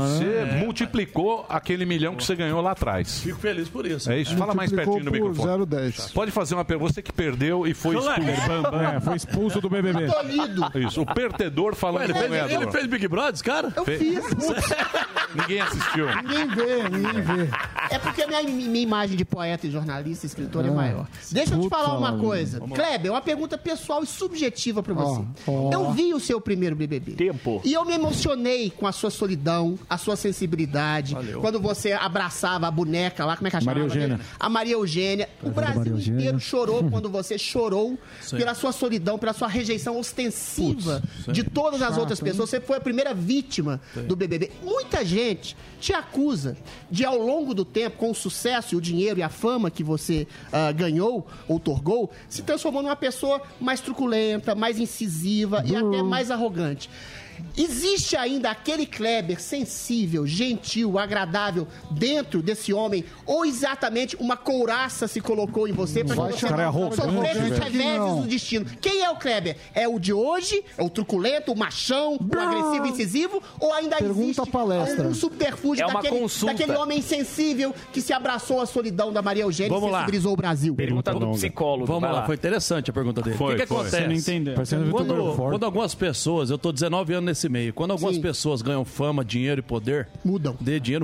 D: multiplicou aquele milhão que você ganhou lá atrás.
G: Fico feliz por isso.
D: É isso? Fala mais pertinho do microfone.
K: 0,10.
D: Pode fazer uma pergunta. Você que perdeu e foi expulso.
K: Foi expulso do BBB.
D: Isso, o perdedor falando com o ganhador.
G: Ele fez Big Brother, cara?
H: Eu fiz.
D: Ninguém assistiu.
F: Ninguém vê.
H: É porque minha imagem de poeta e jornalista, escritor é maior. Deixa eu te falar uma coisa. Kleber, uma pergunta pessoal e subjetiva pra você. Eu vi o seu primeiro BBB. E eu me emocionei com a sua solidão, a sua sensibilidade. Quando você abraçava a boneca lá, como é que ela chamava?
K: Maria Eugênia.
H: A Maria Eugênia. O Brasil inteiro chorou quando você chorou pela sua solidão, pela sua rejeição ostensiva de todas as outras pessoas. Você foi a primeira vítima do BBB. Muita gente te acusa de, ao longo do tempo, com o sucesso e o dinheiro e a fama que você ganhou, outorgou, se transformou numa pessoa mais truculenta, mais incisiva e até mais arrogante. Existe ainda aquele Kleber sensível, gentil, agradável dentro desse homem? Ou exatamente uma couraça se colocou em você para que você sofresse os reveses do destino? Quem é o Kleber? É o de hoje? É o truculento, o machão, o agressivo, incisivo? Ou ainda existe um subterfúgio daquele homem insensível que se abraçou à solidão da Maria Eugênia e sensibilizou o Brasil?
J: Pergunta do psicólogo.
G: Vamos lá, foi interessante a pergunta dele. O que acontece?
K: Você não entendeu.
G: Quando algumas pessoas, eu tô 19 anos nesse meio, quando algumas pessoas ganham fama, dinheiro e poder, mudam.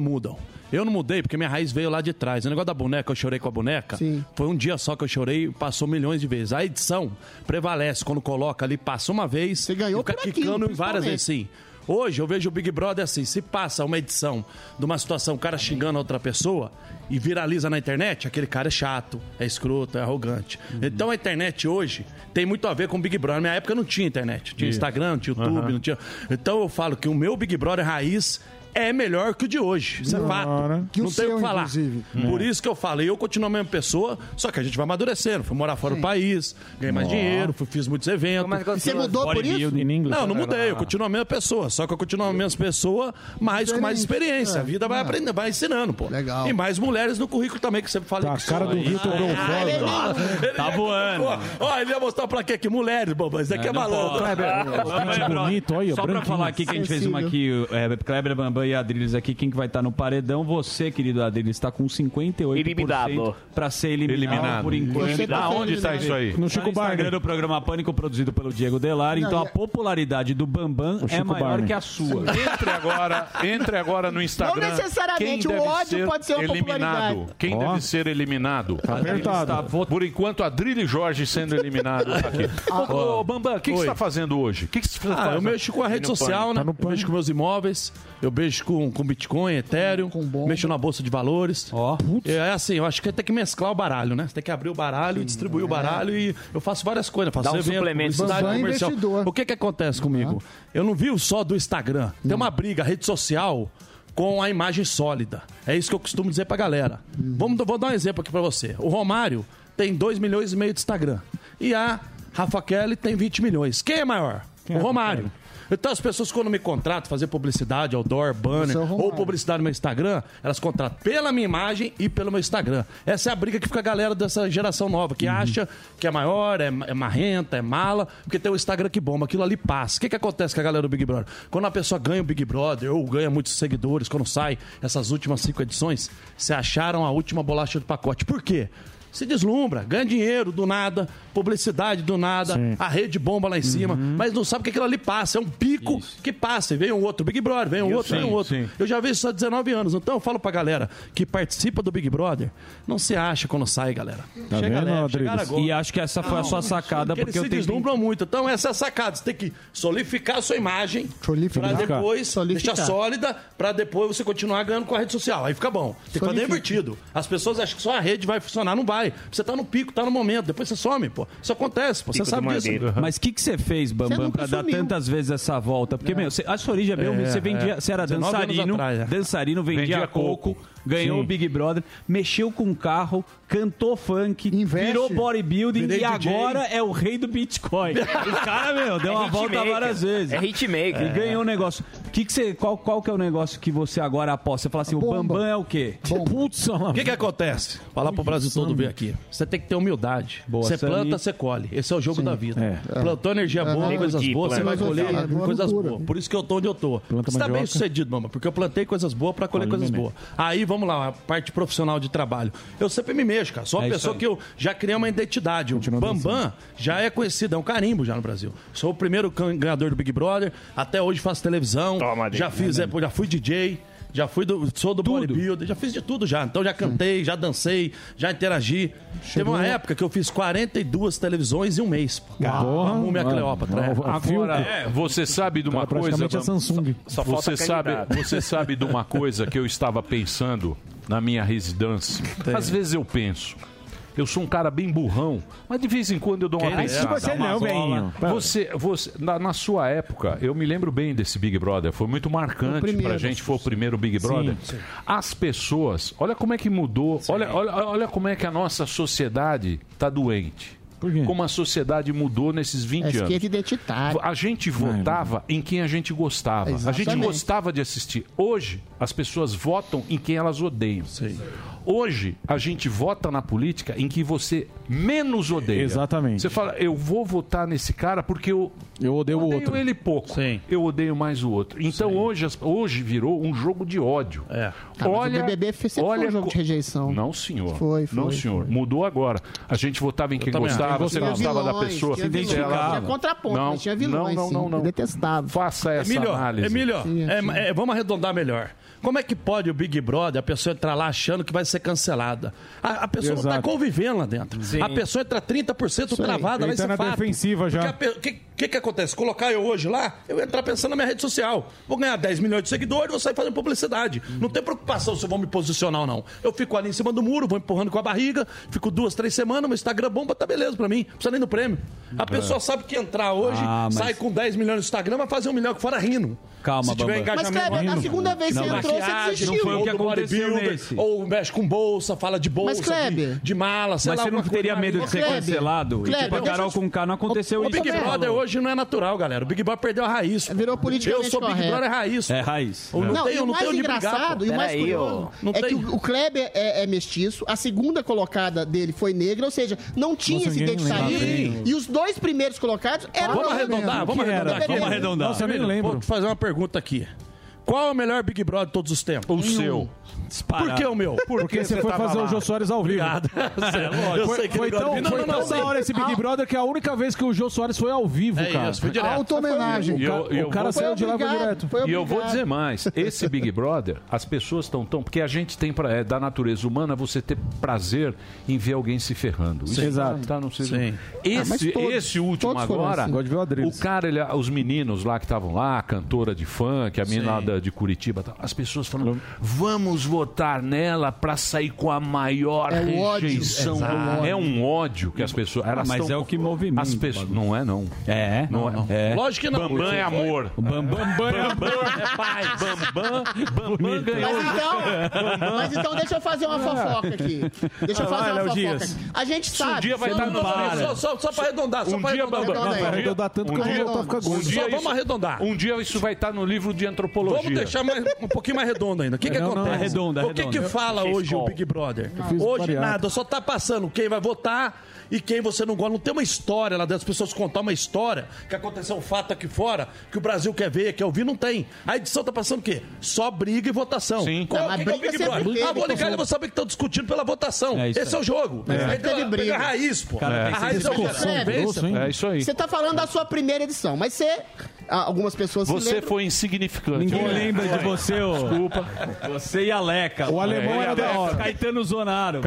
G: Eu não mudei porque minha raiz veio lá de trás. O negócio da boneca, eu chorei com a boneca. Foi um dia só que eu chorei e passou milhões de vezes. A edição prevalece quando coloca ali, passa uma vez. Você ganhou por aquilo, quicando várias vezes, sim. Hoje eu vejo o Big Brother assim, se passa uma edição de uma situação, o cara xingando a outra pessoa e viraliza na internet, aquele cara é chato, é escroto, é arrogante. Então a internet hoje tem muito a ver com o Big Brother. Na minha época não tinha internet, tinha Instagram, não tinha YouTube, não tinha... Então eu falo que o meu Big Brother raiz é melhor que o de hoje. Isso é fato. Não tenho o que falar. Por isso que eu falei, eu continuo a mesma pessoa, só que a gente vai amadurecendo. Fui morar fora do país, ganhei mais dinheiro, fiz muitos eventos.
H: Você mudou por isso?
G: Não mudei. Eu continuo a mesma pessoa. Só que eu continuo a mesma pessoa, mas com mais experiência. A vida vai aprendendo, vai ensinando, pô.
F: Legal.
G: E mais mulheres no currículo também, que você fala.
K: Tá, a cara do Vitor Belfort.
G: Tá voando. Ó, ele ia mostrar pra quê? Que mulheres, bobo. Isso aqui é malandro.
K: Bonito, olha,
G: Só pra falar aqui que a gente fez uma aqui, Kleber Bambam e Adrilles aqui, quem que vai estar no paredão? Você, querido Adrilles, está com 58% para ser eliminado por enquanto.
D: Onde está isso aí?
K: No Chico Barney.
G: Instagram do programa Pânico, produzido pelo Diego Delari. Então a popularidade do Bambam é maior que a sua.
D: Entre agora no Instagram.
H: Não necessariamente, o ódio pode ser uma popularidade.
D: Quem deve ser eliminado?
K: Tá apertado.
D: Por enquanto, Adrilles Jorge sendo eliminado aqui. Ô, Bambam, o que você está fazendo hoje? O que você faz?
G: Eu mexo com a rede social, né? Mexo com meus imóveis. Eu mexo com Bitcoin, Ethereum, mexo na Bolsa de Valores. É assim, eu acho que tem que mesclar o baralho, né? Você tem que abrir o baralho e distribuir o baralho e eu faço várias coisas. Faço publicidade comercial. O que acontece comigo? Eu não vivo só do Instagram. Tem uma briga, rede social com a imagem sólida. É isso que eu costumo dizer pra galera. Vou dar um exemplo aqui pra você. O Romário tem 2,5 milhões de Instagram. E a Rafa Kelly tem 20 milhões. Quem é maior? O Romário. Então as pessoas quando me contratam, fazer publicidade, outdoor, banner, ou publicidade no meu Instagram, elas contratam pela minha imagem e pelo meu Instagram. Essa é a briga que fica a galera dessa geração nova, que acha que é maior, é marrenta, é mala, porque tem o Instagram que bomba, aquilo ali passa. O que acontece com a galera do Big Brother? Quando a pessoa ganha o Big Brother, ou ganha muitos seguidores, quando sai essas últimas 5 edições, se acharam a última bolacha do pacote. Por quê? Se deslumbra, ganha dinheiro do nada, publicidade do nada, a rede bomba lá em cima, mas não sabe que aquilo ali passa, é um pico que passa, e vem um outro Big Brother, vem um outro, vem um outro. Eu já vi isso há 19 anos, então eu falo pra galera que participa do Big Brother, não se acha quando sai, galera.
Q: Tá
G: Chega
Q: vendo,
G: leve,
Q: E acho que essa foi a sua sacada,
G: porque
Q: eu
G: eles se deslumbram muito, então essa é a sacada, você tem que solidificar a sua imagem, pra depois deixar sólida, pra depois você continuar ganhando com a rede social, aí fica bom. Tem que fazer invertido. As pessoas acham que só a rede vai funcionar, não vai. Você tá no pico, tá no momento, depois você some, pô. Isso acontece, pô. Você sabe disso.
Q: Mas o que você fez, Bambam, pra dar tantas vezes essa volta? Porque, a sua origem é mesmo, você era dançarino, vendia coco, ganhou o Big Brother, mexeu com carro, cantou funk, virou bodybuilding e agora é o rei do Bitcoin. O cara, deu uma volta várias vezes.
J: É hitmaker.
Q: E ganhou um negócio. Qual que é o negócio que você agora aposta? Você fala assim, o Bambam é o quê?
G: Putz, o que acontece? Falar pro Brasil todo ver aqui. Você tem que ter humildade. Você planta, você colhe. Esse é o jogo da vida. Plantou energia boa, coisas boas, você vai colher coisas boas. Por isso que eu tô onde eu tô. Você tá bem sucedido, Bambam, porque eu plantei coisas boas pra colher coisas boas. Aí, vamos lá, a parte profissional de trabalho. Eu sempre me mexo, cara. Sou uma pessoa que eu já criei uma identidade. O Bambam já é conhecido, é um carimbo já no Brasil. Sou o primeiro ganhador do Big Brother, até hoje faço televisão, já fui DJ, sou do bodybuilder, já fiz de tudo já. Então já cantei, já dancei, já interagi. Teve uma época que eu fiz 42 televisões em um mês. A Múmia Cleópatra.
D: Agora, você sabe de uma coisa...
Q: A Samsung.
D: Você sabe de uma coisa que eu estava pensando na minha residência? Às vezes eu penso... Eu sou um cara bem burrão, mas de vez em quando eu dou uma pensada.
Q: Você não, velhinho.
D: Você na sua época, eu me lembro bem desse Big Brother, foi muito marcante pra gente, foi o primeiro Big Brother. Sim. As pessoas, olha como é que mudou, olha como é que a nossa sociedade tá doente. Como a sociedade mudou nesses 20 anos.
H: Identitário.
D: A gente votava em quem a gente gostava.
H: Exatamente.
D: A gente gostava de assistir. Hoje, as pessoas votam em quem elas odeiam. Hoje, a gente vota na política em que você menos odeia.
Q: Exatamente.
D: Você fala, eu vou votar nesse cara porque eu
Q: odeio o outro.
D: Ele pouco. Eu odeio mais o outro. Então, hoje virou um jogo de ódio.
H: Olha, o BBB foi um jogo de rejeição.
D: Não, senhor.
H: Foi.
D: Não, senhor. Mudou agora. A gente votava em quem gostava, você gostava da pessoa.
H: Se identificava. Tinha contraponto, mas tinha vilões.
D: Não.
H: Detestava.
D: Faça essa análise.
G: Emílio, vamos arredondar melhor. Como é que pode o Big Brother, a pessoa entrar lá achando que vai ser cancelada? A pessoa não está convivendo lá dentro. Sim. A pessoa entra 30% travada, vai ser fato.
Q: Defensiva já.
G: O que acontece? Colocar eu hoje lá, eu vou entrar pensando na minha rede social. Vou ganhar 10 milhões de seguidores, vou sair fazendo publicidade. Não tem preocupação se eu vou me posicionar ou não. Eu fico ali em cima do muro, vou empurrando com a barriga, fico 2, 3 semanas, meu Instagram bomba, tá beleza pra mim. Não precisa nem do prêmio. A pessoa sabe que entrar hoje, sai com 10 milhões no Instagram, vai fazer 1 milhão que fora rindo.
Q: Calma,
G: se tiver engajamento.
H: Mas, Kleber, na segunda vez que você entrou, você desistiu.
Q: Não foi o que aconteceu nesse.
G: Ou mexe com bolsa, fala de bolsa, de mala, sei lá.
Q: Mas você não teria medo de ser cancelado? E tipo, a Carol com K não aconteceu isso.
G: O Big Brother hoje não é natural, galera. O Big Brother perdeu a raiz.
H: Virou politicamente
G: Eu sou Big Brother é raiz.
Q: É raiz.
H: Não, o mais engraçado e o mais curioso é que o Kleber é mestiço, a segunda colocada dele foi negra, ou seja, não tinha esse identitarismo. E os 2 primeiros colocados eram...
G: Vamos arredondar.
Q: Nossa, eu nem lembro.
G: Vou fazer uma pergunta aqui. Qual é o melhor Big Brother de todos os tempos?
D: O seu.
G: Por que o meu?
Q: Porque você foi fazer o Jô Soares ao vivo.
G: Obrigado.
Q: Foi tão da hora esse Big Brother que é a única vez que o Jô Soares foi ao vivo, cara.
G: Isso, foi direto.
H: Auto-homenagem.
Q: O cara saiu de lá e foi direto.
D: E eu vou dizer mais. Esse Big Brother, as pessoas estão tão... Porque a gente tem, da natureza humana, você ter prazer em ver alguém se ferrando.
Q: Sim, exato.
D: Tá, não sei. Esse último agora, o cara, os meninos lá que estavam lá, a cantora de funk, a menina de Curitiba, as pessoas falando, vamos votar nela pra sair com a maior rejeição. É um ódio que as pessoas...
Q: Mas é o que movimenta.
D: As pessoas, não é, não.
Q: Não.
G: Lógico que não.
D: Bambam é amor.
Q: Bambam é amor.
G: É pai.
D: Bambam ganhou.
H: Mas então deixa eu fazer uma fofoca aqui. Deixa eu fazer uma fofoca aqui. A gente sabe...
G: Um dia vai estar no só pra arredondar.
D: Um dia, Bambam.
K: Vai arredondar tanto que eu vou voltar a ficar gordo.
G: Só vamos arredondar.
D: Um dia isso vai estar no livro de antropologia.
G: Vamos deixar um pouquinho mais redondo ainda. O que acontece?
Q: Arredonda.
G: O que fala hoje o Big Brother? Hoje nada, só tá passando quem vai votar e quem você não gosta. Não tem uma história lá dentro, as pessoas contar uma história que aconteceu um fato aqui fora, que o Brasil quer ver, quer ouvir, não tem. A edição tá passando o quê? Só briga e votação.
D: Sim.
G: Qual é o Big Brother? Vou ligar e vou saber que estão discutindo pela votação. Esse é o jogo.
H: briga.
G: A raiz, pô.
H: Cara,
G: a raiz é o
D: É isso aí.
H: Você tá falando da sua primeira edição, mas você... Algumas pessoas
D: Você foi insignificante.
Q: Ninguém lembra de você, ô.
D: Desculpa.
Q: Você e a Leca.
K: O alemão era da hora.
Q: Caetano Zonaro.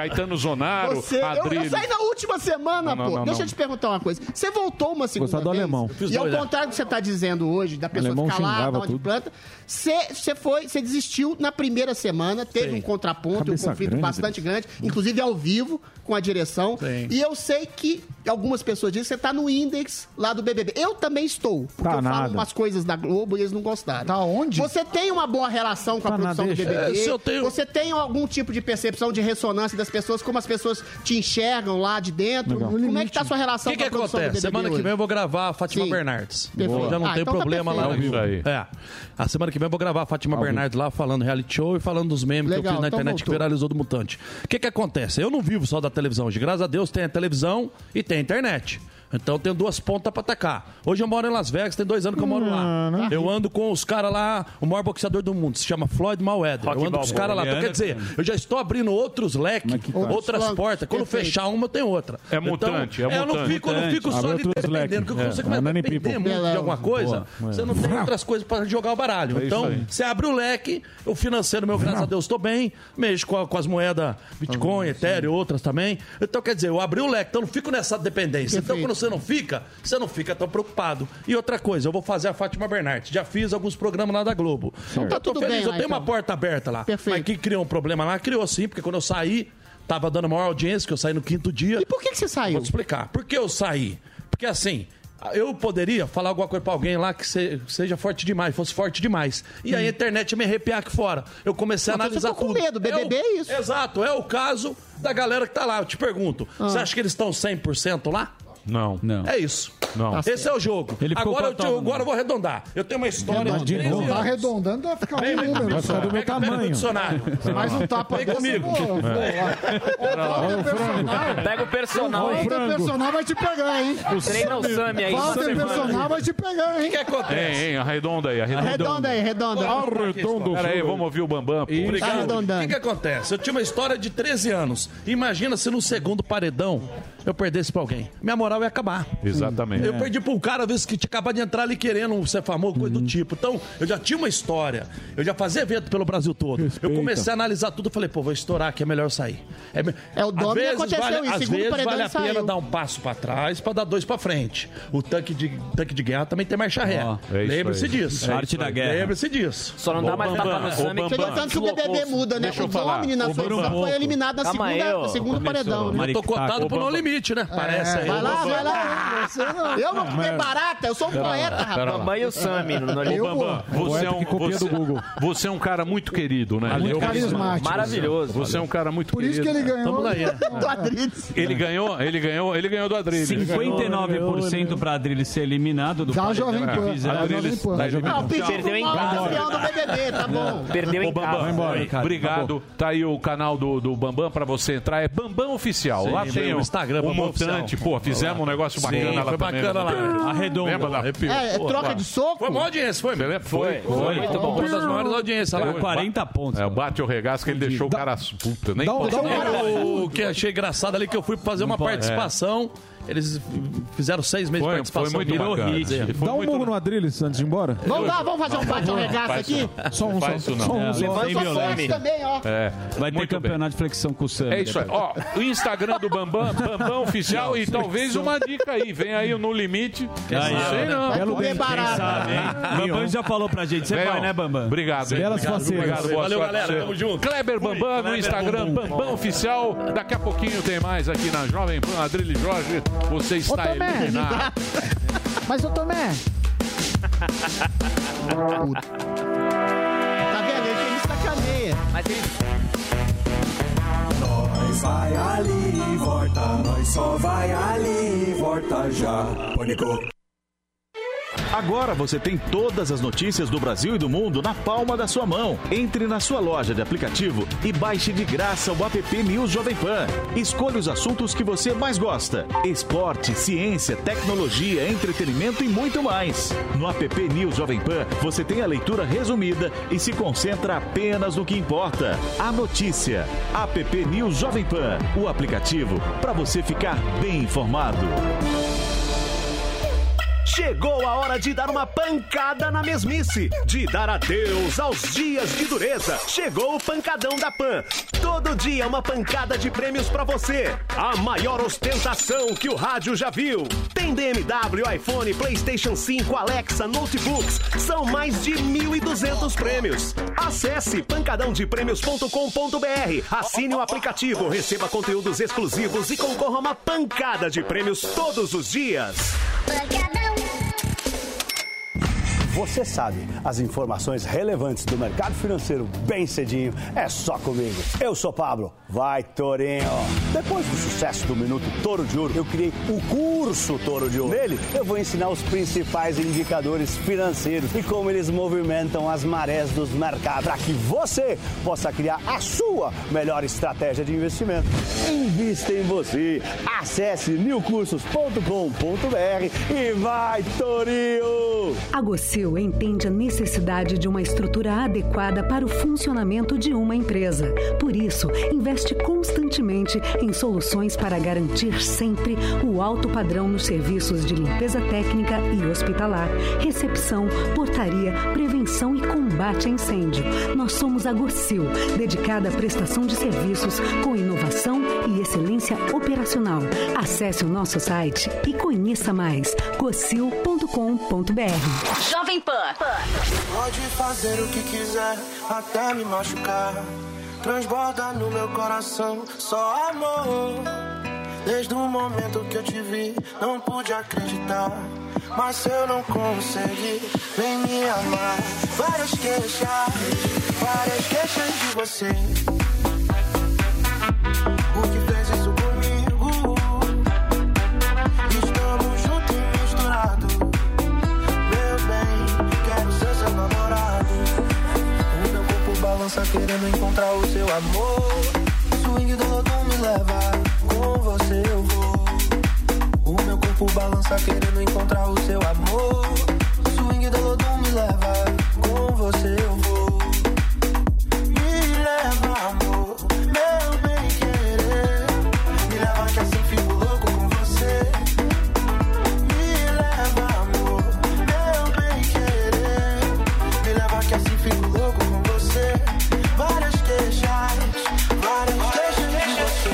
H: Eu saí na última semana, pô. Deixa eu te perguntar uma coisa. Você voltou uma segunda vez.
K: alemão.
H: E ao contrário do que você tá dizendo hoje, da pessoa
K: alemão
H: ficar lá,
K: xingava
H: dar uma de
K: tudo.
H: planta, você desistiu na primeira semana, teve um contraponto,
K: Cabeça
H: um conflito
K: grande,
H: bastante grande, inclusive ao vivo, com a direção.
G: Sim.
H: E eu sei que algumas pessoas dizem que você tá no index lá do BBB. Eu também estou, porque eu falo umas coisas da Globo e eles não gostaram.
F: Tá onde?
H: Você tem uma boa relação com a produção do BBB? Você tem algum tipo de percepção de ressonância das pessoas, como as pessoas te enxergam lá de dentro? Como é que tá a sua relação com a produção do BBB
G: Semana que
H: hoje?
G: vem eu vou gravar a Fátima Bernardes. Já não tem
H: então tá
G: problema lá.
D: Isso aí.
G: A semana que vem eu vou gravar a Fátima Bernardes lá, falando reality show e falando dos memes que eu fiz na internet que viralizou do Mutante. O que acontece? Eu não vivo só da televisão hoje. Graças a Deus tem a televisão e tem a internet. Então eu tenho duas pontas pra atacar. Hoje eu moro em Las Vegas, tem 2 anos que eu moro lá. Eu ando com os caras lá, o maior boxeador do mundo, se chama Floyd Mayweather. Eu ando com os caras lá. Então, quer dizer, eu já estou abrindo outros leques, outras portas. Quando fechar uma, eu tenho outra.
D: É mutante,
G: Eu não fico só ali dependendo, porque quando você começa a depender muito de alguma coisa, você não tem outras coisas pra jogar o baralho. Então, você abre o leque, o financeiro meu, graças a Deus, estou bem, mexo com as moedas Bitcoin, Ethereum, outras também. Então, quer dizer, eu abri o leque, então eu não fico nessa dependência. Então, quando você não fica tão preocupado. E outra coisa, eu vou fazer a Fátima Bernardes. Já fiz alguns programas lá da Globo.
H: Então tá tudo
G: feliz,
H: bem,
G: eu tenho uma porta aberta lá.
H: Perfeito.
G: Mas que criou um problema lá? Criou sim, porque quando eu saí, tava dando maior audiência, que eu saí no 5º dia.
H: E por que você saiu?
G: Vou te explicar. Por que eu saí? Porque assim, eu poderia falar alguma coisa pra alguém lá que seja forte demais, fosse forte demais. E aí a internet ia me arrepiar aqui fora. Eu comecei a analisar tudo.
H: Com medo, BBB é isso.
G: Exato, é o caso da galera que tá lá. Eu te pergunto, você acha que eles estão 100% lá?
D: Não.
G: É isso.
D: Não.
G: Esse é o jogo. Agora eu vou arredondar. Eu tenho uma história de 13 anos.
F: Tá arredondando, vai ficar um número.
K: Vai ficar do meu tamanho.
G: Dicionário.
F: Mais um tapa
G: Vem comigo.
J: Pega o personal aí.
F: O personal vai te pegar, hein?
J: Treina o Sami aí.
F: Falta o personal vai te pegar, hein?
G: O que acontece?
D: Hein, arredonda aí.
H: Arredonda.
D: Pera aí, vamos ouvir o Bambam.
G: Obrigado. O que acontece? Eu tinha uma história de 13 anos. Imagina se no segundo paredão eu perdesse pra alguém. Minha moral ia acabar.
D: Exatamente.
G: Eu perdi pra um cara, às vezes, que tinha acabado de entrar ali querendo ser famoso, coisa do tipo. Então, eu já tinha uma história. Eu já fazia evento pelo Brasil todo. Eu comecei a analisar tudo e falei, pô, vou estourar aqui, é melhor sair.
H: O Dom aconteceu isso.
G: Às vezes vale a pena dar um passo pra trás pra dar 2 pra frente. O tanque de guerra também tem marcha ré. Lembre-se disso.
Q: Arte da guerra.
G: Lembre-se disso.
J: Só não dá mais tapa no Sami.
H: Você viu tanto que o BBB muda, né? O Domini na sua edição foi eliminado na segunda paredão.
G: Eu tô cotado pro No Limite, né? Parece aí.
H: Vai lá. Eu vou comer barata, eu sou um poeta, rapaz.
J: Bambam e o Sami.
D: Bambam, você é um cara muito querido, né?
F: Muito carismático.
J: Maravilhoso.
D: Você é um cara muito
F: Por isso
D: querido.
F: que ele ganhou.
G: Vamos lá aí.
H: Do Adriles.
D: Ele ganhou do Adriles.
Q: 59% pra Adriles ser eliminado do
F: Da Jovem Pan.
H: Não, perdeu em casa. Campeão do BBB, tá bom.
J: Perdeu em casa.
D: Vai embora, cara. Obrigado. Tá aí o canal do Bambam pra você entrar. É Bambam Oficial. Lá tem o
G: Instagram,
D: o Mutante. Pô, fizemos um negócio bacana lá.
G: Foi bacana lá.
D: Arredonda. Lembra da arrepio?
H: Troca de soco?
G: Foi uma audiência, foi, beleza?
D: Foi.
G: Muito bom. Uma das maiores audiências lá.
Q: 40 pontos.
D: É, bate o regaço que ele deixou o cara... Puta, nem pode.
G: O que achei engraçado ali que eu fui fazer uma participação. Eles fizeram 6 meses de participação.
D: Foi muito bacana.
K: Dá um murro no Adriles antes de ir embora.
H: Vamos fazer um bate ao regaço aqui?
K: Só um.
H: Levanta também, ó.
Q: Vai ter campeonato de flexão com o Sami.
D: É isso aí. Ó, o Instagram do Bambam, Bambam Oficial, e talvez uma dica aí. Vem aí o No Limite. Não sei não.
H: Vai comer barata.
Q: Bambam já falou pra gente. Você vai, né, Bambam?
D: Obrigado.
K: Obrigado,
D: boa
G: Valeu,
D: sorte.
G: galera. Tamo junto.
D: Kleber Bambam no Instagram, Bambam Oficial. Daqui a pouquinho tem mais aqui na Jovem Pan. Adrilho Jorge, você está eliminado.
F: Mas, ô Tomé...
H: Tá
O: Nós vai ali e volta, nós só vai ali e volta já. Pânico.
A: Agora você tem todas as notícias do Brasil e do mundo na palma da sua mão. Entre na sua loja de aplicativo e baixe de graça o app News Jovem Pan. Escolha os assuntos que você mais gosta: esporte, ciência, tecnologia, entretenimento e muito mais. No app News Jovem Pan, você tem a leitura resumida e se concentra apenas no que importa: a notícia. App News Jovem Pan, o aplicativo para você ficar bem informado.
R: Chegou a hora de dar uma pancada na mesmice, de dar adeus aos dias de dureza. Chegou o Pancadão da Pan. Todo dia uma pancada de prêmios pra você. A maior ostentação que o rádio já viu. Tem BMW, iPhone, PlayStation 5, Alexa, notebooks. São mais de 1.200 prêmios. Acesse pancadãodeprêmios.com.br. Assine o aplicativo, receba conteúdos exclusivos e concorra a uma pancada de prêmios todos os dias.
S: Você sabe, as informações relevantes do mercado financeiro bem cedinho é só comigo. Eu sou Pablo. Vai, Torinho! Depois do sucesso do Minuto Toro de Ouro, eu criei o curso Toro de Ouro. Nele, eu vou ensinar os principais indicadores financeiros e como eles movimentam as marés dos mercados, para que você possa criar a sua melhor estratégia de investimento. Invista em você. Acesse newcursos.com.br e vai, Torinho!
T: A Gocil entende a necessidade de uma estrutura adequada para o funcionamento de uma empresa. Por isso, investe constantemente em soluções para garantir sempre o alto padrão nos serviços de limpeza técnica e hospitalar, recepção, portaria, prevenção e combate a incêndio. Nós somos a Gocil, dedicada à prestação de serviços com inovação e excelência operacional. Acesse o nosso site e conheça mais. gocil.com.br.
X: Jovem Pan.
U: Pode fazer o que quiser, até me machucar. Transborda no meu coração só amor. Desde o momento que eu te vi, não pude acreditar. Mas se eu não conseguir, vem me amar. Várias queixas de você. O que fez isso comigo? Estamos juntos e misturados. Meu bem, quero ser seu namorado. O meu corpo balança querendo encontrar o seu amor. Swing do Lodum me leva, com você eu vou. O meu corpo balança querendo encontrar o seu amor. Swing do Lodum me leva, com você eu vou. Me leva, amor, meu bem querer. Me leva que assim fico louco com você. Me leva, amor, meu bem querer. Me leva que assim fico louco com você. Várias queixas de você.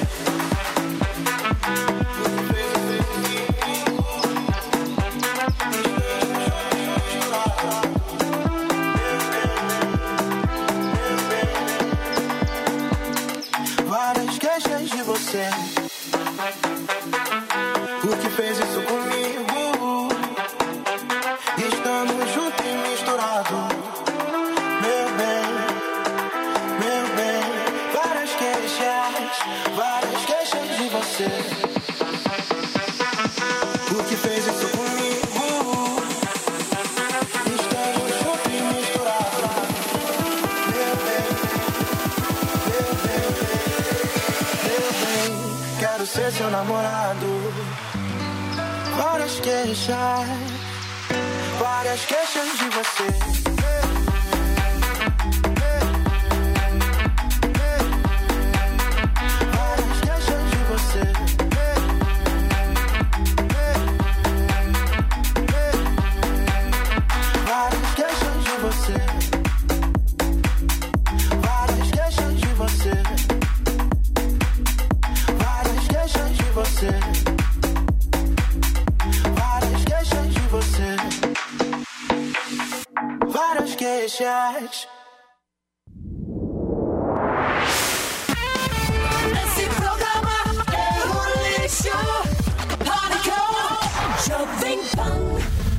U: Várias queixas de você. O que fez isso comigo? Estamos juntos e misturados. Meu bem, várias queixas de você. O que fez isso comigo? Estamos juntos e misturados. Meu bem, quero ser seu namorado. Várias queixas de você. Queixas.
X: Esse programa é um lixo. Pânico. Jovem Pan.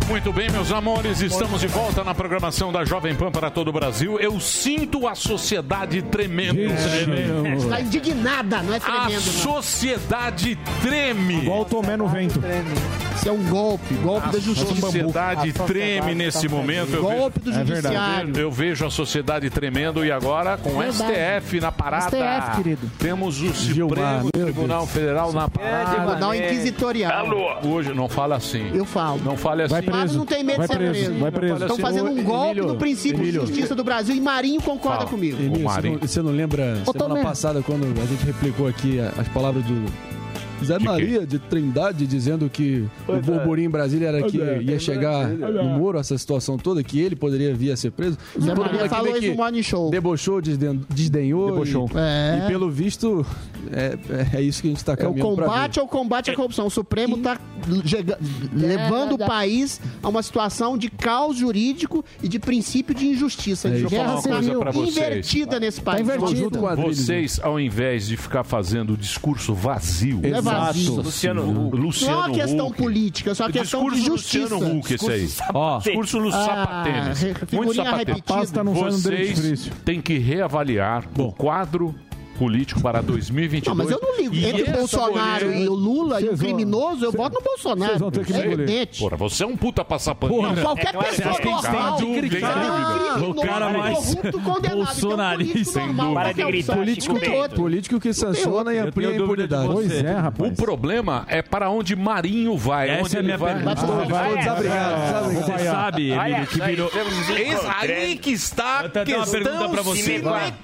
D: Muito bem, meus amores, estamos de volta na programação da Jovem Pan para todo o Brasil. Eu sinto a sociedade tremendo.
H: Está indignada, não é tremendo.
D: A sociedade treme.
K: Igual o Tomé no vento.
H: Isso é um golpe da justiça.
D: A sociedade treme nesse momento.
H: Golpe do judiciário.
D: Eu vejo a sociedade tremendo e agora com o STF na parada.
H: STF, querido.
D: Temos o Supremo Tribunal Federal na parada.
H: Tribunal Inquisitorial.
D: Hoje não fala assim.
H: Eu falo.
D: Não fale assim.
H: Mas não tem medo de ser preso. Estão fazendo um golpe no princípio de justiça do Brasil e Marinho concorda comigo.
I: Emílio, você não lembra semana passada quando a gente replicou aqui as palavras do Zé Maria de Trindade dizendo que o burburinho em Brasília era que ia chegar no Moro, essa situação toda, que ele poderia vir a ser preso.
H: Zé Maria falou isso no Morning Show.
I: Debochou, desdenhou.
K: Debochou.
I: E pelo visto, é isso que a gente está caminhando para ver.
H: É o combate à corrupção. O Supremo está levando o país a uma situação de caos jurídico e de princípio de injustiça.
D: Deixa eu falar uma coisa para vocês.
H: Invertida nesse país.
D: Vocês, ao invés de ficar fazendo discurso vazio...
H: Luciano Huck. Não é uma questão política, é só uma questão de justiça.
D: Luciano Huck, esse aí. Discurso no sapatênis. Muito sapatênis. Vocês têm que reavaliar o quadro político para 2022.
H: Não, mas eu não ligo. Entre o Bolsonaro e o Lula e o criminoso, eu voto no Bolsonaro.
K: Vocês vão ter que
H: evidente.
D: Porra, você é um puta passapaninho.
H: Qualquer pessoa normal.
Q: O cara mais bolsonarista.
I: Político que sanciona e amplia a impunidade.
K: Pois é, rapaz.
D: O problema é para onde Marinho vai.
Q: Essa é a minha pergunta.
I: Você
Q: sabe, Emílio, que virou...
D: Aí que está a
Q: questão. Uma pergunta para você.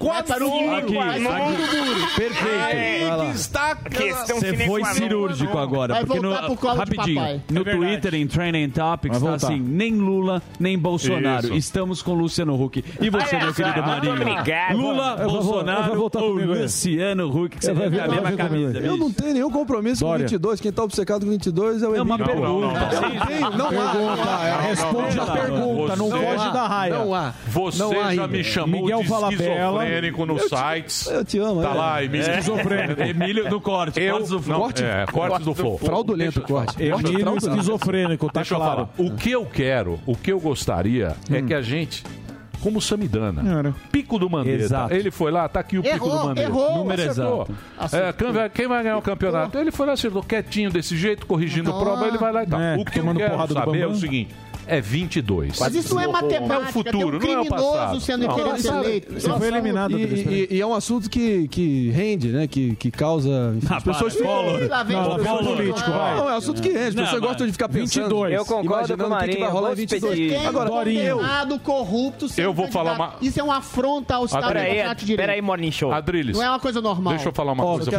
Q: Você foi cirúrgico agora.
H: Vai
Q: porque rapidinho, no Twitter, em Trending Topics, tá assim, nem Lula, nem Bolsonaro.
D: Isso.
Q: Estamos com Luciano Huck. E você, meu querido Marinho? Lula, Bolsonaro ou Luciano Huck, que você vai ver a mesma camisa.
I: Eu não tenho nenhum compromisso com 22. Quem tá obcecado com 22 é o Emílio.
Q: É uma pergunta.
I: Não há.
K: Responde a pergunta, não foge da raia.
I: Não há.
D: Você já me chamou de esquizofrênico nos sites.
I: Eu te amo.
D: Tá lá, Emílio esquizofrênico.
Q: Emílio no corte.
D: Cortes do Flow.
I: Fraudulento corte.
K: Emílio esquizofrênico, tá claro.
D: O que eu quero, o que eu gostaria é que a gente... Como o Samidana. Pico do Mandetta.
Q: Exato.
D: Ele foi lá, tá aqui o Pico do Mandetta.
Q: Número exato.
D: Quem vai ganhar o campeonato? Ele foi lá, acertou quietinho desse jeito, corrigindo prova, ele vai lá e tal. O que eu quero saber é o seguinte... É 22.
H: Mas isso não é matemática.
D: É o futuro,
H: tem um criminoso sendo eleito.
K: Você foi eliminado.
I: E é um assunto que rende, né? Que causa... As pessoas ficam...
K: político, vai.
I: Não, é um assunto que rende. As pessoas gostam de ficar pensando.
Q: 22.
J: Eu concordo com o Marinho.
I: Que vai rolar em 22.
H: Agora, condenado, corrupto,
D: eu vou falar uma...
H: Isso é uma afronta ao Estado Democrático de Direito.
J: Peraí, Morning Show.
D: Adriles.
H: Não é uma coisa normal.
D: Deixa eu falar uma coisa pra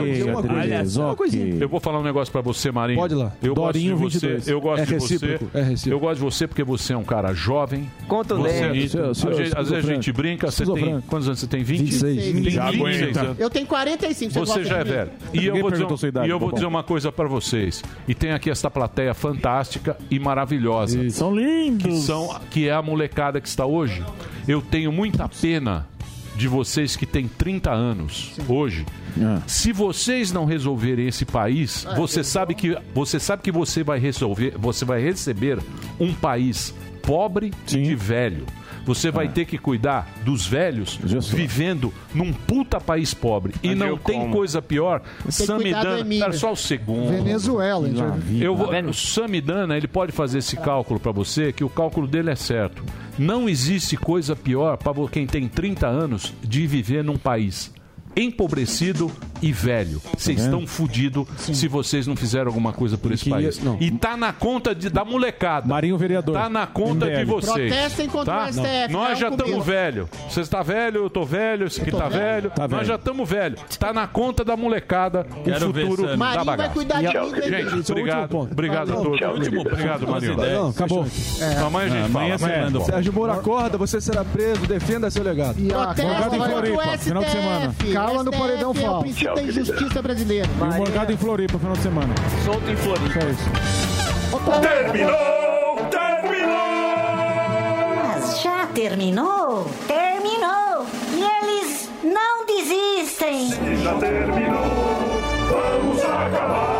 D: você. Eu vou falar um negócio pra você, Marinho.
I: Pode lá.
D: Eu gosto de você.
K: 22.
D: Eu gosto de você.
I: É recíproco.
D: Eu gosto de você porque você é um cara jovem.
J: Contundente.
D: Às vezes a gente brinca. Você tem... Quantos anos você tem?
I: 26.
D: 26 anos.
H: Eu tenho 45.
D: Você já é velho. E eu vou dizer uma coisa pra vocês. E tem aqui essa plateia fantástica e maravilhosa.
K: São lindos.
D: Que é a molecada que está hoje. Eu tenho muita pena de vocês que têm 30 anos hoje. Se vocês não resolverem esse país, você sabe que você vai receber um país pobre e de velho. Você vai ter que cuidar dos velhos vivendo num puta país pobre. E não tem coisa pior. Samidana, só o segundo.
F: Venezuela,
D: o Samidana, ele pode fazer esse cálculo para você, que o cálculo dele é certo. Não existe coisa pior para quem tem 30 anos de viver num país empobrecido e velho. Vocês estão fodidos se vocês não fizerem alguma coisa por esse país. E tá na conta da molecada.
K: Marinho vereador.
D: Tá na conta de vocês.
H: Protestem contra o STF.
D: Nós já estamos velho. Você está velho, eu tô velho, esse aqui tá velho. Nós já estamos velho. Tá na conta da molecada o futuro da bagaça.
H: Vai cuidar de mim,
D: gente, obrigado a todos. Obrigado, Marinho.
I: Não, acabou.
D: Amanhã a gente fala.
I: Sérgio Moro acorda, você será preso, defenda seu legado.
H: Protestem contra o STF.
K: Final de semana.
F: Cala no paredão
H: falso. É o princípio da injustiça brasileira.
K: E o Morgado em Floripa, final de semana.
J: Solto em Floripa.
K: Só isso.
M: Terminou!
B: Mas já terminou? Terminou! E eles não desistem!
M: Se já terminou, vamos acabar!